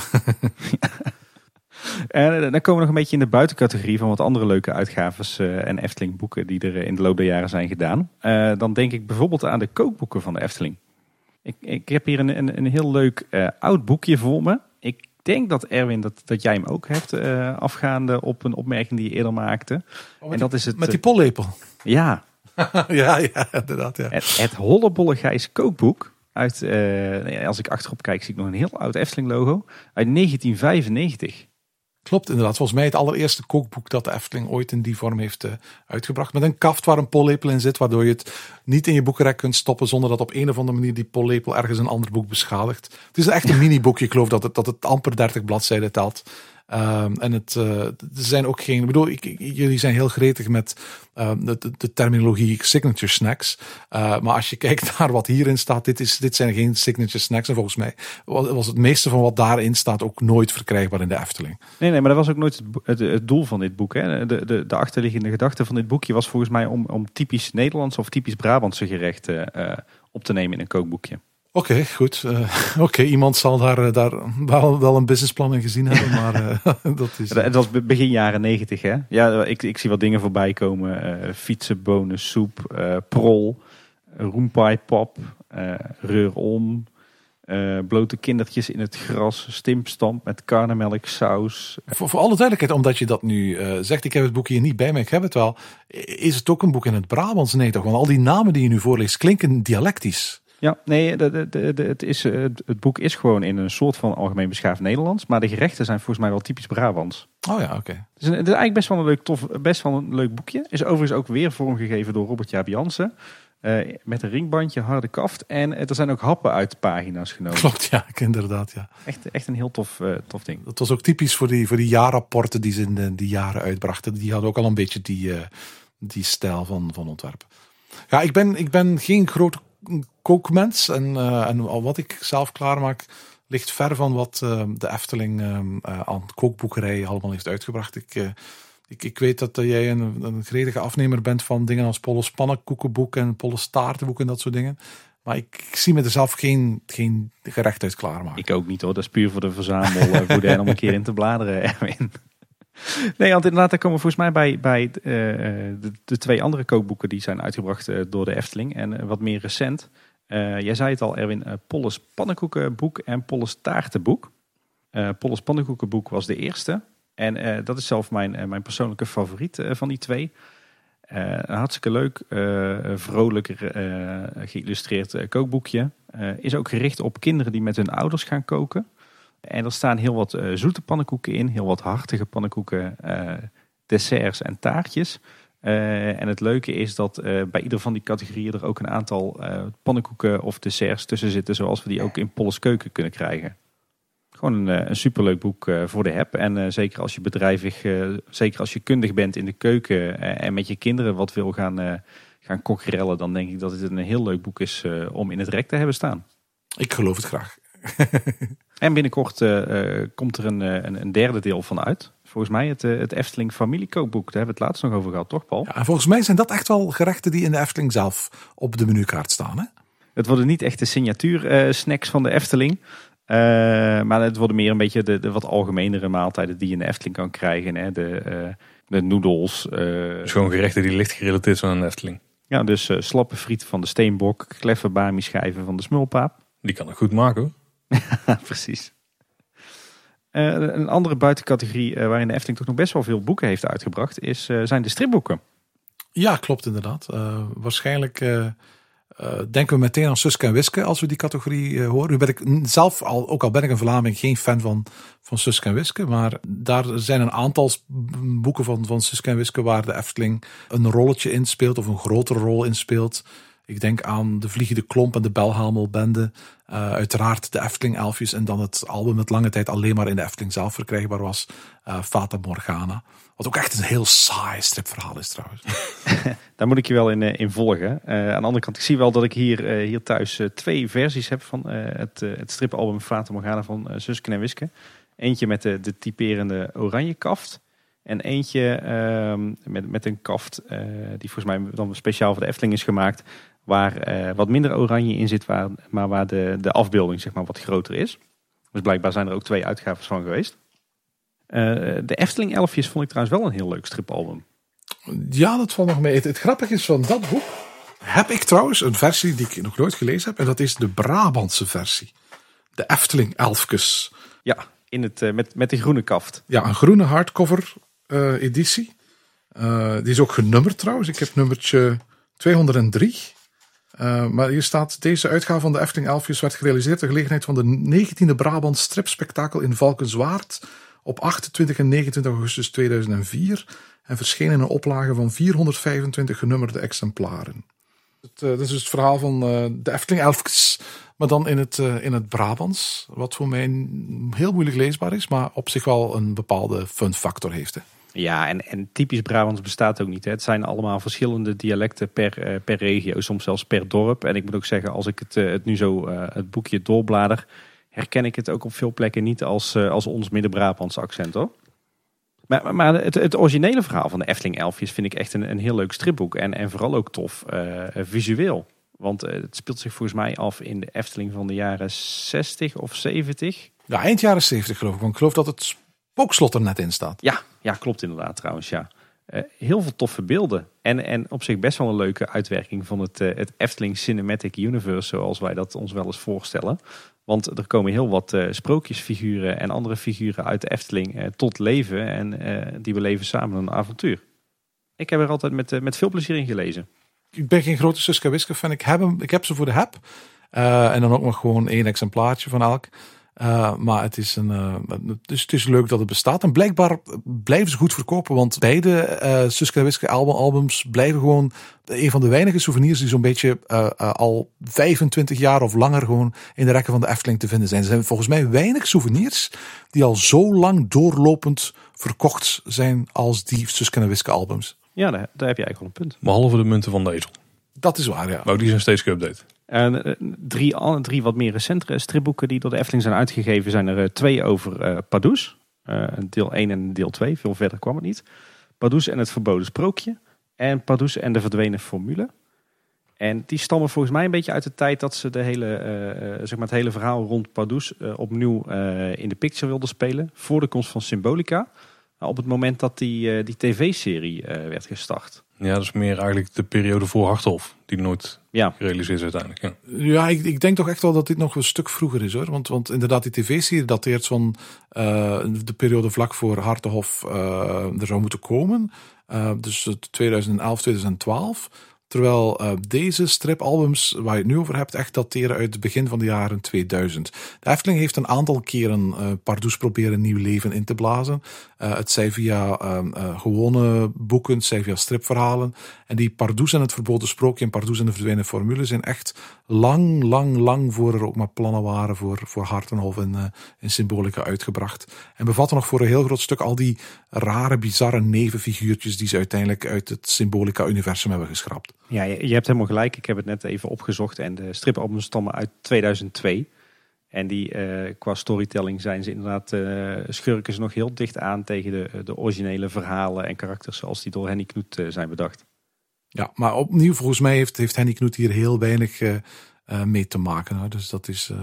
En dan komen we nog een beetje in de buitencategorie van wat andere leuke uitgaves en Efteling boeken die er in de loop der jaren zijn gedaan. Dan denk ik bijvoorbeeld aan de kookboeken van de Efteling. Ik heb hier een heel leuk oud boekje voor me. Ik denk dat Erwin, dat jij hem ook hebt, afgaande op een opmerking die je eerder maakte. En dat is het. Met die pollepel. Ja. ja, inderdaad. Ja. Het Hollebolle Gijs kookboek. Als ik achterop kijk, zie ik nog een heel oud Efteling logo. Uit 1995. Klopt, inderdaad. Volgens mij het allereerste kookboek dat de Efteling ooit in die vorm heeft uitgebracht. Met een kaft waar een pollepel in zit, waardoor je het niet in je boekenrek kunt stoppen zonder dat op een of andere manier die pollepel ergens een ander boek beschadigt. Het is echt een mini-boekje. Ik geloof dat het amper 30 bladzijden telt. En er zijn ook geen. Ik bedoel, jullie zijn heel gretig met de terminologie signature snacks. Maar als je kijkt naar wat hierin staat, dit zijn geen signature snacks. En volgens mij was het meeste van wat daarin staat ook nooit verkrijgbaar in de Efteling. Nee, maar dat was ook nooit het doel van dit boek. Hè. De achterliggende gedachte van dit boekje was volgens mij om typisch Nederlandse of typisch Brabantse gerechten op te nemen in een kookboekje. Oké, goed. Iemand zal daar wel een businessplan in gezien hebben, maar dat is... Het was begin jaren 90, hè? Ja, ik zie wat dingen voorbij komen. Fietsenbonus, soep, prol, roempai pop, reur om, blote kindertjes in het gras, stimpstamp met karnemelk, saus. Voor alle duidelijkheid, omdat je dat nu zegt, ik heb het boek hier niet bij me, ik heb het wel. Is het ook een boek in het Brabants? Nee toch, want al die namen die je nu voorleest klinken dialectisch. Ja, nee, het boek is gewoon in een soort van algemeen beschaafd Nederlands. Maar de gerechten zijn volgens mij wel typisch Brabants. Oh ja, oké. Het is eigenlijk best wel een leuk boekje. Is overigens ook weer vormgegeven door Robert Jaap Jansen. Met een ringbandje, harde kaft. En er zijn ook happen uit de pagina's genomen. Klopt, ja, inderdaad. Ja. Echt een heel tof ding. Dat was ook typisch voor die jaarrapporten die ze in die jaren uitbrachten. Die hadden ook al een beetje die stijl van ontwerp. Ja, ik ben geen grote kookmens. En wat ik zelf klaarmaak ligt ver van wat de Efteling aan kookboekerij allemaal heeft uitgebracht. Ik weet dat jij een gretige afnemer bent van dingen als Polles pannenkoekenboek en Polles taartenboek en dat soort dingen. Maar ik zie me er zelf geen gerecht uit klaarmaken. Ik ook niet hoor, dat is puur voor de verzamelboerderij om een keer in te bladeren, Erwin. Nee, want inderdaad, daar komen volgens mij bij de twee andere kookboeken die zijn uitgebracht door de Efteling. En wat meer recent. Jij zei het al, Erwin, Polles pannenkoekenboek en Polles taartenboek. Polles pannenkoekenboek was de eerste. En dat is zelf mijn persoonlijke favoriet van die twee. Een hartstikke leuk, vrolijker geïllustreerd kookboekje. Is ook gericht op kinderen die met hun ouders gaan koken. En er staan heel wat zoete pannenkoeken in, heel wat hartige pannenkoeken, desserts en taartjes. En het leuke is dat bij ieder van die categorieën er ook een aantal pannenkoeken of desserts tussen zitten, zoals we die ook in Polles Keuken kunnen krijgen. Gewoon een superleuk boek voor de heb. En zeker als je bedrijvig, zeker als je kundig bent in de keuken en met je kinderen wat wil gaan kokkerellen, dan denk ik dat het een heel leuk boek is om in het rek te hebben staan. Ik geloof het graag. En binnenkort komt er een derde deel van uit. Volgens mij het Efteling familiekookboek. Daar hebben we het laatst nog over gehad, toch Paul? Ja, en volgens mij zijn dat echt wel gerechten die in de Efteling zelf op de menukaart staan. Hè? Het worden niet echt de signatuur snacks van de Efteling. Maar het worden meer een beetje de wat algemenere maaltijden die je in de Efteling kan krijgen. Hè? De noedels. Dus gewoon gerechten die licht gerelateerd zijn aan de Efteling. Ja, dus slappe friet van de Steenbok. Kleffe bami schijven van de Smulpaap. Die kan ik goed maken hoor. Precies. Een andere buitencategorie waarin de Efteling toch nog best wel veel boeken heeft uitgebracht zijn de stripboeken. Ja, klopt inderdaad. Waarschijnlijk denken we meteen aan Suske en Wiske als we die categorie horen. Nu ben ik zelf, ook al ben ik een Vlaming, geen fan van Suske en Wiske. Maar daar zijn een aantal boeken van Suske en Wiske waar de Efteling een rolletje in speelt of een grotere rol in speelt. Ik denk aan de Vliegende Klomp en de Belhamelbende. Uiteraard de Efteling Elfjes en dan het album dat lange tijd alleen maar in de Efteling zelf verkrijgbaar was. Fata Morgana. Wat ook echt een heel saai stripverhaal is trouwens. Daar moet ik je wel in volgen. Aan de andere kant, ik zie wel dat ik hier thuis twee versies heb van het stripalbum Fata Morgana van Suske en Wiske. Eentje met de typerende oranje kaft. En eentje met een kaft die volgens mij dan speciaal voor de Efteling is gemaakt. Waar wat minder oranje in zit, maar waar de afbeelding zeg maar wat groter is. Dus blijkbaar zijn er ook twee uitgaves van geweest. De Efteling Elfjes vond ik trouwens wel een heel leuk stripalbum. Ja, dat valt nog mee. Het grappige is van dat boek heb ik trouwens een versie die ik nog nooit gelezen heb. En dat is de Brabantse versie. De Efteling Elfjes. Ja, met de groene kaft. Ja, een groene hardcover editie. Die is ook genummerd trouwens. Ik heb nummertje 203. Maar hier staat: deze uitgave van de Efteling Elfjes werd gerealiseerd ter gelegenheid van de 19e Brabant stripspektakel in Valkenswaard op 28 en 29 augustus 2004 en verscheen in een oplage van 425 genummerde exemplaren. Dit is het verhaal van de Efteling Elfjes, maar dan in het Brabants, wat voor mij heel moeilijk leesbaar is, maar op zich wel een bepaalde fun factor heeft. Hè. Ja, en typisch Brabants bestaat ook niet. Hè. Het zijn allemaal verschillende dialecten per regio, soms zelfs per dorp. En ik moet ook zeggen, als ik het nu zo het boekje doorblader, herken ik het ook op veel plekken niet als ons Midden-Brabants accent, hoor. Maar het originele verhaal van de Efteling Elfjes vind ik echt een heel leuk stripboek. En vooral ook tof visueel. Want het speelt zich volgens mij af in de Efteling van de jaren 60 of 70. Ja, eind jaren 70 geloof ik. Want ik geloof dat het spookslot er net in staat. Ja, klopt inderdaad trouwens, ja. Heel veel toffe beelden. En op zich best wel een leuke uitwerking van het Efteling Cinematic Universe, zoals wij dat ons wel eens voorstellen. Want er komen heel wat sprookjesfiguren en andere figuren uit de Efteling tot leven. En die beleven samen een avontuur. Ik heb er altijd met veel plezier in gelezen. Ik ben geen grote Suske Wiske fan. Ik heb ze voor de heb. En dan ook nog gewoon 1 exemplaartje van elk. Maar het is leuk dat het bestaat. En blijkbaar blijven ze goed verkopen. Want beide Suske Wiske albums blijven gewoon een van de weinige souvenirs die zo'n beetje al 25 jaar of langer gewoon in de rekken van de Efteling te vinden zijn. Er zijn volgens mij weinig souvenirs die al zo lang doorlopend verkocht zijn als die Suske Wiske albums. Ja, daar heb je eigenlijk wel een punt. Behalve de munten van de ezel. Dat is waar, ja. Maar ook die zijn steeds geüpdate. En 3 wat meer recentere stripboeken die door de Efteling zijn uitgegeven zijn er 2 over Pardoes. Deel 1 en deel 2, veel verder kwam het niet. Pardoes en het verboden sprookje. En Pardoes en de verdwenen formule. En die stammen volgens mij een beetje uit de tijd dat ze het hele verhaal rond Pardoes opnieuw in de picture wilden spelen. Voor de komst van Symbolica. Op het moment dat die tv-serie werd gestart. Ja, dat is meer eigenlijk de periode voor Harthof. Die nooit gerealiseerd is uiteindelijk. Ja, ik denk toch echt wel dat dit nog een stuk vroeger is, hoor. Want inderdaad, die tv-serie dateert van de periode vlak voor Harthof er zou moeten komen. Dus 2011, 2012. Terwijl deze stripalbums waar je het nu over hebt echt dateren uit het begin van de jaren 2000. De Efteling heeft een aantal keren Pardoes proberen nieuw leven in te blazen. Het zij via gewone boeken, het zij via stripverhalen. En die Pardoes en het verboden sprookje en Pardoes en de verdwenen formule zijn echt lang voor er ook maar plannen waren voor Hartenhof in Symbolica uitgebracht. En bevatten nog voor een heel groot stuk al die rare, bizarre nevenfiguurtjes die ze uiteindelijk uit het Symbolica-universum hebben geschrapt. Ja, je hebt helemaal gelijk. Ik heb het net even opgezocht en de stripalbums stammen uit 2002. En die qua storytelling zijn ze inderdaad, schurken ze nog heel dicht aan tegen de originele verhalen en karakters zoals die door Henny Knoet zijn bedacht. Ja, maar opnieuw volgens mij heeft Henny Knoet hier heel weinig mee te maken. Hè. Dus dat is...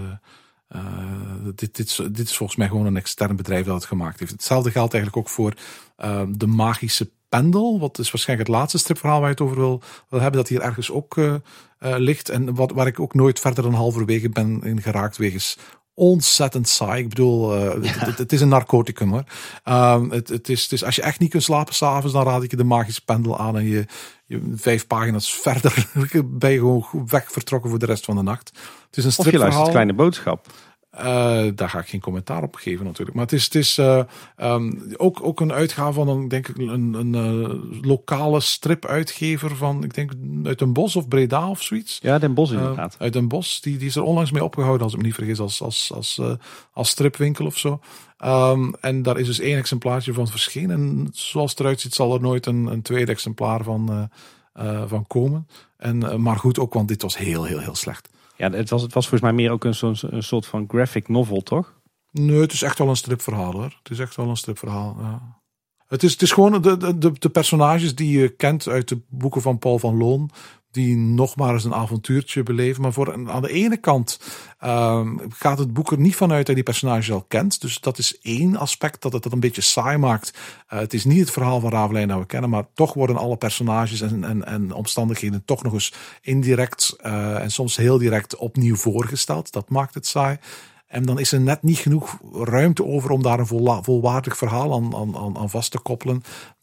Dit is volgens mij gewoon een extern bedrijf dat het gemaakt heeft. Hetzelfde geldt eigenlijk ook voor de magische Pendel. Wat is waarschijnlijk het laatste stripverhaal waar je het over wil hebben. Dat hier ergens ook ligt. En waar ik ook nooit verder dan halverwege ben in geraakt wegens ontzettend saai. Ik bedoel, het is een narcoticum, hoor. Het is, als je echt niet kunt slapen 's avonds, dan raad ik je de magische Pendel aan en je 5 pagina's verder ben je gewoon weg vertrokken voor de rest van de nacht. Het is een stripverhaal. Of je luistert Kleine Boodschap. Daar ga ik geen commentaar op geven natuurlijk. Maar het is ook een uitgave van een lokale stripuitgever van, ik denk uit Den Bosch of Breda of zoiets. Ja, Den Bosch inderdaad. Uit Den Bosch. Die is er onlangs mee opgehouden, als ik me niet vergis, als stripwinkel of zo. En daar is dus 1 exemplaartje van verschenen. En zoals het eruit ziet zal er nooit een tweede exemplaar van komen. Maar goed ook, want dit was heel slecht. Ja, het was volgens mij meer ook een soort van graphic novel, toch? Nee, het is echt wel een stripverhaal, hoor. Het is echt wel een stripverhaal, ja. Het is gewoon de personages die je kent uit de boeken van Paul van Loon, die nog maar eens een avontuurtje beleven. Maar aan de ene kant gaat het boek er niet vanuit dat je die personages al kent. Dus dat is 1 aspect dat het een beetje saai maakt. Het is niet het verhaal van Ravelijn dat we kennen, maar toch worden alle personages en omstandigheden toch nog eens indirect en soms heel direct opnieuw voorgesteld. Dat maakt het saai. En dan is er net niet genoeg ruimte over om daar een volwaardig verhaal aan vast te koppelen.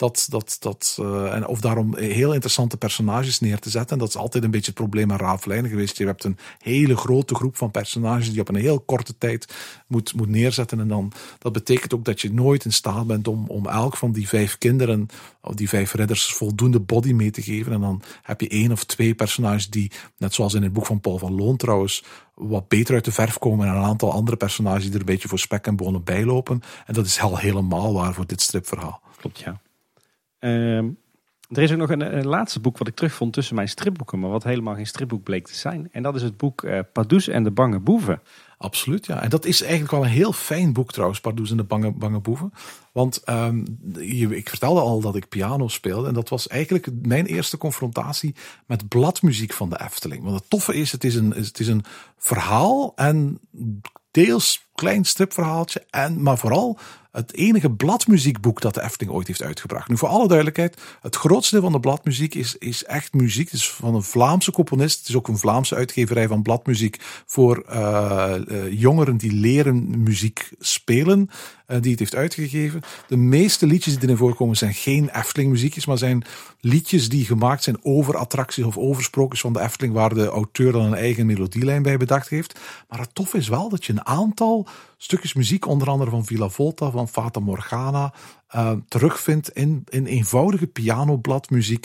Of daarom heel interessante personages neer te zetten. En dat is altijd een beetje het probleem aan Ravelijn geweest. Je hebt een hele grote groep van personages die je op een heel korte tijd moet neerzetten. En dan, dat betekent ook dat je nooit in staat bent om elk van die 5 kinderen, of die 5 ridders, voldoende body mee te geven. En dan heb je 1 of 2 personages die, net zoals in het boek van Paul van Loon trouwens, wat beter uit de verf komen en een aantal andere personages die er een beetje voor spek en bonen bijlopen. En dat is helemaal waar voor dit stripverhaal. Klopt, ja. Er is ook nog een laatste boek wat ik terugvond tussen mijn stripboeken, maar wat helemaal geen stripboek bleek te zijn. En dat is het boek Pardoes en de Bange Boeven. Absoluut, ja. En dat is eigenlijk wel een heel fijn boek trouwens, Pardoes en de Bange Boeven. Want ik vertelde al dat ik piano speelde. En dat was eigenlijk mijn eerste confrontatie met bladmuziek van de Efteling. Want het toffe is, het is een verhaal en deels klein stripverhaaltje. Maar vooral het enige bladmuziekboek dat de Efteling ooit heeft uitgebracht. Nu, voor alle duidelijkheid, het grootste deel van de bladmuziek is echt muziek. Het is van een Vlaamse componist. Het is ook een Vlaamse uitgeverij van bladmuziek voor jongeren die leren muziek spelen. Die het heeft uitgegeven. De meeste liedjes die erin voorkomen zijn geen Efteling muziekjes, maar zijn liedjes die gemaakt zijn over attracties of over sprookjes van de Efteling, waar de auteur dan een eigen melodielijn bij bedacht heeft. Maar het tof is wel dat je een aantal stukjes muziek, onder andere van Villa Volta, van Fata Morgana, terugvindt in eenvoudige pianobladmuziek.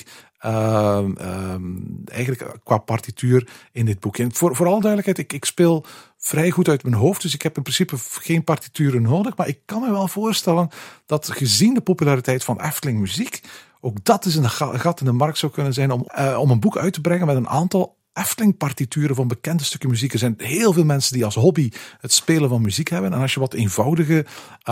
Eigenlijk qua partituur in dit boek. En voor alle duidelijkheid, ik speel vrij goed uit mijn hoofd, dus ik heb in principe geen partituren nodig, maar ik kan me wel voorstellen dat gezien de populariteit van Efteling muziek, ook dat is een gat in de markt zou kunnen zijn om een boek uit te brengen met een aantal Efteling-partituren van bekende stukken muziek. Er zijn heel veel mensen die als hobby het spelen van muziek hebben. En als je wat eenvoudige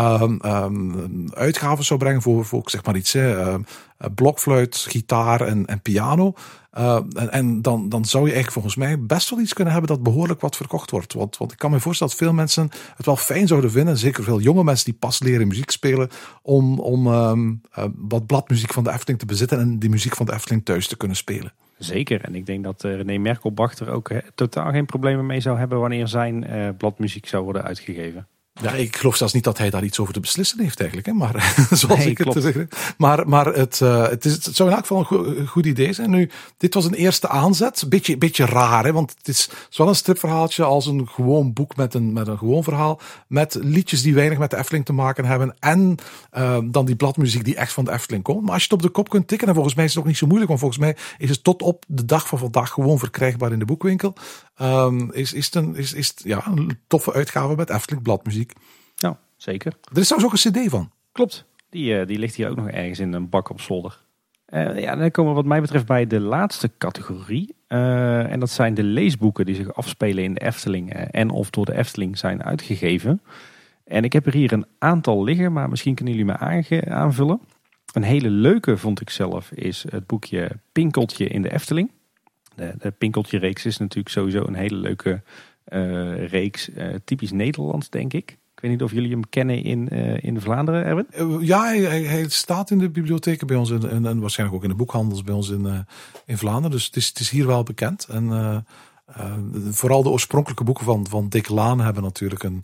uitgaven zou brengen voor zeg maar iets, blokfluit, gitaar en piano. En dan zou je eigenlijk volgens mij best wel iets kunnen hebben dat behoorlijk wat verkocht wordt. Want ik kan me voorstellen dat veel mensen het wel fijn zouden vinden, zeker veel jonge mensen die pas leren muziek spelen, om wat bladmuziek van de Efteling te bezitten en die muziek van de Efteling thuis te kunnen spelen. Zeker. En ik denk dat René Merkelbach er ook totaal geen problemen mee zou hebben wanneer zijn bladmuziek zou worden uitgegeven. Ja, ik geloof zelfs niet dat hij daar iets over te beslissen heeft eigenlijk. Hè? Maar zoals nee, ik het te zeggen. Maar het zou in elk geval een goed idee zijn. Nu, dit was een eerste aanzet. Beetje raar, hè? Want het is wel een stripverhaaltje als een gewoon boek met een gewoon verhaal. Met liedjes die weinig met de Efteling te maken hebben. En dan die bladmuziek die echt van de Efteling komt. Maar als je het op de kop kunt tikken, en volgens mij is het ook niet zo moeilijk. Want volgens mij is het tot op de dag van vandaag gewoon verkrijgbaar in de boekwinkel. Is het een toffe uitgave met Efteling bladmuziek. Ja, zeker. Er is trouwens ook een cd van. Klopt. Die ligt hier ook nog ergens in een bak op zolder. Dan komen we wat mij betreft bij de laatste categorie. En dat zijn de leesboeken die zich afspelen in de Efteling en of door de Efteling zijn uitgegeven. En ik heb er hier een aantal liggen, maar misschien kunnen jullie me aanvullen. Een hele leuke vond ik zelf is het boekje Pinkeltje in de Efteling. De Pinkeltje-reeks is natuurlijk sowieso een hele leuke reeks. Typisch Nederlands, denk ik. Ik weet niet of jullie hem kennen in Vlaanderen, Erwin? Ja, hij staat in de bibliotheken bij ons en waarschijnlijk ook in de boekhandels bij ons in Vlaanderen. Dus het is hier wel bekend. En vooral de oorspronkelijke boeken van Dick Laan hebben natuurlijk een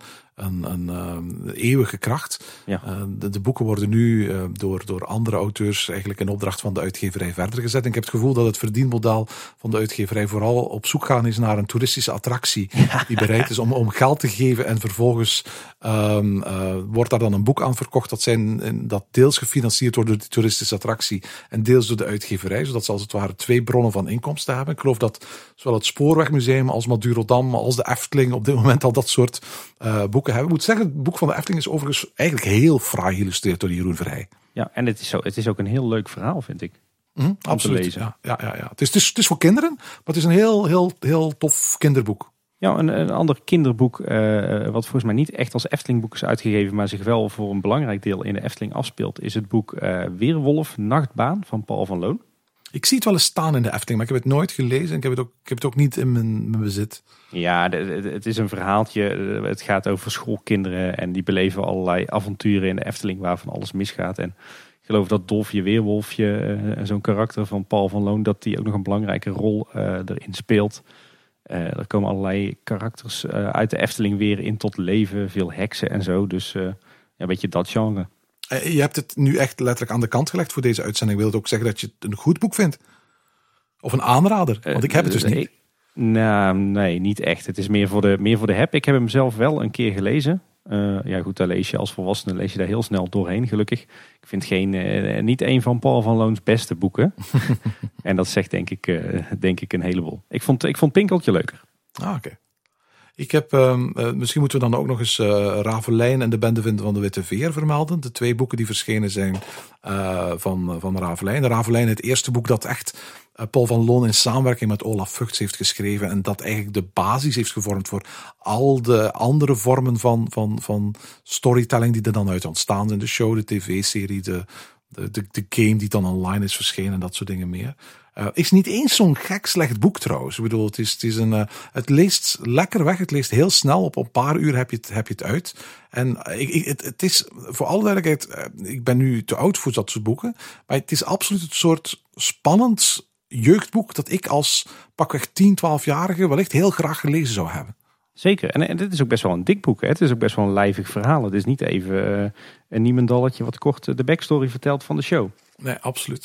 eeuwige kracht. Ja. De boeken worden nu door andere auteurs eigenlijk in opdracht van de uitgeverij verder gezet. En ik heb het gevoel dat het verdienmodel van de uitgeverij vooral op zoek gaan is naar een toeristische attractie die bereid is om geld te geven en vervolgens wordt daar dan een boek aan verkocht dat deels gefinancierd wordt door die toeristische attractie en deels door de uitgeverij, zodat ze als het ware twee bronnen van inkomsten hebben. Ik geloof dat zowel het Spoorwegmuseum als Madurodam als de Efteling op dit moment al dat soort boeken hebben. Ik moet zeggen, het boek van de Efteling is overigens eigenlijk heel fraai geïllustreerd door Jeroen Verheij. Ja, en het is ook een heel leuk verhaal, vind ik. Absoluut. Te lezen. Ja. Het is voor kinderen, maar het is een heel tof kinderboek. Ja, een ander kinderboek wat volgens mij niet echt als Eftelingboek is uitgegeven, maar zich wel voor een belangrijk deel in de Efteling afspeelt, is het boek Weerwolf, Nachtbaan van Paul van Loon. Ik zie het wel eens staan in de Efteling, maar ik heb het nooit gelezen en ik heb het ook niet in mijn bezit. Ja, het is een verhaaltje. Het gaat over schoolkinderen en die beleven allerlei avonturen in de Efteling waarvan alles misgaat. En ik geloof dat Dolfje Weerwolfje, zo'n karakter van Paul van Loon, dat die ook nog een belangrijke rol erin speelt. Er komen allerlei karakters uit de Efteling weer in tot leven, veel heksen en zo. Dus een beetje dat genre. Je hebt het nu echt letterlijk aan de kant gelegd voor deze uitzending. Wil het ook zeggen dat je het een goed boek vindt? Of een aanrader? Want ik heb het dus niet. Nou, nee, niet echt. Het is meer voor de heb. Ik heb hem zelf wel een keer gelezen. Ja goed, daar lees je als volwassene lees je daar heel snel doorheen, gelukkig. Ik vind niet een van Paul van Loons beste boeken. En dat zegt denk ik een heleboel. Ik vond Pinkeltje leuker. Ah, oké. Ik heb, misschien moeten we dan ook nog eens Ravelijn en de Bende van de Witte Veer vermelden. De 2 boeken die verschenen zijn van Ravelijn. De Ravelijn, het eerste boek dat echt Paul van Loon in samenwerking met Olaf Vugts heeft geschreven. En dat eigenlijk de basis heeft gevormd voor al de andere vormen van storytelling die er dan uit ontstaan zijn. De show, de tv-serie, de game die dan online is verschenen en dat soort dingen meer. Is niet eens zo'n gek slecht boek trouwens. Ik bedoel, het leest lekker weg. Het leest heel snel. Op een paar uur heb je het uit. En het is, voor alle duidelijkheid, ik ben nu te oud voor dat soort boeken. Maar het is absoluut het soort spannend jeugdboek dat ik als pakweg 10, 12-jarige wellicht heel graag gelezen zou hebben. Zeker. En dit is ook best wel een dik boek. Hè? Het is ook best wel een lijvig verhaal. Het is niet even een niemendalletje wat kort de backstory vertelt van de show. Nee, absoluut.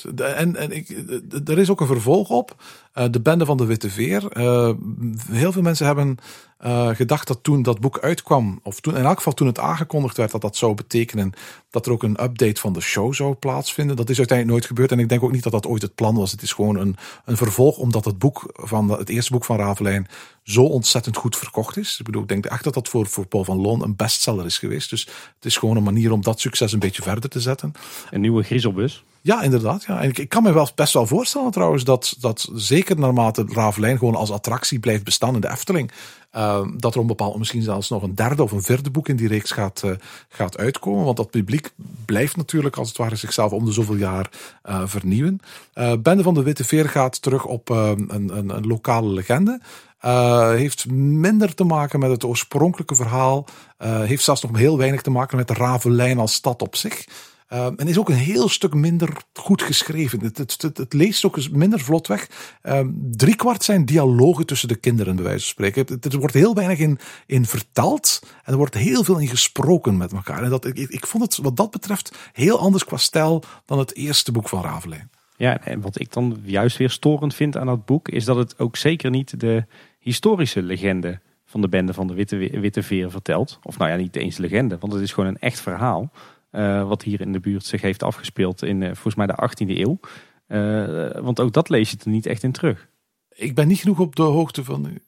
Er is ook een vervolg op. De Bende van de Witte Veer. Heel veel mensen hebben gedacht dat toen dat boek uitkwam, of toen, in elk geval toen het aangekondigd werd, dat zou betekenen dat er ook een update van de show zou plaatsvinden. Dat is uiteindelijk nooit gebeurd en ik denk ook niet dat dat ooit het plan was. Het is gewoon een vervolg, omdat het eerste boek van Ravelijn zo ontzettend goed verkocht is. Ik bedoel, ik denk echt dat dat voor Paul van Loon een bestseller is geweest. Dus het is gewoon een manier om dat succes een beetje verder te zetten. Een nieuwe griezelbus. Ja, inderdaad. Ja. En ik kan me best wel voorstellen trouwens dat zeker naarmate Ravelijn gewoon als attractie blijft bestaan in de Efteling, dat er een bepaald, misschien zelfs nog een derde of een 4e boek in die reeks gaat uitkomen. Want dat publiek blijft natuurlijk als het ware zichzelf om de zoveel jaar vernieuwen. Bende van de Witte Veer gaat terug op een lokale legende. Heeft minder te maken met het oorspronkelijke verhaal. Heeft zelfs nog heel weinig te maken met de Ravelijn als stad op zich. En is ook een heel stuk minder goed geschreven. Het leest ook eens minder vlot weg. 3/4 zijn dialogen tussen de kinderen, bij wijze van spreken. Er wordt heel weinig in verteld. En er wordt heel veel in gesproken met elkaar. En ik vond het wat dat betreft heel anders qua stijl dan het eerste boek van Ravelijn. Ja, en wat ik dan juist weer storend vind aan dat boek, is dat het ook zeker niet de historische legende van de Bende van de Witte Veer vertelt. Of nou ja, niet eens legende, want het is gewoon een echt verhaal. Wat hier in de buurt zich heeft afgespeeld in volgens mij de 18e eeuw. Want ook dat lees je er niet echt in terug. Ik ben niet genoeg op de hoogte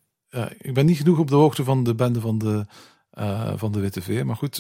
van de Bende van de Witte Veer. Maar goed,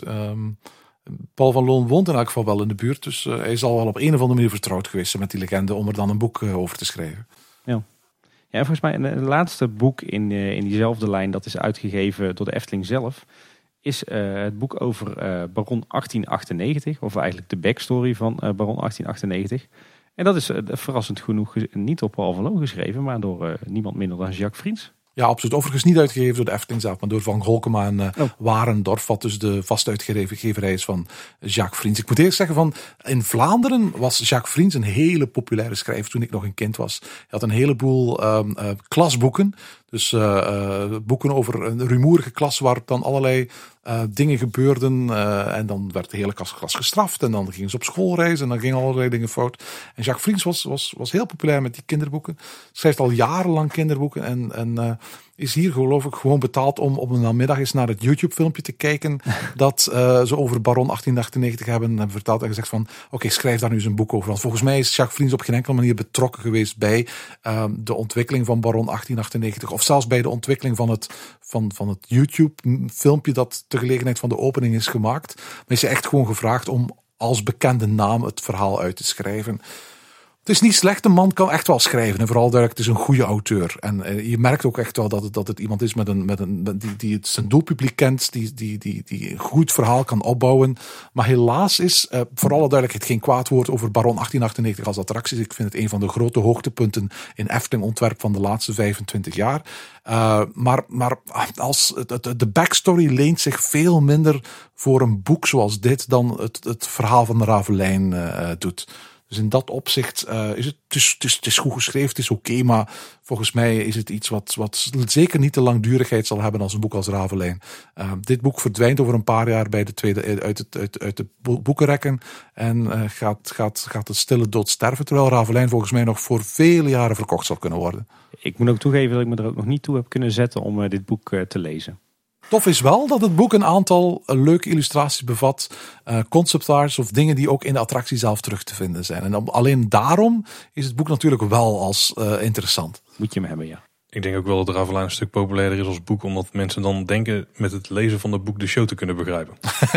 Paul van Loon woont in elk geval wel in de buurt. Dus hij zal wel op een of andere manier vertrouwd geweest zijn met die legende om er dan een boek over te schrijven. Ja. Ja, en volgens mij een laatste boek in diezelfde lijn, dat is uitgegeven door de Efteling zelf, is het boek over Baron 1898, of eigenlijk de backstory van Baron 1898. En dat is verrassend genoeg niet door Paul van Loon geschreven, maar door niemand minder dan Jacques Friens. Ja, absoluut. Overigens niet uitgegeven door de Efteling zelf, maar door Van Golkema en Warendorf, wat dus de vaste uitgeverij is van Jacques Friens. Ik moet eerst zeggen, in Vlaanderen was Jacques Friens een hele populaire schrijver toen ik nog een kind was. Hij had een heleboel klasboeken. Dus boeken over een rumoerige klas waar dan allerlei dingen gebeurden. En dan werd de hele klas gestraft. En dan gingen ze op schoolreis en dan gingen allerlei dingen fout. En Jacques Friens was heel populair met die kinderboeken. Schrijft al jarenlang kinderboeken. En is hier geloof ik gewoon betaald om op een namiddag eens naar het YouTube filmpje te kijken. Dat ze over Baron 1898 hebben verteld. En gezegd van oké, schrijf daar nu eens een boek over. Want volgens mij is Jacques Friens op geen enkele manier betrokken geweest bij de ontwikkeling van Baron 1898. Of zelfs bij de ontwikkeling van het YouTube-filmpje dat ter gelegenheid van de opening is gemaakt. Maar is hij echt gewoon gevraagd om als bekende naam het verhaal uit te schrijven. Het is niet slecht, de man kan echt wel schrijven. En vooral duidelijk, het is een goede auteur. En je merkt ook echt wel dat het iemand is die het zijn doelpubliek kent, die een goed verhaal kan opbouwen. Maar helaas is, voor alle duidelijkheid, geen kwaad woord over Baron 1898 als attracties. Ik vind het een van de grote hoogtepunten in Efteling-ontwerp van de laatste 25 jaar. Maar als de backstory leent zich veel minder voor een boek zoals dit dan het verhaal van de Ravelijn doet. Dus in dat opzicht is het is goed geschreven, het is oké, maar volgens mij is het iets wat zeker niet de langdurigheid zal hebben als een boek als Ravelijn. Dit boek verdwijnt over een paar jaar bij de tweede uit de boekenrekken en gaat het stille dood sterven, terwijl Ravelijn volgens mij nog voor vele jaren verkocht zal kunnen worden. Ik moet ook toegeven dat ik me er ook nog niet toe heb kunnen zetten om dit boek te lezen. Tof is wel dat het boek een aantal leuke illustraties bevat, concept arts of dingen die ook in de attractie zelf terug te vinden zijn. En alleen daarom is het boek natuurlijk wel als interessant. Moet je hem hebben, ja. Ik denk ook wel dat Ravelijn een stuk populairder is als boek, omdat mensen dan denken met het lezen van het boek de show te kunnen begrijpen.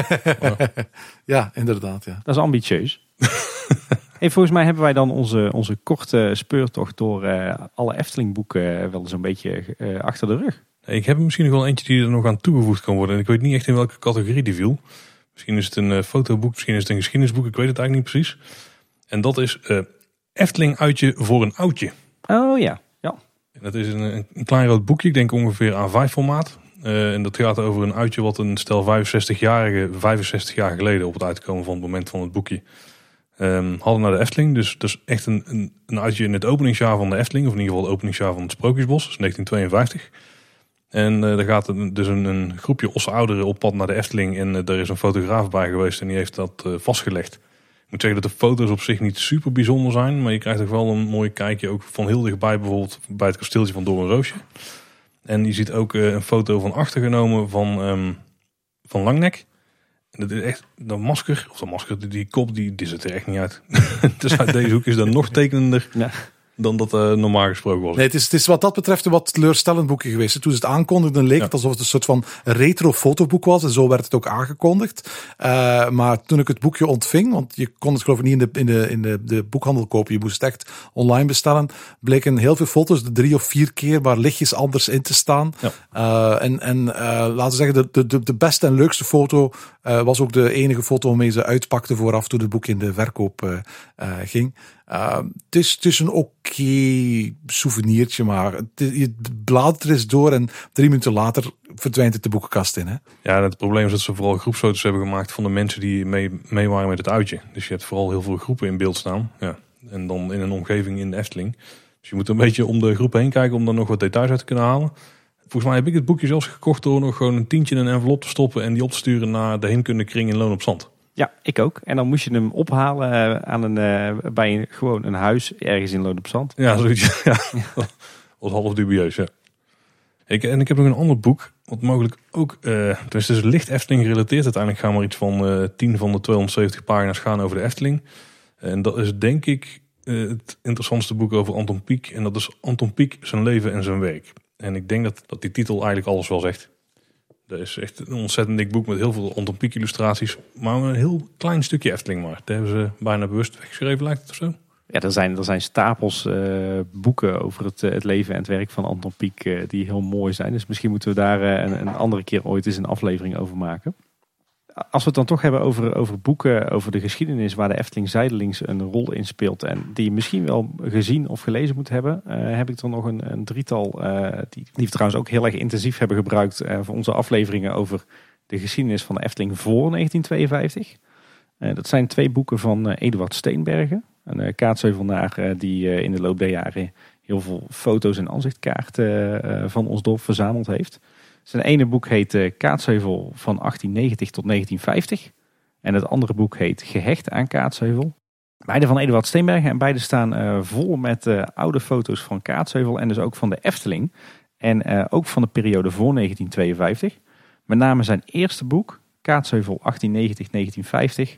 Ja, inderdaad. Ja. Dat is ambitieus. Volgens mij hebben wij dan onze korte speurtocht door alle Efteling boeken wel eens een beetje achter de rug. Ik heb misschien nog wel eentje die er nog aan toegevoegd kan worden. En ik weet niet echt in welke categorie die viel. Misschien is het een fotoboek, misschien is het een geschiedenisboek. Ik weet het eigenlijk niet precies. En dat is Efteling uitje voor een oudje. Oh ja. En dat is een klein rood boekje, ik denk ongeveer A5 formaat. En dat gaat over een uitje wat een stel 65-jarigen 65 jaar geleden op het uitkomen van het moment van het boekje hadden naar de Efteling. Dus dat is echt een uitje in het openingsjaar van de Efteling. Of in ieder geval het openingsjaar van het Sprookjesbos. Dat is 1952. En daar gaat dus een groepje ouderen op pad naar de Efteling. En daar is een fotograaf bij geweest en die heeft dat vastgelegd. Ik moet zeggen dat de foto's op zich niet super bijzonder zijn. Maar je krijgt toch wel een mooi kijkje. Ook van heel dichtbij bijvoorbeeld bij het kasteeltje van Doornroosje. En je ziet ook een foto van achter genomen van Langnek. En dat is echt, die kop, die zit er echt niet uit. Dus uit deze hoek is dat nog tekenender dan dat normaal gesproken was. Nee, het is wat dat betreft een wat teleurstellend boekje geweest. Toen ze het aankondigden leek het alsof het een soort van retro fotoboek was. En zo werd het ook aangekondigd. Maar toen ik het boekje ontving, want je kon het geloof ik niet in de boekhandel kopen. Je moest het echt online bestellen. Bleken heel veel foto's, 3 of 4 keer, waar lichtjes anders in te staan. Ja. Laten we zeggen, de beste en leukste foto was ook de enige foto waarmee ze uitpakte vooraf toen het boek in de verkoop ging. Het is een oké souvenirtje, maar je bladert er eens door en 3 minuten later verdwijnt het de boekenkast in. Hè? Ja, het probleem is dat ze vooral groepsfoto's hebben gemaakt van de mensen die mee waren met het uitje. Dus je hebt vooral heel veel groepen in beeld staan. Ja. En dan in een omgeving in de Efteling. Dus je moet een beetje om de groep heen kijken om er nog wat details uit te kunnen halen. Volgens mij heb ik het boekje zelfs gekocht door nog gewoon een tientje in een envelop te stoppen en die op te sturen naar de Heemkundekring in Loon op Zand. Ja, ik ook. En dan moest je hem ophalen bij gewoon een huis ergens in Loon op Zand. Ja, zoiets. Ja. Dat was half dubieus, ja. En ik heb nog een ander boek, wat mogelijk ook, het is licht Efteling gerelateerd. Uiteindelijk gaan maar iets van 10 van de 270 pagina's gaan over de Efteling. En dat is denk ik het interessantste boek over Anton Pieck. En dat is Anton Pieck, zijn leven en zijn werk. En ik denk dat die titel eigenlijk alles wel zegt. Dat is echt een ontzettend dik boek met heel veel Anton Pieck illustraties. Maar een heel klein stukje Efteling maar. Daar hebben ze bijna bewust weggeschreven, lijkt het of zo. Ja, er zijn stapels boeken over het leven en het werk van Anton Pieck die heel mooi zijn. Dus misschien moeten we daar een andere keer ooit eens een aflevering over maken. Als we het dan toch hebben over boeken, over de geschiedenis waar de Efteling zijdelings een rol in speelt en die je misschien wel gezien of gelezen moet hebben, heb ik er nog een drietal die we trouwens ook heel erg intensief hebben gebruikt voor onze afleveringen over de geschiedenis van de Efteling voor 1952. Dat zijn 2 boeken van Eduard Steenbergen, een kaartsheuvelnaar die in de loop der jaren heel veel foto's en aanzichtkaarten van ons dorp verzameld heeft. Zijn ene boek heet Kaatsheuvel van 1890 tot 1950. En het andere boek heet Gehecht aan Kaatsheuvel. Beide van Eduard Steenbergen en beide staan vol met oude foto's van Kaatsheuvel en dus ook van de Efteling. En ook van de periode voor 1952. Met name zijn eerste boek, Kaatsheuvel 1890-1950.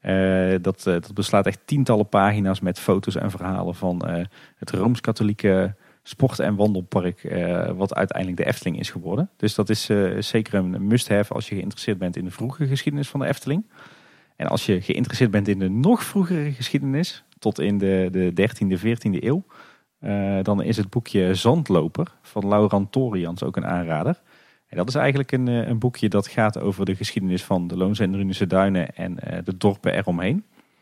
Dat beslaat echt tientallen pagina's met foto's en verhalen van het Rooms-Katholieke sport- en wandelpark wat uiteindelijk de Efteling is geworden. Dus dat is zeker een must-have als je geïnteresseerd bent in de vroege geschiedenis van de Efteling. En als je geïnteresseerd bent in de nog vroegere geschiedenis, tot in de 13e, 14e eeuw, dan is het boekje Zandloper van Laurent Torians ook een aanrader. En dat is eigenlijk een boekje dat gaat over de geschiedenis van de Loonse en Drunense Duinen en de dorpen eromheen.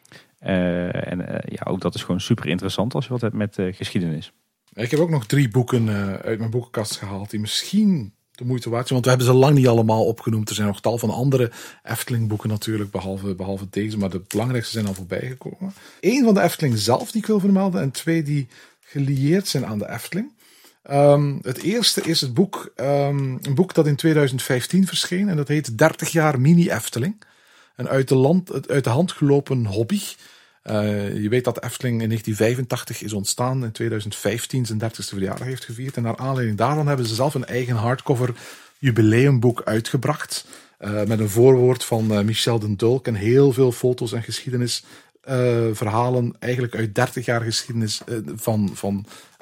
Ook dat is gewoon super interessant als je wat hebt met geschiedenis. Ik heb ook nog 3 boeken uit mijn boekenkast gehaald die misschien de moeite waard zijn. Want we hebben ze lang niet allemaal opgenoemd. Er zijn nog tal van andere Efteling boeken natuurlijk, behalve deze. Maar de belangrijkste zijn al voorbij gekomen. 1 van de Efteling zelf die ik wil vermelden en 2 die gelieerd zijn aan de Efteling. Het eerste is het boek, een boek dat in 2015 verscheen. En dat heet 30 jaar Mini Efteling. Een uit de hand gelopen hobby. Je weet dat de Efteling in 1985 is ontstaan. In 2015 zijn 30ste verjaardag heeft gevierd. En naar aanleiding daarvan hebben ze zelf een eigen hardcover jubileumboek uitgebracht. Met een voorwoord van Michel den Dulk. En heel veel foto's en geschiedenis. Verhalen eigenlijk uit 30 jaar geschiedenis van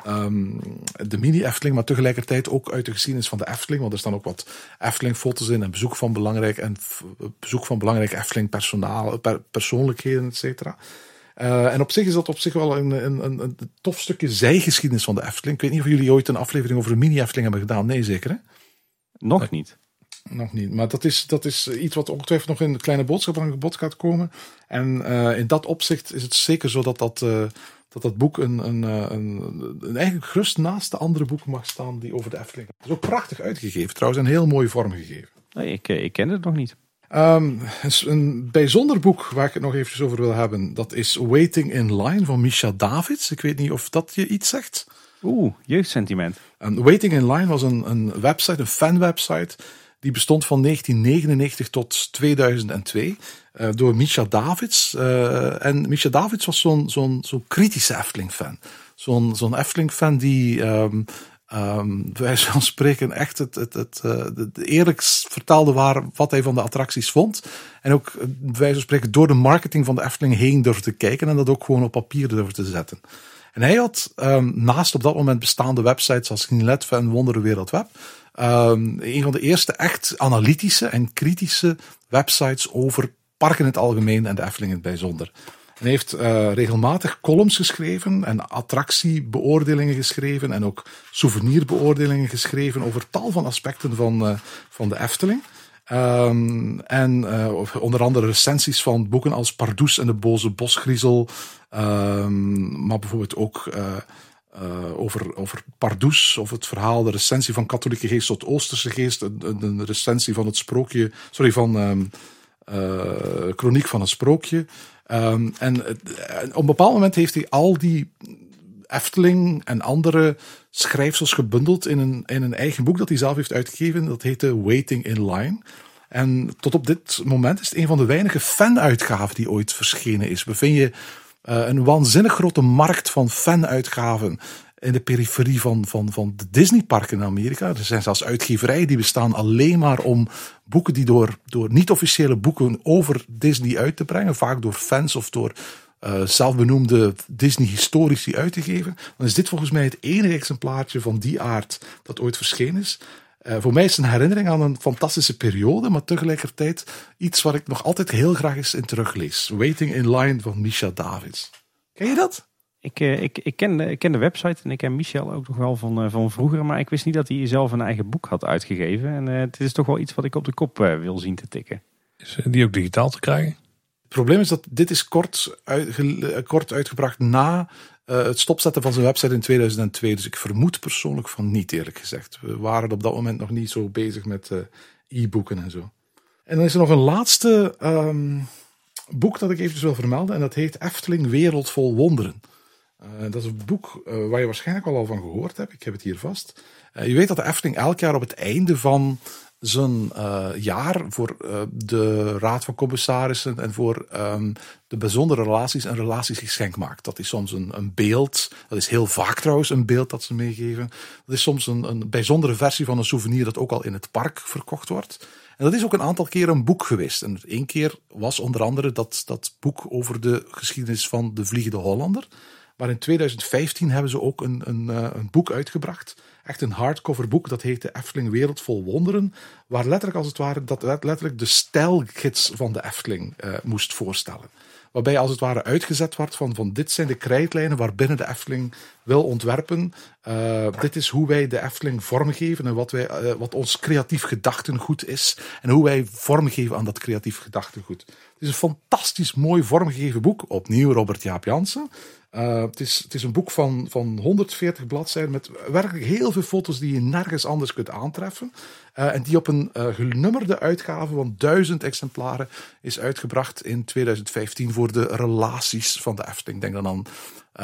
de mini-Efteling, maar tegelijkertijd ook uit de geschiedenis van de Efteling. Want er staan ook wat Efteling-foto's in en bezoek van belangrijk Efteling-personaal, persoonlijkheden, et cetera. En op zich is dat wel een tof stukje zijgeschiedenis van de Efteling. Ik weet niet of jullie ooit een aflevering over een mini-Efteling hebben gedaan. Nee, zeker hè? Nog niet. Nog niet, maar dat is iets wat ongetwijfeld nog in de kleine boodschap aan bod gaat komen. En in dat opzicht is het zeker zo dat boek een eigenlijk gerust naast de andere boeken mag staan die over de Efteling. Het is ook prachtig uitgegeven trouwens en heel mooi vormgegeven. Nee, ik ken het nog niet. Een bijzonder boek waar ik het nog eventjes over wil hebben, dat is Waiting in Line van Misha Davids. Ik weet niet of dat je iets zegt. Jeugdsentiment. Waiting in Line was een website, een fanwebsite, die bestond van 1999 tot 2002 door Misha Davids. En Misha Davids was zo'n kritische Efteling-fan. Zo'n Efteling-fan die wij van spreken echt het eerlijkst vertelde wat hij van de attracties vond. En ook wij van spreken door de marketing van de Efteling heen durfde te kijken en dat ook gewoon op papier durfde te zetten. En hij had naast op dat moment bestaande websites als Gnilet en Wondere Wereld Web een van de eerste echt analytische en kritische websites over parken in het algemeen en de Efteling in het bijzonder. En hij heeft regelmatig columns geschreven en attractiebeoordelingen geschreven en ook souvenirbeoordelingen geschreven over tal van aspecten van de Efteling. Onder andere recensies van boeken als Pardoes en de Boze Bosgriezel, maar bijvoorbeeld ook over Pardoes of het verhaal, de recensie van Katholieke Geest tot Oosterse Geest, een recensie van het sprookje, Chroniek van een Sprookje. En op een bepaald moment heeft hij al die Efteling en andere schrijfsels gebundeld in een eigen boek dat hij zelf heeft uitgegeven. Dat heette Waiting in Line. En tot op dit moment is het een van de weinige fanuitgaven die ooit verschenen is. Bevind je een waanzinnig grote markt van fanuitgaven in de periferie van de Disneyparken in Amerika. Er zijn zelfs uitgeverijen die bestaan alleen maar om boeken die door niet-officiële boeken over Disney uit te brengen, vaak door fans of door zelfbenoemde Disney-historici uit te geven. Dan is dit volgens mij het enige exemplaartje van die aard dat ooit verschenen is. Voor mij is het een herinnering aan een fantastische periode, maar tegelijkertijd iets waar ik nog altijd heel graag eens in teruglees. Waiting in Line van Misha Davids. Ken je dat? Ik ken de website en ik ken Michel ook nog wel van vroeger, maar ik wist niet dat hij zelf een eigen boek had uitgegeven. En het is toch wel iets wat ik op de kop wil zien te tikken. Is die ook digitaal te krijgen? Het probleem is dat dit is kort uitgebracht na het stopzetten van zijn website in 2002. Dus ik vermoed persoonlijk van niet, eerlijk gezegd. We waren op dat moment nog niet zo bezig met e-boeken en zo. En dan is er nog een laatste boek dat ik eventjes wil vermelden. En dat heet Efteling Wereld Vol Wonderen. Dat is een boek waar je waarschijnlijk al van gehoord hebt. Ik heb het hier vast. Je weet dat de Efteling elk jaar op het einde van zijn jaar voor de Raad van Commissarissen en voor de bijzondere relaties een relatiegeschenk maakt. Dat is soms een beeld. Dat is heel vaak trouwens een beeld dat ze meegeven. Dat is soms een bijzondere versie van een souvenir dat ook al in het park verkocht wordt. En dat is ook een aantal keer een boek geweest. En 1 keer was onder andere dat boek over de geschiedenis van de Vliegende Hollander. Maar in 2015 hebben ze ook een boek uitgebracht. Echt een hardcover boek. Dat heet de Efteling Wereld Vol Wonderen. Waar letterlijk als het ware letterlijk de stijlgids van de Efteling moest voorstellen. Waarbij als het ware uitgezet wordt van dit zijn de krijtlijnen waarbinnen de Efteling wil ontwerpen. Dit is hoe wij de Efteling vormgeven en wat ons creatief gedachtengoed is. En hoe wij vormgeven aan dat creatief gedachtengoed. Het is een fantastisch mooi vormgegeven boek. Opnieuw Robert Jaap Jansen. Het is een boek van 140 bladzijden met werkelijk heel veel foto's die je nergens anders kunt aantreffen. En die op een genummerde uitgave van 1000 exemplaren is uitgebracht in 2015 voor de relaties van de Efteling. Denk dan aan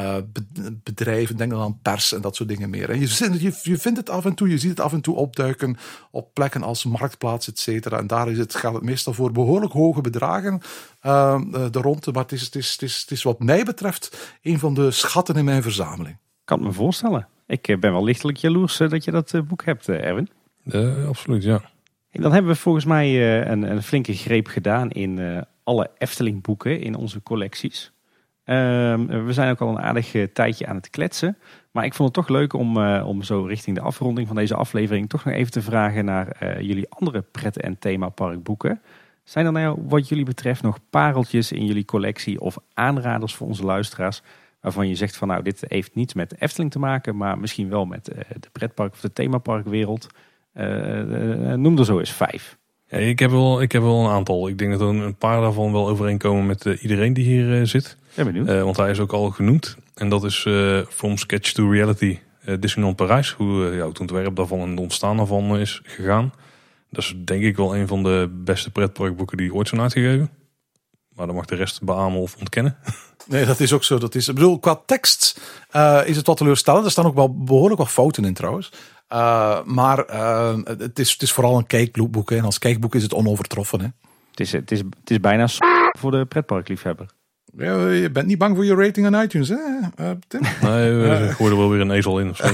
bedrijven, denk dan aan pers en dat soort dingen meer. En je vindt het af en toe, je ziet het af en toe opduiken op plekken als Marktplaats, et cetera. En daar gaat het meestal voor behoorlijk hoge bedragen de ronde. Maar het is wat mij betreft een van de schatten in mijn verzameling. Kan het me voorstellen. Ik ben wel lichtelijk jaloers dat je dat boek hebt, Erwin. Absoluut, ja. En dan hebben we volgens mij een flinke greep gedaan in alle Efteling boeken in onze collecties. We zijn ook al een aardig tijdje aan het kletsen. Maar ik vond het toch leuk om zo richting de afronding van deze aflevering toch nog even te vragen naar jullie andere pret- en themaparkboeken. Zijn er nou wat jullie betreft nog pareltjes in jullie collectie of aanraders voor onze luisteraars waarvan je zegt van nou dit heeft niets met de Efteling te maken, maar misschien wel met de pretpark of de themaparkwereld. Noem er zo eens 5. Ja, ik heb wel een aantal. Ik denk dat er een paar daarvan wel overeenkomen met iedereen die hier zit. Ben benieuwd. Want hij is ook al genoemd. En dat is From Sketch to Reality Disneyland Parijs. Hoe toen het ontwerp daarvan en het ontstaan daarvan is gegaan. Dat is denk ik wel een van de beste pretparkboeken die ooit zijn uitgegeven. Maar dan mag de rest beamen of ontkennen. Nee, dat is ook zo. Ik bedoel, qua tekst is het wat teleurstellend. Er staan ook wel behoorlijk wat fouten in trouwens. Maar het is vooral een kijkboek. Hè. En als kijkboek is het onovertroffen. Hè. Het is bijna voor de pretparkliefhebber. Ja, je bent niet bang voor je rating aan iTunes, hè, Tim? Nee, we gooien er wel weer een ezel in. Of zo.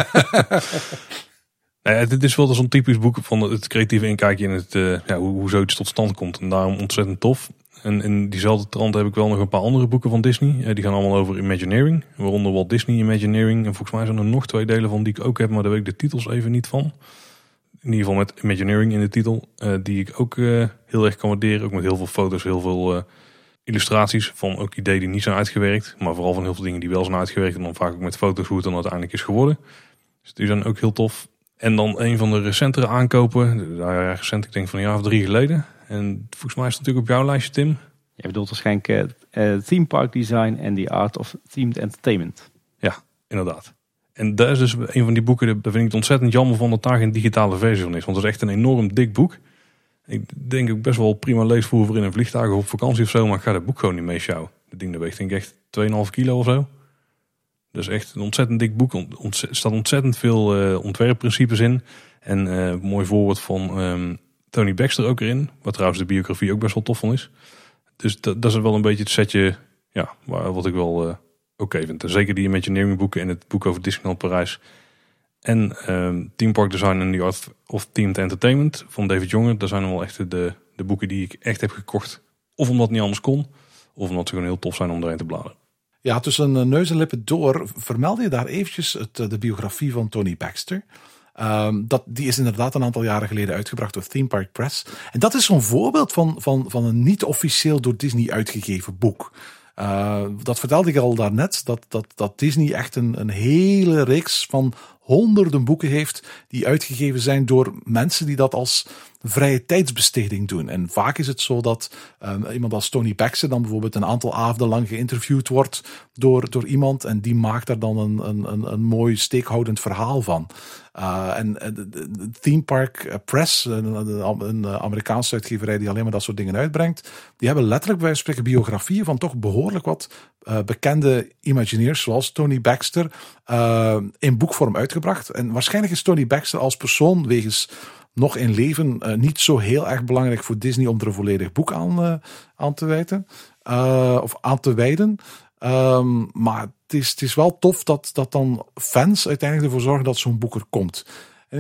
Het is wel zo'n typisch boek van het creatieve inkijkje in het, hoe zoiets tot stand komt. En daarom ontzettend tof. En in diezelfde trant heb ik wel nog een paar andere boeken van Disney. Die gaan allemaal over Imagineering. Waaronder Walt Disney Imagineering. En volgens mij zijn er nog 2 delen van die ik ook heb. Maar daar weet ik de titels even niet van. In ieder geval met Imagineering in de titel. Die ik ook heel erg kan waarderen. Ook met heel veel foto's, heel veel illustraties. Van ook ideeën die niet zijn uitgewerkt. Maar vooral van heel veel dingen die wel zijn uitgewerkt. En dan vaak ook met foto's hoe het dan uiteindelijk is geworden. Dus die zijn ook heel tof. En dan een van de recentere aankopen. Recent, ik denk van een jaar of 3 geleden. En volgens mij is het natuurlijk op jouw lijstje, Tim. Je bedoelt waarschijnlijk theme park design en the art of themed entertainment. Ja, inderdaad. En dat is dus een van die boeken, daar vind ik het ontzettend jammer van dat daar geen digitale versie van is. Want het is echt een enorm dik boek. Ik denk ook best wel prima leesvoer voor in een vliegtuig of op vakantie of zo. Maar ik ga dat boek gewoon niet mee sjouwen. Dat ding dat weegt denk ik echt 2,5 kilo of zo. Dus echt een ontzettend dik boek. Er staat ontzettend veel ontwerpprincipes in. En mooi voorwoord van Tony Baxter ook erin. Waar trouwens de biografie ook best wel tof van is. Dus dat is wel een beetje het setje wat ik wel oké vind. Zeker die Imagineering boeken en het boek over Disneyland Parijs. En Theme Park Design en the Art of Themed Entertainment van David Jonger. Dat zijn wel echt de boeken die ik echt heb gekocht. Of omdat het niet anders kon. Of omdat ze gewoon heel tof zijn om erin te bladeren. Ja, tussen neus en lippen door vermeldde je daar eventjes de biografie van Tony Baxter. Die is inderdaad een aantal jaren geleden uitgebracht door Theme Park Press. En dat is zo'n voorbeeld van een niet officieel door Disney uitgegeven boek. Dat vertelde ik al daarnet, dat Disney echt een hele reeks van honderden boeken heeft die uitgegeven zijn door mensen die dat als vrije tijdsbesteding doen. En vaak is het zo dat iemand als Tony Baxter dan bijvoorbeeld een aantal avonden lang geïnterviewd wordt door iemand en die maakt daar dan een mooi steekhoudend verhaal van. En de Theme Park Press, een Amerikaanse uitgeverij die alleen maar dat soort dingen uitbrengt, die hebben letterlijk bij spreken biografieën van toch behoorlijk wat bekende Imagineers zoals Tony Baxter in boekvorm uitgebracht. En waarschijnlijk is Tony Baxter als persoon wegens nog in leven niet zo heel erg belangrijk voor Disney om er een volledig boek aan te wijten. Of aan te wijden. Maar het is wel tof dat dan fans uiteindelijk ervoor zorgen dat zo'n boek er komt. En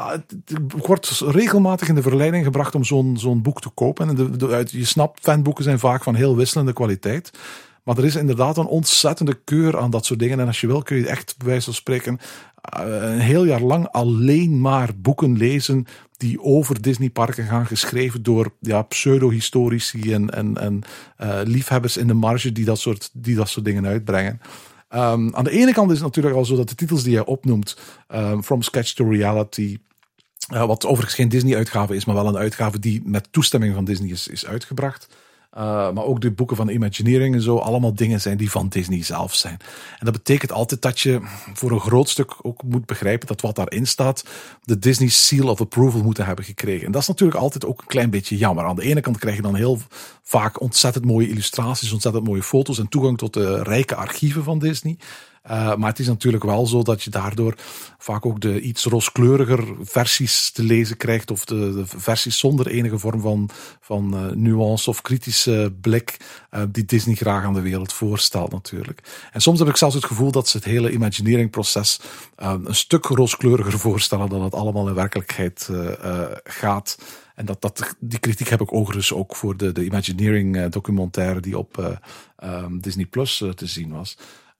ik word regelmatig in de verleiding gebracht om zo'n boek te kopen. En je snapt, fanboeken zijn vaak van heel wisselende kwaliteit. Maar er is inderdaad een ontzettende keur aan dat soort dingen. En als je wil kun je echt bij wijze van spreken een heel jaar lang alleen maar boeken lezen die over Disneyparken gaan, geschreven door pseudo-historici en liefhebbers in de marge die dat soort dingen uitbrengen. Aan de ene kant is het natuurlijk al zo dat de titels die jij opnoemt, From Sketch to Reality, wat overigens geen Disney-uitgave is, maar wel een uitgave die met toestemming van Disney is uitgebracht. Maar ook de boeken van Imagineering en zo, allemaal dingen zijn die van Disney zelf zijn. En dat betekent altijd dat je voor een groot stuk ook moet begrijpen dat wat daarin staat, de Disney Seal of Approval moeten hebben gekregen. En dat is natuurlijk altijd ook een klein beetje jammer. Aan de ene kant krijg je dan heel vaak ontzettend mooie illustraties, ontzettend mooie foto's en toegang tot de rijke archieven van Disney. Maar het is natuurlijk wel zo dat je daardoor vaak ook de iets rooskleuriger versies te lezen krijgt. Of de versies zonder enige vorm van nuance of kritische blik die Disney graag aan de wereld voorstelt natuurlijk. En soms heb ik zelfs het gevoel dat ze het hele Imagineering proces een stuk rooskleuriger voorstellen dan het allemaal in werkelijkheid gaat. En die kritiek heb ik overigens ook voor de Imagineering documentaire die op Disney Plus te zien was.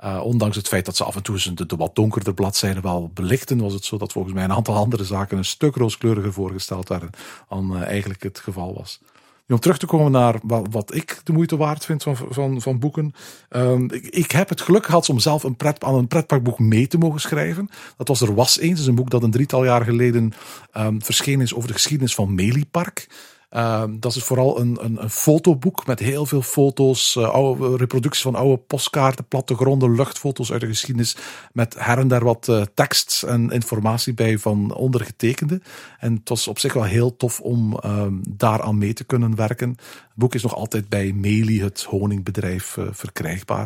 Ondanks het feit dat ze af en toe de wat donkerder bladzijden wel belichten, was het zo dat volgens mij een aantal andere zaken een stuk rooskleuriger voorgesteld werden dan eigenlijk het geval was. Om terug te komen naar wat ik de moeite waard vind van boeken. Ik heb het geluk gehad om zelf aan een pretparkboek mee te mogen schrijven. Dat was Er Was Eens. Dat is een boek dat een 3-tal jaar geleden verschenen is over de geschiedenis van Meliepark. Dat is vooral een fotoboek met heel veel foto's, oude reproducties van oude postkaarten, plattegronden, luchtfoto's uit de geschiedenis, met her en der wat tekst en informatie bij van ondergetekende. En het was op zich wel heel tof om daaraan mee te kunnen werken. Het boek is nog altijd bij Melie, het honingbedrijf, verkrijgbaar.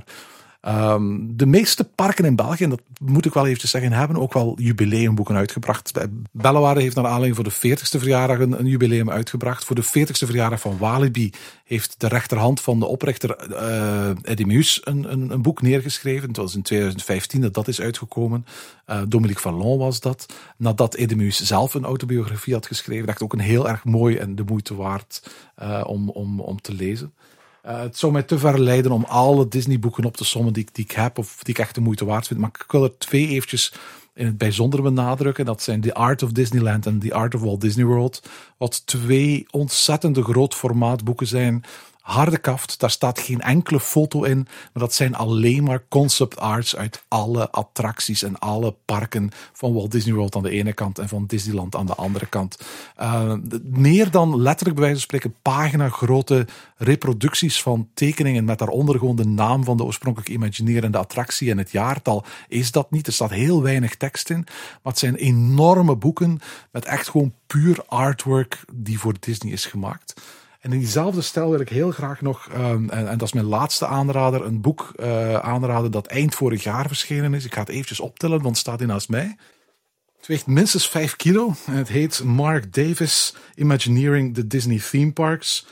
De meeste parken in België, en dat moet ik wel eventjes zeggen, hebben ook wel jubileumboeken uitgebracht. Bellewaarde heeft naar aanleiding voor de 40ste verjaardag een jubileum uitgebracht. Voor de 40ste verjaardag van Walibi heeft de rechterhand van de oprichter Eddie Meus een boek neergeschreven. Het was in 2015 dat is uitgekomen. Dominique Vallon was dat. Nadat Eddie Meus zelf een autobiografie had geschreven. Echt ook een heel erg mooi en de moeite waard om te lezen. Het zou mij te ver leiden om alle Disney-boeken op te sommen die ik heb of die ik echt de moeite waard vind. Maar ik wil er 2 eventjes in het bijzonder benadrukken. Dat zijn The Art of Disneyland en The Art of Walt Disney World. Wat 2 ontzettende groot formaat boeken zijn. Harde kaft, daar staat geen enkele foto in. Maar dat zijn alleen maar concept arts uit alle attracties en alle parken van Walt Disney World aan de ene kant en van Disneyland aan de andere kant. Meer dan letterlijk bij wijze van spreken pagina grote reproducties van tekeningen met daaronder gewoon de naam van de oorspronkelijke Imagineer en de attractie en het jaartal is dat niet. Er staat heel weinig tekst in, maar het zijn enorme boeken met echt gewoon puur artwork die voor Disney is gemaakt. En in diezelfde stijl wil ik heel graag nog, en dat is mijn laatste aanrader, een boek aanraden dat eind vorig jaar verschenen is. Ik ga het eventjes optellen, want het staat hier naast mij. Het weegt minstens 5 kilo en het heet Mark Davis Imagineering the Disney Theme Parks.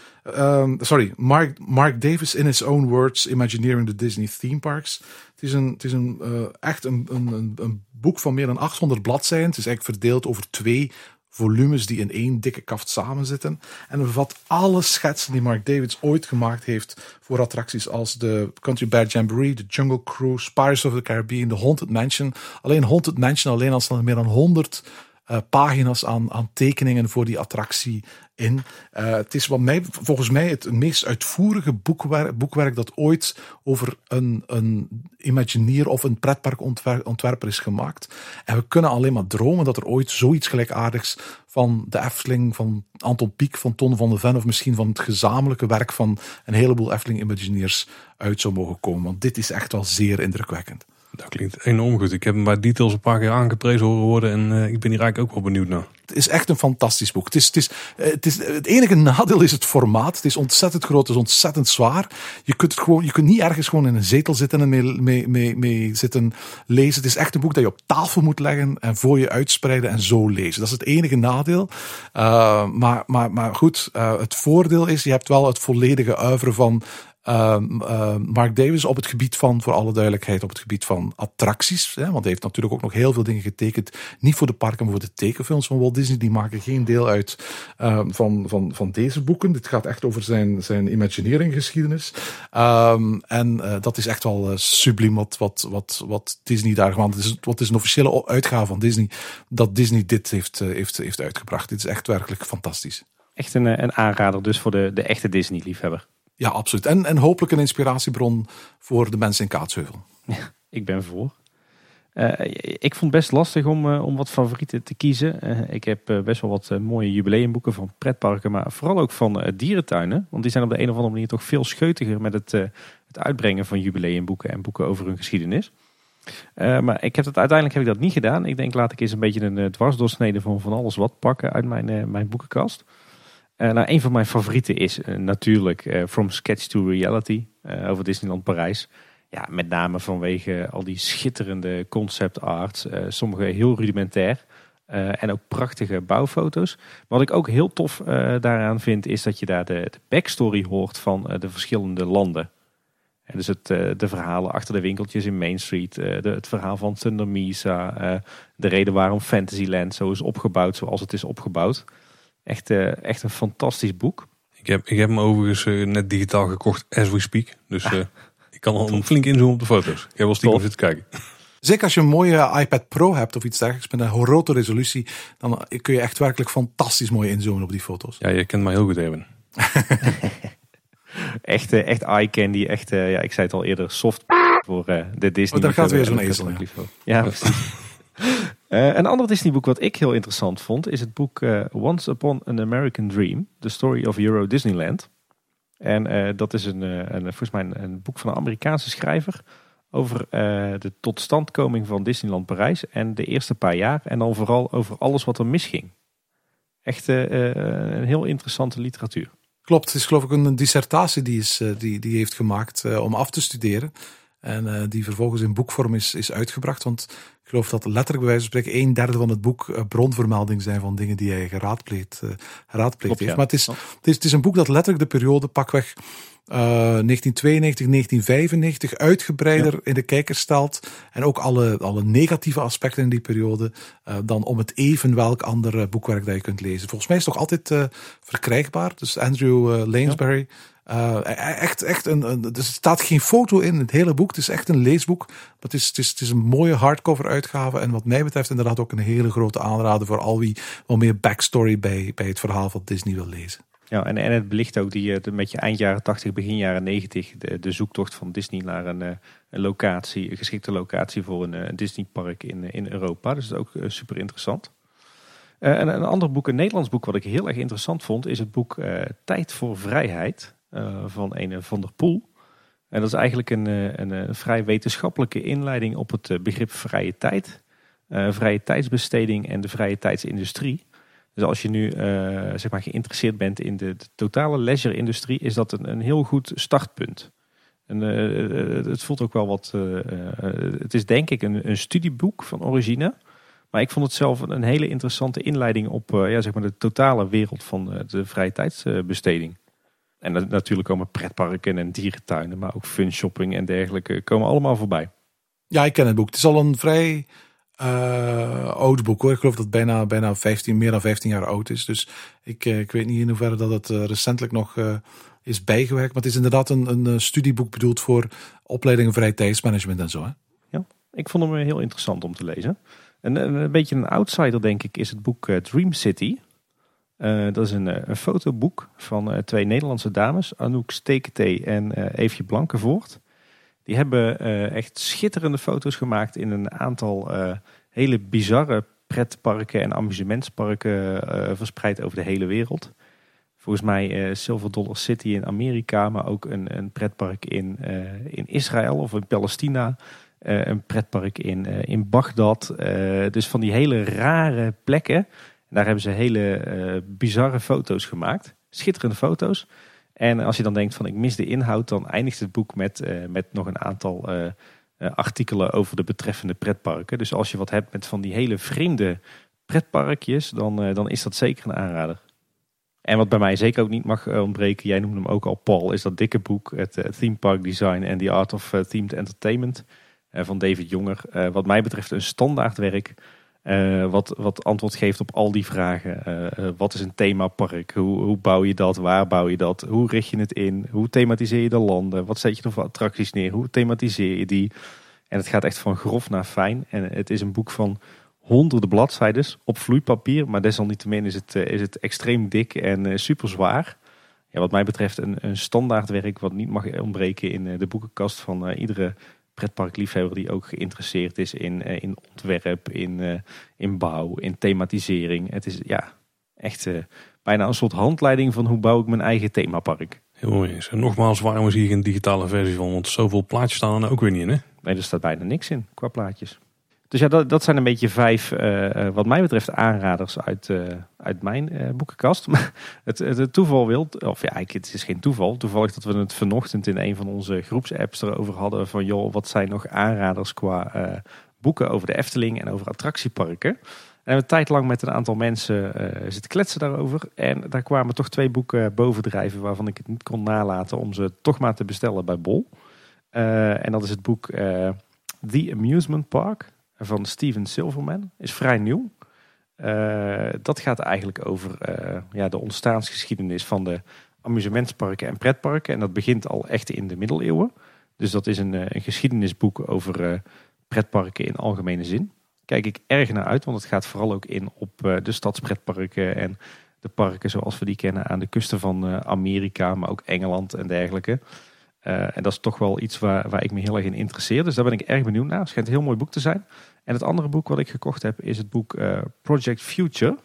Mark Davis in his own words Imagineering the Disney Theme Parks. Het is echt een boek van meer dan 800 bladzijden. Het is eigenlijk verdeeld over 2 volumes die in 1 dikke kaft samenzitten. En het bevat alle schetsen die Mark Davis ooit gemaakt heeft voor attracties als de Country Bear Jamboree, de Jungle Cruise, Pirates of the Caribbean, de Haunted Mansion. Alleen Haunted Mansion alleen al staan er meer dan 100 pagina's aan tekeningen voor die attractie in. Het is volgens mij het meest uitvoerige boekwerk dat ooit over een Imagineer of een pretparkontwerper is gemaakt. En we kunnen alleen maar dromen dat er ooit zoiets gelijkaardigs van de Efteling, van Anton Pieck, van Ton van de Ven of misschien van het gezamenlijke werk van een heleboel Efteling Imagineers uit zou mogen komen. Want dit is echt wel zeer indrukwekkend. Dat klinkt enorm goed. Ik heb hem bij Details een paar keer aangeprezen horen worden en ik ben hier eigenlijk ook wel benieuwd naar. Het is echt een fantastisch boek. Het enige nadeel is het formaat. Het is ontzettend groot, het is ontzettend zwaar. Je kunt niet ergens gewoon in een zetel zitten en mee zitten lezen. Het is echt een boek dat je op tafel moet leggen en voor je uitspreiden en zo lezen. Dat is het enige nadeel. Maar goed, het voordeel is, je hebt wel het volledige oeuvre van Mark Davis op het gebied van, voor alle duidelijkheid, op het gebied van attracties. Hè, want hij heeft natuurlijk ook nog heel veel dingen getekend. Niet voor de parken, maar voor de tekenfilms van Walt Disney. Die maken geen deel uit van deze boeken. Dit gaat echt over zijn Imagineering geschiedenis. En dat is echt wel subliem wat Disney daar gewoon. Wat is een officiële uitgave van Disney dat Disney dit heeft uitgebracht. Dit is echt werkelijk fantastisch. Echt een aanrader dus voor de echte Disney-liefhebber. Ja, absoluut. En hopelijk een inspiratiebron voor de mensen in Kaatsheuvel. Ja, ik ben voor. Ik vond het best lastig om wat favorieten te kiezen. Ik heb best wel wat mooie jubileumboeken van pretparken, maar vooral ook van dierentuinen. Want die zijn op de een of andere manier toch veel scheutiger met het uitbrengen van jubileumboeken en boeken over hun geschiedenis. Maar uiteindelijk heb ik dat niet gedaan. Ik denk, laat ik eens een beetje een dwarsdoorsnede van alles wat pakken uit mijn boekenkast. Een van mijn favorieten is natuurlijk From Sketch to Reality over Disneyland Parijs. Ja, met name vanwege al die schitterende concept art, sommige heel rudimentair en ook prachtige bouwfoto's. Wat ik ook heel tof daaraan vind is dat je daar de backstory hoort van de verschillende landen. En dus de verhalen achter de winkeltjes in Main Street, het verhaal van Thunder Mesa, de reden waarom Fantasyland zo is opgebouwd zoals het is opgebouwd. Echt een fantastisch boek. Ik heb hem overigens net digitaal gekocht as we speak. Dus ik kan al flink inzoomen op de foto's. Ik heb wel stiekem zitten kijken. Zeker als je een mooie iPad Pro hebt of iets dergelijks met een grote resolutie, dan kun je echt werkelijk fantastisch mooi inzoomen op die foto's. Ja, je kent mij heel goed, Erwin. Echt eye candy. Echt, ik zei het al eerder, soft voor de Disney. Daar gaat weer zo'n ezel. Ja, precies. Een ander Disney-boek wat ik heel interessant vond, is het boek Once Upon an American Dream, The Story of Euro Disneyland. En dat is volgens mij een boek van een Amerikaanse schrijver over de totstandkoming van Disneyland Parijs en de eerste paar jaar. En dan vooral over alles wat er misging. Echt een heel interessante literatuur. Klopt, het is geloof ik een dissertatie die heeft gemaakt om af te studeren. En die vervolgens in boekvorm is uitgebracht. Want ik geloof dat letterlijk bij wijze van spreken 1/3 van het boek bronvermelding zijn van dingen die hij geraadpleegd heeft. Ja. Maar het is een boek dat letterlijk de periode pakweg 1992, 1995 uitgebreider in de kijker stelt. En ook alle negatieve aspecten in die periode dan om het even welk ander boekwerk dat je kunt lezen. Volgens mij is het toch altijd verkrijgbaar. Dus Andrew Lansbury. Er staat geen foto in het hele boek. Het is echt een leesboek. Maar het is een mooie hardcover uitgave. En wat mij betreft inderdaad ook een hele grote aanrader voor al wie wat meer backstory bij het verhaal van Disney wil lezen. Ja, en het belicht ook een beetje eind jaren 80, begin jaren 90. De zoektocht van Disney naar een geschikte locatie voor een Disneypark in Europa. Dus dat is ook super interessant. En een ander boek, een Nederlands boek wat ik heel erg interessant vond, is het boek Tijd voor Vrijheid van een Van der Poel. En dat is eigenlijk een vrij wetenschappelijke inleiding op het begrip vrije tijd. Vrije tijdsbesteding en de vrije tijdsindustrie. Dus als je nu zeg maar geïnteresseerd bent in de totale leisure-industrie, is dat een heel goed startpunt. En, het voelt ook wel wat. Het is denk ik een studieboek van origine. Maar ik vond het zelf een hele interessante inleiding op zeg maar de totale wereld van de vrije tijdsbesteding. En natuurlijk komen pretparken en dierentuinen, maar ook funshopping en dergelijke komen allemaal voorbij. Ja, ik ken het boek. Het is al een vrij oud boek hoor. Ik geloof dat het bijna meer dan 15 jaar oud is. Dus ik weet niet in hoeverre dat het recentelijk nog is bijgewerkt. Maar het is inderdaad een studieboek bedoeld voor opleidingen vrije tijdsmanagement en zo. Hè? Ja, ik vond hem heel interessant om te lezen. Een beetje een outsider denk ik is het boek Dream City. Dat is een fotoboek van 2 Nederlandse dames, Anouk Steketee en Eefje Blankenvoort. Die hebben echt schitterende foto's gemaakt in een aantal hele bizarre pretparken en amusementsparken verspreid over de hele wereld. Volgens mij Silver Dollar City in Amerika, maar ook een pretpark in Israël of in Palestina. Een pretpark in Bagdad. Dus van die hele rare plekken. En daar hebben ze hele bizarre foto's gemaakt. Schitterende foto's. En als je dan denkt van ik mis de inhoud, dan eindigt het boek met nog een aantal artikelen over de betreffende pretparken. Dus als je wat hebt met van die hele vreemde pretparkjes, dan is dat zeker een aanrader. En wat bij mij zeker ook niet mag ontbreken, jij noemde hem ook al Paul, is dat dikke boek, het Theme Park Design and the Art of Themed Entertainment van David Jonger. Wat mij betreft een standaardwerk. Wat antwoord geeft op al die vragen. Wat is een themapark? Hoe bouw je dat? Waar bouw je dat? Hoe richt je het in? Hoe thematiseer je de landen? Wat zet je er voor attracties neer? Hoe thematiseer je die? En het gaat echt van grof naar fijn. En het is een boek van honderden bladzijden op vloeipapier. Maar desalniettemin is het extreem dik en super zwaar. Ja, wat mij betreft een standaardwerk wat niet mag ontbreken in de boekenkast van iedere pretparkliefhebber die ook geïnteresseerd is in ontwerp, in bouw, in thematisering. Het is echt bijna een soort handleiding van hoe bouw ik mijn eigen themapark. Heel mooi. En nogmaals, waarom zie je geen digitale versie van? Want zoveel plaatjes staan er ook weer niet in, hè? Nee, er staat bijna niks in qua plaatjes. Dus ja, dat zijn een beetje 5, wat mij betreft, aanraders uit mijn boekenkast. Maar het toeval wil, of ja, het is geen toeval. Toevallig dat we het vanochtend in een van onze groepsapps erover hadden van joh, wat zijn nog aanraders qua boeken over de Efteling en over attractieparken. En we hebben tijdlang met een aantal mensen zitten kletsen daarover. En daar kwamen toch 2 boeken bovendrijven waarvan ik het niet kon nalaten om ze toch maar te bestellen bij Bol. En dat is het boek The Amusement Park van Steven Silverman. Is vrij nieuw. Dat gaat eigenlijk over de ontstaansgeschiedenis van de amusementsparken en pretparken. En dat begint al echt in de middeleeuwen. Dus dat is een geschiedenisboek over pretparken in algemene zin. Kijk ik erg naar uit, want het gaat vooral ook in op de stadspretparken en de parken zoals we die kennen aan de kusten van Amerika, maar ook Engeland en dergelijke. En dat is toch wel iets waar ik me heel erg in interesseer. Dus daar ben ik erg benieuwd naar. Het schijnt een heel mooi boek te zijn. En het andere boek wat ik gekocht heb is het boek Project Future.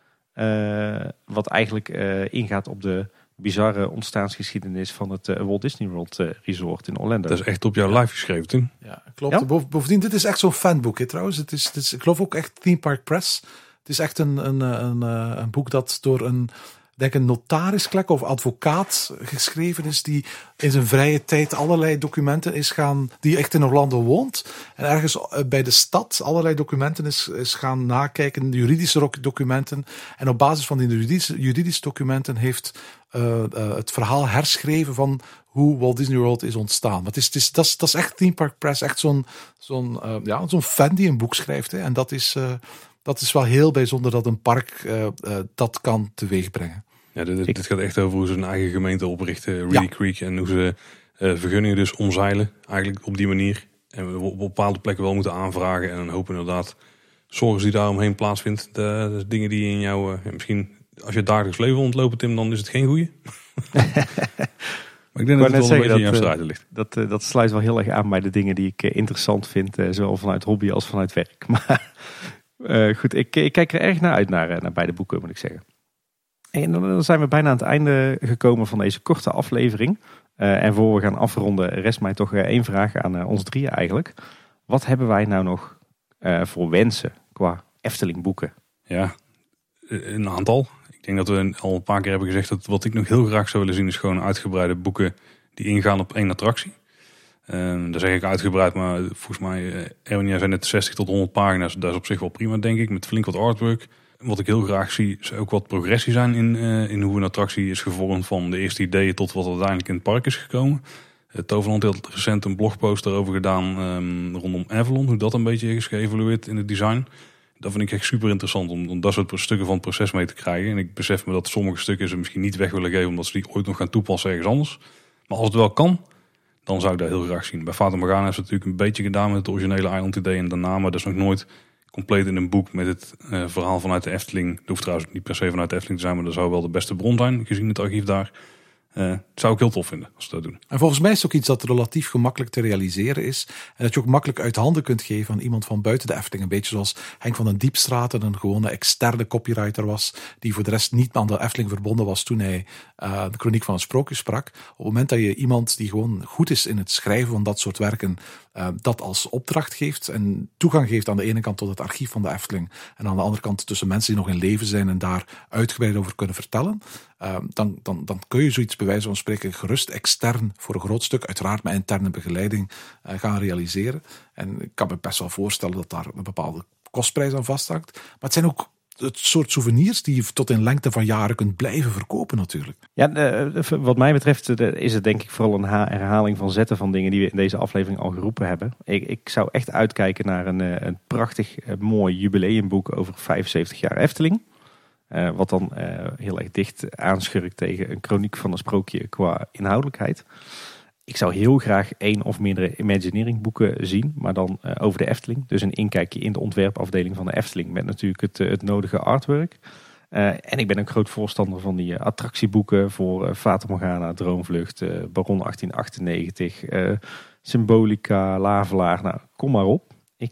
Wat eigenlijk ingaat op de bizarre ontstaansgeschiedenis van het Walt Disney World Resort in Orlando. Dat is echt op jouw live geschreven toen. Ja, klopt. Ja? Bovendien, dit is echt zo'n fanboek hè, trouwens. Het is, ik geloof ook echt Theme Park Press. Het is echt een boek dat door een notarisklek of advocaat geschreven is, die in zijn vrije tijd allerlei documenten die echt in Orlando woont. En ergens bij de stad allerlei documenten is gaan nakijken, juridische documenten. En op basis van die juridische documenten heeft het verhaal herschreven van hoe Walt Disney World is ontstaan. Maar dat is echt Theme Park Press, echt zo'n fan die een boek schrijft. Hè. En dat is wel heel bijzonder dat een park dat kan teweegbrengen. Ja, dit gaat echt over hoe ze een eigen gemeente oprichten, Reedy Creek. En hoe ze vergunningen dus omzeilen, eigenlijk op die manier. En op bepaalde plekken wel moeten aanvragen. En dan hopen inderdaad zorgen die daaromheen plaatsvindt. De dingen die in jou, misschien als je het dagelijks leven ontlopen, Tim, dan is het geen goeie. Maar ik denk dat het wel een beetje in jouw strijden ligt. Dat sluit wel heel erg aan bij de dingen die ik interessant vind. Zowel vanuit hobby als vanuit werk. Maar goed, ik kijk er erg naar uit naar beide boeken, moet ik zeggen. En dan zijn we bijna aan het einde gekomen van deze korte aflevering. En voor we gaan afronden, rest mij toch één vraag aan ons drieën eigenlijk. Wat hebben wij nou nog voor wensen qua Efteling boeken? Ja, een aantal. Ik denk dat we al een paar keer hebben gezegd dat wat ik nog heel graag zou willen zien is gewoon uitgebreide boeken die ingaan op één attractie. Daar zeg ik uitgebreid, maar volgens mij, Erwin, jij zei net 60 tot 100 pagina's. Dat is op zich wel prima, denk ik, met flink wat artwork. Wat ik heel graag zie, is ook wat progressie zijn in hoe een attractie is gevormd van de eerste ideeën tot wat uiteindelijk in het park is gekomen. Toverland heeft recent een blogpost daarover gedaan rondom Avalon, hoe dat een beetje is geëvalueerd in het design. Dat vind ik echt super interessant om dat soort stukken van het proces mee te krijgen. En ik besef me dat sommige stukken ze misschien niet weg willen geven omdat ze die ooit nog gaan toepassen ergens anders. Maar als het wel kan, dan zou ik dat heel graag zien. Bij Fata Morgana hebben ze natuurlijk een beetje gedaan met het originele Island idee en daarna, maar dat is nog nooit compleet in een boek met het verhaal vanuit de Efteling. Dat hoeft trouwens niet per se vanuit de Efteling te zijn, maar dat zou wel de beste bron zijn, gezien het archief daar. Dat zou ik heel tof vinden als ze dat doen. En volgens mij is het ook iets dat relatief gemakkelijk te realiseren is. En dat je ook makkelijk uit handen kunt geven aan iemand van buiten de Efteling. Een beetje zoals Henk van den Diepstraten, een gewone externe copywriter was, die voor de rest niet aan de Efteling verbonden was toen hij de Chroniek van een Sprookje sprak. Op het moment dat je iemand die gewoon goed is in het schrijven van dat soort werken, dat als opdracht geeft en toegang geeft aan de ene kant tot het archief van de Efteling en aan de andere kant tussen mensen die nog in leven zijn en daar uitgebreid over kunnen vertellen, dan kun je zoiets bij wijze van spreken gerust extern voor een groot stuk, uiteraard met interne begeleiding, gaan realiseren. En ik kan me best wel voorstellen dat daar een bepaalde kostprijs aan vasthangt. Maar het zijn ook het soort souvenirs die je tot in lengte van jaren kunt blijven verkopen natuurlijk. Ja, wat mij betreft is het denk ik vooral een herhaling van zetten van dingen die we in deze aflevering al geroepen hebben. Ik zou echt uitkijken naar een prachtig mooi jubileumboek over 75 jaar Efteling. Wat dan heel erg dicht aanschurkt tegen een Chroniek van een Sprookje qua inhoudelijkheid. Ik zou heel graag 1 of meerdere Imagineering boeken zien, maar dan over de Efteling. Dus een inkijkje in de ontwerpafdeling van de Efteling met natuurlijk het nodige artwork. En ik ben een groot voorstander van die attractieboeken voor Fata Morgana, Droomvlucht, Baron 1898, Symbolica, Lavelaar. Nou, kom maar op.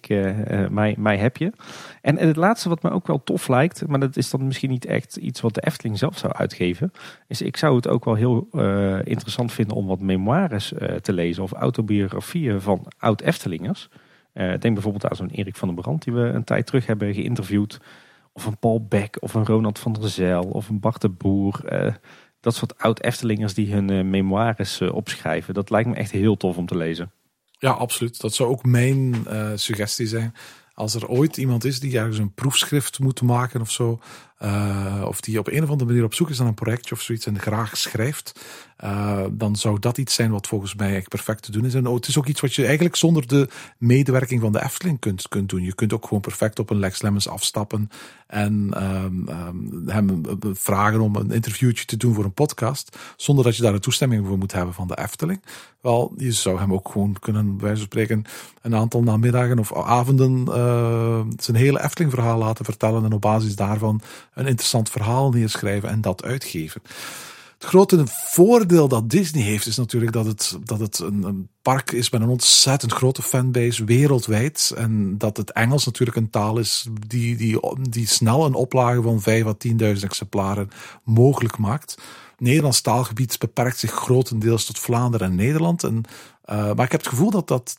Mij heb je. En het laatste wat me ook wel tof lijkt, maar dat is dan misschien niet echt iets wat de Efteling zelf zou uitgeven, is ik zou het ook wel heel interessant vinden om wat memoires te lezen of autobiografieën van oud-Eftelingers. Denk bijvoorbeeld aan zo'n Erik van den Brand die we een tijd terug hebben geïnterviewd. Of een Paul Beck of een Ronald van der Zijl of een Bart de Boer. Dat soort oud-Eftelingers die hun memoires opschrijven. Dat lijkt me echt heel tof om te lezen. Ja, absoluut. Dat zou ook mijn suggestie zijn. Als er ooit iemand is die ergens een proefschrift moet maken of zo, of die op een of andere manier op zoek is naar een projectje of zoiets en graag schrijft, dan zou dat iets zijn wat volgens mij echt perfect te doen is. En het is ook iets wat je eigenlijk zonder de medewerking van de Efteling kunt doen. Je kunt ook gewoon perfect op een Lex Lemmens afstappen en hem vragen om een interviewtje te doen voor een podcast, zonder dat je daar een toestemming voor moet hebben van de Efteling. Wel, je zou hem ook gewoon kunnen, bij wijze van spreken, een aantal namiddagen of avonden zijn hele Efteling verhaal laten vertellen en op basis daarvan een interessant verhaal neerschrijven en dat uitgeven. Het grote voordeel dat Disney heeft is natuurlijk dat het een park is met een ontzettend grote fanbase wereldwijd. En dat het Engels natuurlijk een taal is die snel een oplage van 5.000 à 10.000 exemplaren mogelijk maakt. Het Nederlands taalgebied beperkt zich grotendeels tot Vlaanderen en Nederland. Maar ik heb het gevoel dat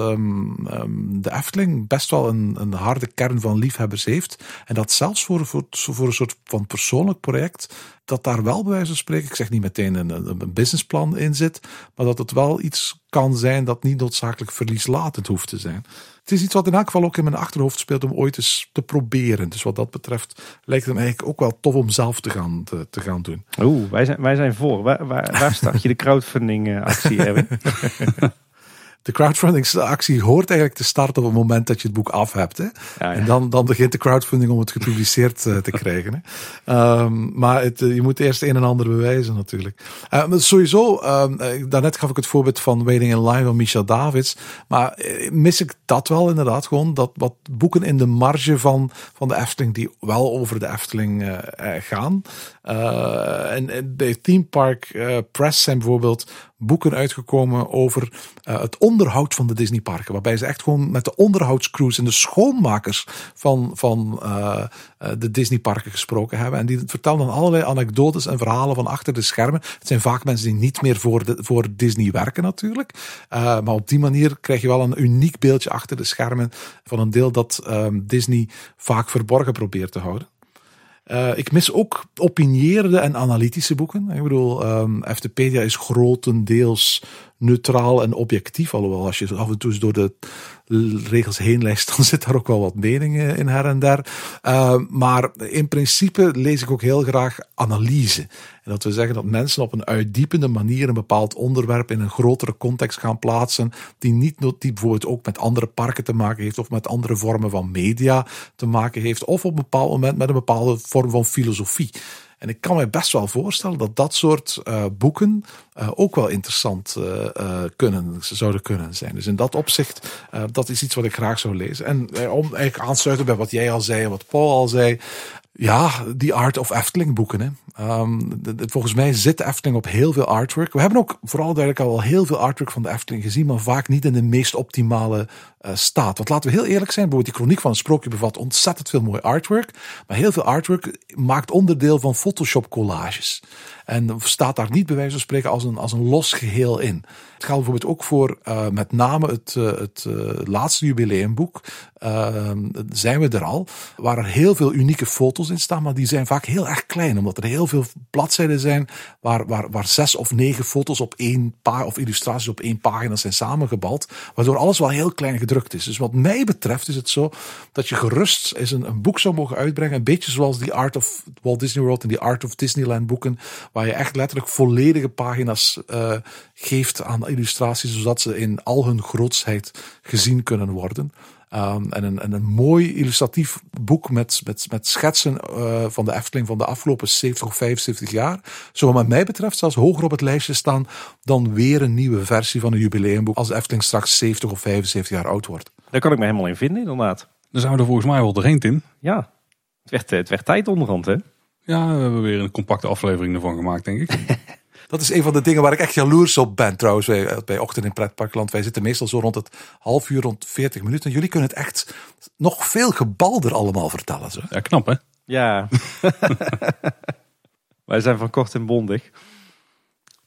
de Efteling best wel een harde kern van liefhebbers heeft. En dat zelfs voor een soort van persoonlijk project, dat daar wel bij wijze van spreken, ik zeg niet meteen een businessplan in zit, maar dat het wel iets kan zijn dat niet noodzakelijk verlieslatend hoeft te zijn. Het is iets wat in elk geval ook in mijn achterhoofd speelt om ooit eens te proberen. Dus wat dat betreft lijkt het me eigenlijk ook wel tof om zelf te gaan doen. Oeh, wij zijn voor. Waar start je de crowdfunding actie, Erwin? De crowdfunding-actie hoort eigenlijk te starten op het moment dat je het boek af hebt. Hè? Ja. En dan begint de crowdfunding om het gepubliceerd te krijgen. Hè? Maar je moet eerst een en ander bewijzen natuurlijk. Maar sowieso, daarnet gaf ik het voorbeeld van Waiting in Line van Misha Davids. Maar mis ik dat wel inderdaad gewoon, dat wat boeken in de marge van de Efteling die wel over de Efteling gaan. En bij Theme Park Press zijn bijvoorbeeld boeken uitgekomen over het onderhoud van de Disneyparken. Waarbij ze echt gewoon met de onderhoudscrews en de schoonmakers van de Disneyparken gesproken hebben. En die vertellen dan allerlei anekdotes en verhalen van achter de schermen. Het zijn vaak mensen die niet meer voor Disney werken natuurlijk. Maar op die manier krijg je wel een uniek beeldje achter de schermen van een deel dat Disney vaak verborgen probeert te houden. Ik mis ook opinieerde en analytische boeken. Ik bedoel, Eftepedia is grotendeels neutraal en objectief. Alhoewel, als je af en toe door de regels heen leest, dan zit daar ook wel wat meningen in her en der. Maar in principe lees ik ook heel graag analyse. En dat wil zeggen dat mensen op een uitdiepende manier een bepaald onderwerp in een grotere context gaan plaatsen, die bijvoorbeeld ook met andere parken te maken heeft, of met andere vormen van media te maken heeft, of op een bepaald moment met een bepaalde vorm van filosofie. En ik kan me best wel voorstellen dat soort boeken ook wel interessant zouden kunnen zijn. Dus in dat opzicht, dat is iets wat ik graag zou lezen. En om eigenlijk aansluiten bij wat jij al zei en wat Paul al zei, ja, die Art of Efteling boeken. Hè. Volgens mij zit de Efteling op heel veel artwork. We hebben ook vooral duidelijk al heel veel artwork van de Efteling gezien, maar vaak niet in de meest optimale staat. Want laten we heel eerlijk zijn, bijvoorbeeld die Chroniek van een Sprookje bevat ontzettend veel mooi artwork, maar heel veel artwork maakt onderdeel van Photoshop collages. En staat daar niet bij wijze van spreken als een los geheel in. Het geldt bijvoorbeeld ook voor met name het laatste jubileumboek. Zijn we er al. Waar er heel veel unieke foto's in staan. Maar die zijn vaak heel erg klein. Omdat er heel veel bladzijden zijn waar 6 of 9 foto's op of illustraties op 1 pagina zijn samengebald. Waardoor alles wel heel klein gedrukt is. Dus wat mij betreft is het zo dat je gerust eens een boek zou mogen uitbrengen. Een beetje zoals die Art of Walt Disney World en die Art of Disneyland boeken. Waar je echt letterlijk volledige pagina's geeft aan illustraties, zodat ze in al hun grootsheid gezien kunnen worden. En een mooi illustratief boek met schetsen van de Efteling van de afgelopen 70 of 75 jaar. Zou wat mij betreft zelfs hoger op het lijstje staan dan weer een nieuwe versie van een jubileumboek als de Efteling straks 70 of 75 jaar oud wordt. Daar kan ik me helemaal in vinden, inderdaad. Daar zijn we er volgens mij wel doorheen, Tim. Ja, het werd tijd onderhand, hè? Ja, we hebben weer een compacte aflevering ervan gemaakt, denk ik. Dat is een van de dingen waar ik echt jaloers op ben trouwens bij Ochtend in Pretparkland. Wij zitten meestal zo rond het half uur, rond 40 minuten. Jullie kunnen het echt nog veel gebalder allemaal vertellen. Zo. Ja, knap hè? Ja. Wij zijn van kort en bondig.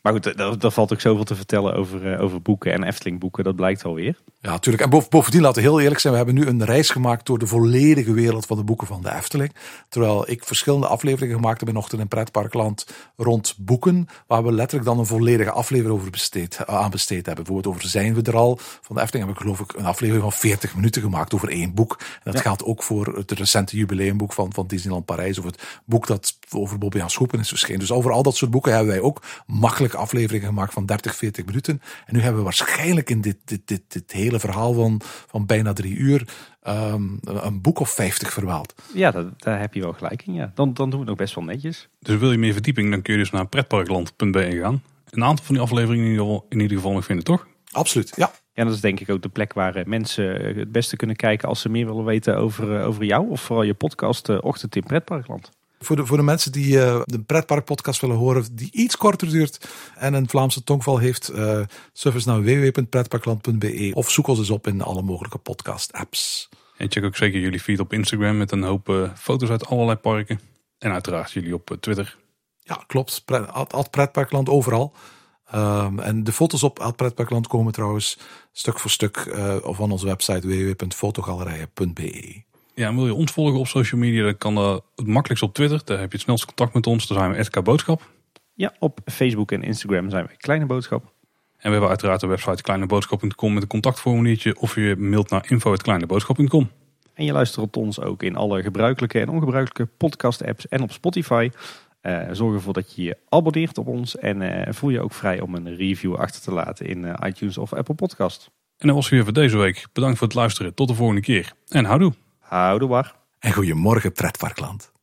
Maar goed, daar valt ook zoveel te vertellen over boeken en Efteling boeken. Dat blijkt alweer. Ja, natuurlijk. En bovendien, laten we heel eerlijk zijn, we hebben nu een reis gemaakt door de volledige wereld van de boeken van de Efteling. Terwijl ik verschillende afleveringen gemaakt heb in Ochtend in Pretparkland rond boeken, waar we letterlijk dan een volledige aflevering aan besteed hebben. Bijvoorbeeld over Zijn we er al? Van de Efteling heb ik geloof ik een aflevering van 40 minuten gemaakt over 1 boek. En dat geldt ook voor het recente jubileumboek van Disneyland Parijs, of het boek dat over Bobbejaan Schoepen is verschenen. Dus over al dat soort boeken hebben wij ook makkelijk afleveringen gemaakt van 30, 40 minuten. En nu hebben we waarschijnlijk in dit hele verhaal van bijna 3 uur een boek of 50 verwaald. Ja, daar heb je wel gelijk in. Ja. Dan doen we het nog best wel netjes. Dus wil je meer verdieping, dan kun je dus naar pretparkland.be gaan. Een aantal van die afleveringen in ieder geval nog vinden, toch? Absoluut, ja. Ja, dat is denk ik ook de plek waar mensen het beste kunnen kijken als ze meer willen weten over jou. Of vooral je podcast Ochtend in Pretparkland. Voor de mensen die de pretparkpodcast willen horen die iets korter duurt en een Vlaamse tongval heeft, surf eens naar www.pretparkland.be of zoek ons eens op in alle mogelijke podcast apps. En check ook zeker jullie feed op Instagram met een hoop foto's uit allerlei parken. En uiteraard jullie op Twitter. Ja, klopt. @pretparkland overal. En de foto's op @pretparkland komen trouwens stuk voor stuk van onze website www.fotogalerijen.be. Ja, en wil je ons volgen op social media, dan kan dat het makkelijkst op Twitter. Daar heb je het snelst contact met ons. Daar zijn we @k Boodschap. Ja, op Facebook en Instagram zijn we Kleine Boodschap. En we hebben uiteraard de website kleineboodschap.com met een contactformuliertje. Of je mailt naar info@kleineboodschap.com. En je luistert op ons ook in alle gebruikelijke en ongebruikelijke podcast apps en op Spotify. Zorg ervoor dat je je abonneert op ons. En voel je ook vrij om een review achter te laten in iTunes of Apple Podcast. En dat was weer voor deze week. Bedankt voor het luisteren. Tot de volgende keer. En houdoe. Houdoe waar. En goedemorgen Pretparkland.